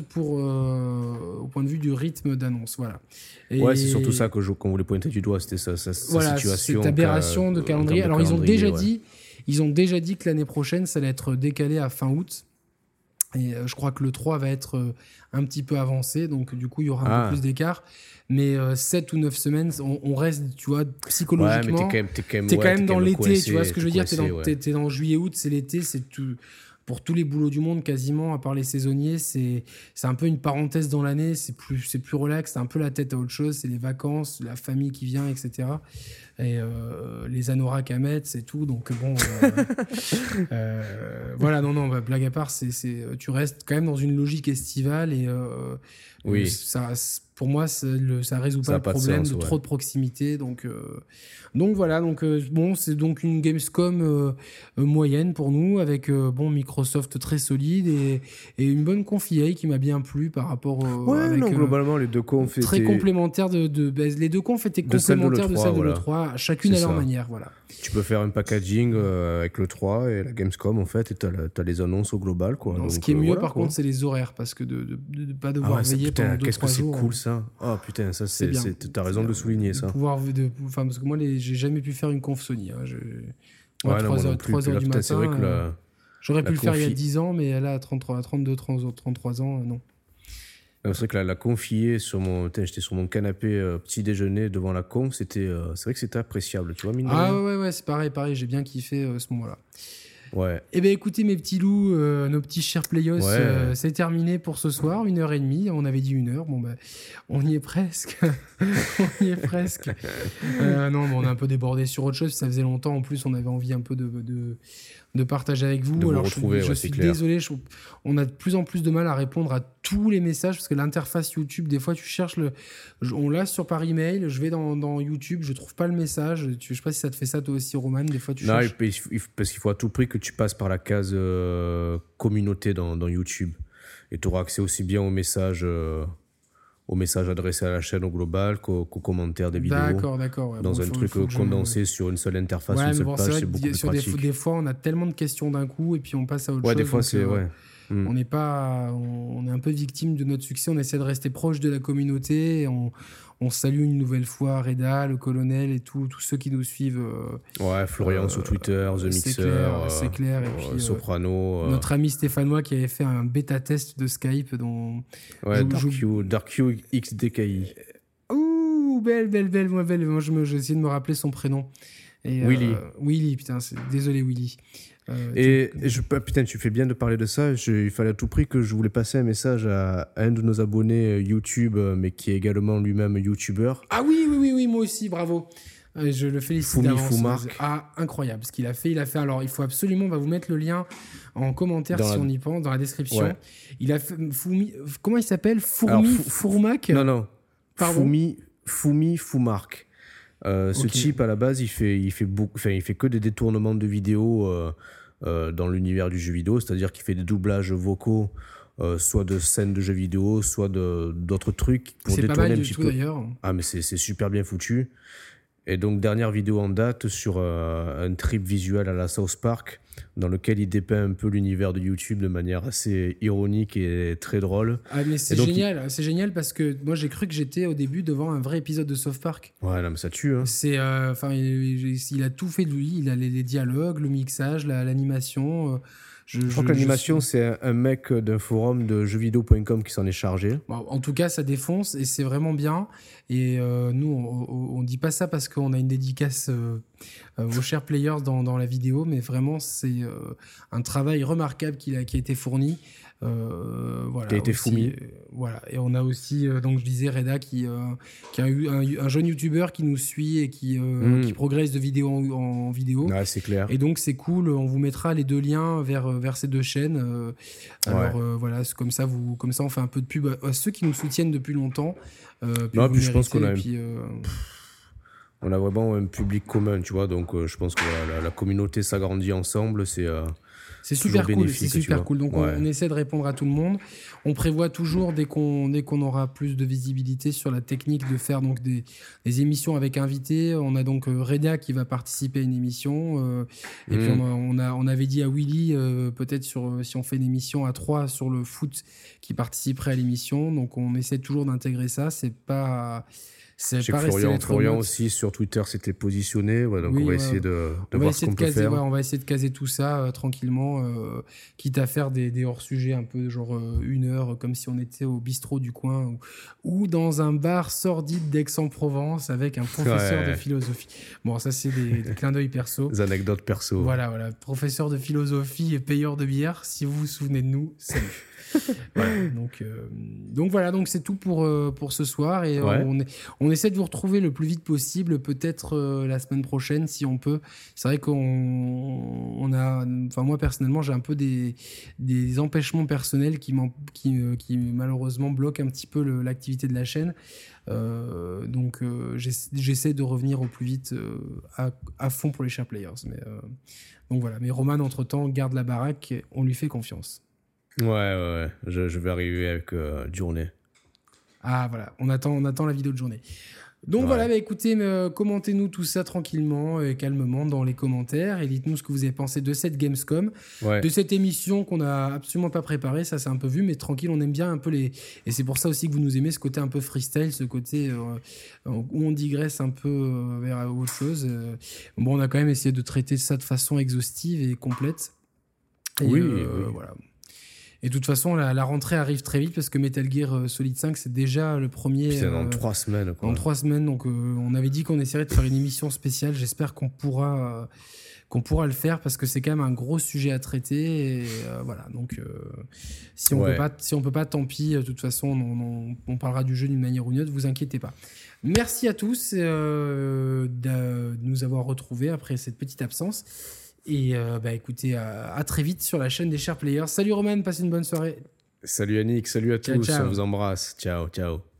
[SPEAKER 1] au point de vue du rythme d'annonce. Voilà.
[SPEAKER 2] C'est surtout ça qu'on voulait pointer du doigt, c'était sa situation.
[SPEAKER 1] Cette aberration de calendrier. Alors ils ont déjà dit que l'année prochaine, ça allait être décalé à fin août. Et je crois que le 3 va être un petit peu avancé, donc du coup, il y aura un peu plus d'écart. Mais 7 ou 9 semaines, on reste, tu vois, psychologiquement.
[SPEAKER 2] Ouais, mais t'es quand même
[SPEAKER 1] dans l'été,
[SPEAKER 2] coincé,
[SPEAKER 1] tu vois ce que je veux dire.
[SPEAKER 2] ouais.
[SPEAKER 1] T'es dans juillet-août, c'est l'été, c'est tout. Pour tous les boulots du monde, quasiment, à part les saisonniers, c'est un peu une parenthèse dans l'année, c'est plus relax, c'est un peu la tête à autre chose, c'est les vacances, la famille qui vient, etc. Et les anoraks à mettre, c'est tout. Donc bon, voilà, non, blague à part, tu restes quand même dans une logique estivale et ça, pour moi, ça résout pas le problème de trop de proximité. Donc voilà, bon, c'est donc une Gamescom moyenne pour nous, avec Microsoft très solide et une bonne conf EA qui m'a bien plu par rapport
[SPEAKER 2] globalement, les deux confs
[SPEAKER 1] très complémentaires les deux confs étaient complémentaires de celle de l'E3, chacune à leur manière, voilà.
[SPEAKER 2] Tu peux faire un packaging avec le 3 et la Gamescom, en fait, et t'as les annonces au global, quoi.
[SPEAKER 1] Non,
[SPEAKER 2] donc,
[SPEAKER 1] ce qui est mieux, par contre, c'est les horaires, parce que de pas devoir veiller pendant 2-3 jours.
[SPEAKER 2] Qu'est-ce que c'est cool, ça. Oh putain, ça, t'as raison de le souligner, ça.
[SPEAKER 1] Parce que moi, j'ai jamais pu faire une conf Sony.
[SPEAKER 2] 3
[SPEAKER 1] heures du matin.
[SPEAKER 2] C'est vrai que
[SPEAKER 1] j'aurais pu le faire il y a 10 ans, mais là, à 32, 33 ans, non.
[SPEAKER 2] C'est vrai que la conf EA, j'étais sur mon canapé petit déjeuner devant la conf, c'est vrai que c'était appréciable, tu vois, mine de rien.
[SPEAKER 1] Ouais, c'est pareil, j'ai bien kiffé ce moment-là.
[SPEAKER 2] Ouais.
[SPEAKER 1] Eh bien, écoutez, mes petits loups, nos petits chers playos, c'est terminé pour ce soir, 1h30. On avait dit 1h. Bon, on y est presque. On y est presque. Non, on a un peu débordé sur autre chose. Ça faisait longtemps. En plus, on avait envie un peu de partager avec vous.
[SPEAKER 2] Alors, je
[SPEAKER 1] suis désolé. On a de plus en plus de mal à répondre à tous les messages parce que l'interface YouTube, des fois, tu cherches on l'a sur par email. Je vais dans YouTube, je trouve pas le message. Je sais pas si ça te fait ça toi aussi, Roman. Des fois, tu cherches.
[SPEAKER 2] Non, parce qu'il faut à tout prix que tu passes par la case communauté dans YouTube. Et tu auras accès aussi bien aux messages adressés à la chaîne au global qu'aux commentaires des vidéos.
[SPEAKER 1] D'accord. Ouais.
[SPEAKER 2] Dans un truc condensé sur une seule interface, une seule page, c'est beaucoup plus pratique.
[SPEAKER 1] Des fois, on a tellement de questions d'un coup et puis on passe à autre chose.
[SPEAKER 2] Des fois, c'est...
[SPEAKER 1] On est un peu victime de notre succès. On essaie de rester proche de la communauté. Et on salue une nouvelle fois Reda, le colonel et tous ceux qui nous suivent.
[SPEAKER 2] Florian sur Twitter, The Mixer,
[SPEAKER 1] c'est clair. Et puis,
[SPEAKER 2] Soprano.
[SPEAKER 1] Notre ami Stéphanois qui avait fait un bêta-test de Skype.
[SPEAKER 2] Dark XDKI.
[SPEAKER 1] Ouh, belle. Moi, j'essaie de me rappeler son prénom. Et, Willy, putain, désolé Willy.
[SPEAKER 2] Putain, tu fais bien de parler de ça. Il fallait à tout prix que je voulais passer un message à un de nos abonnés YouTube, mais qui est également lui-même YouTuber.
[SPEAKER 1] Ah oui, moi aussi, bravo. Je le félicite d'avance.
[SPEAKER 2] Foumark.
[SPEAKER 1] Ah, incroyable ce qu'il a fait. Alors, il faut absolument, on va vous mettre le lien en commentaire si on y pense, dans la description. Ouais. Il a fait comment il s'appelle Fourmac
[SPEAKER 2] Non. Foumi Foumark. Ce type, à la base, il fait que des détournements de vidéos dans l'univers du jeu vidéo, c'est-à-dire qu'il fait des doublages vocaux, soit de scènes de jeux vidéo, soit d'autres trucs pour
[SPEAKER 1] détourner
[SPEAKER 2] pas mal
[SPEAKER 1] un petit peu. D'ailleurs.
[SPEAKER 2] Ah, mais c'est super bien foutu. Et donc, dernière vidéo en date sur un trip visuel à la South Park, dans lequel il dépeint un peu l'univers de YouTube de manière assez ironique et très drôle.
[SPEAKER 1] Ah, mais c'est génial. C'est génial parce que moi, j'ai cru que j'étais au début devant un vrai épisode de South Park.
[SPEAKER 2] Ouais, non, mais ça tue. Hein.
[SPEAKER 1] Il a tout fait de lui. Il a les dialogues, le mixage, l'animation.
[SPEAKER 2] Je crois que l'animation, c'est un mec d'un forum de jeuxvideo.com qui s'en est chargé.
[SPEAKER 1] Bon, en tout cas, ça défonce et c'est vraiment bien. Et nous, on dit pas ça parce qu'on a une dédicace aux chers players dans la vidéo, mais vraiment, c'est un travail remarquable qui a été fourni.
[SPEAKER 2] Qui a été fourni.
[SPEAKER 1] Voilà. Et on a aussi, donc je disais, Reda qui a eu un jeune youtubeur qui nous suit et qui progresse de vidéo en vidéo.
[SPEAKER 2] Ouais, c'est clair.
[SPEAKER 1] Et donc c'est cool, on vous mettra les deux liens vers ces deux chaînes. Voilà, comme ça on fait un peu de pub à ceux qui nous soutiennent depuis longtemps.
[SPEAKER 2] Non, puis je pense qu'on a on a vraiment un public commun, tu vois, donc je pense que la communauté s'agrandit ensemble,
[SPEAKER 1] c'est super cool. Donc on essaie de répondre à tout le monde. On prévoit toujours dès qu'on aura plus de visibilité sur la technique de faire donc des émissions avec invités. On a donc Reda qui va participer à une émission. Et puis on avait dit à Willy peut-être si on fait une émission à 3 sur le foot qui participerait à l'émission. Donc on essaie toujours d'intégrer ça. C'est pas
[SPEAKER 2] Florian aussi sur Twitter s'était positionné, donc on va essayer de voir ce qu'on peut faire.
[SPEAKER 1] On va essayer de caser tout ça tranquillement temps, quitte à faire des hors-sujets un peu genre 1 heure, comme si on était au bistrot du coin ou dans un bar sordide d'Aix-en-Provence avec un professeur de philosophie. Bon, ça, c'est des clins d'œil perso.
[SPEAKER 2] Des anecdotes perso.
[SPEAKER 1] Voilà, professeur de philosophie et payeur de bière. Si vous vous souvenez de nous, salut. Voilà, donc voilà, donc c'est tout pour ce soir et on essaie de vous retrouver le plus vite possible, peut-être la semaine prochaine si on peut. C'est vrai moi personnellement j'ai un peu des empêchements personnels qui malheureusement bloquent un petit peu l'activité de la chaîne. Donc j'essaie de revenir au plus vite à fond pour les Chers Players. Donc voilà, mais Roman entre-temps garde la baraque, on lui fait confiance.
[SPEAKER 2] Ouais. Je vais arriver avec journée.
[SPEAKER 1] Ah voilà, on attend la vidéo de journée. Donc voilà, écoutez, commentez-nous tout ça tranquillement et calmement dans les commentaires et dites-nous ce que vous avez pensé de cette Gamescom, de cette émission qu'on n'a absolument pas préparée, ça c'est un peu vu, mais tranquille, on aime bien un peu et c'est pour ça aussi que vous nous aimez, ce côté un peu freestyle, ce côté où on digresse un peu vers autre chose. Bon, on a quand même essayé de traiter ça de façon exhaustive et complète. Et voilà. Et de toute façon, la rentrée arrive très vite parce que Metal Gear Solid 5, c'est déjà le premier...
[SPEAKER 2] C'est dans 3 semaines.
[SPEAKER 1] Dans 3 semaines, donc on avait dit qu'on essaierait de faire une émission spéciale. J'espère qu'on pourra le faire parce que c'est quand même un gros sujet à traiter. Et, voilà, donc si on peut pas, tant pis. De toute façon, on parlera du jeu d'une manière ou d'une autre, vous inquiétez pas. Merci à tous de nous avoir retrouvés après cette petite absence. Et écoutez, à très vite sur la chaîne des Chers Players. Salut Roman, passez une bonne soirée.
[SPEAKER 2] Salut Yannick, salut à tous,
[SPEAKER 1] ciao.
[SPEAKER 2] on vous embrasse. Ciao.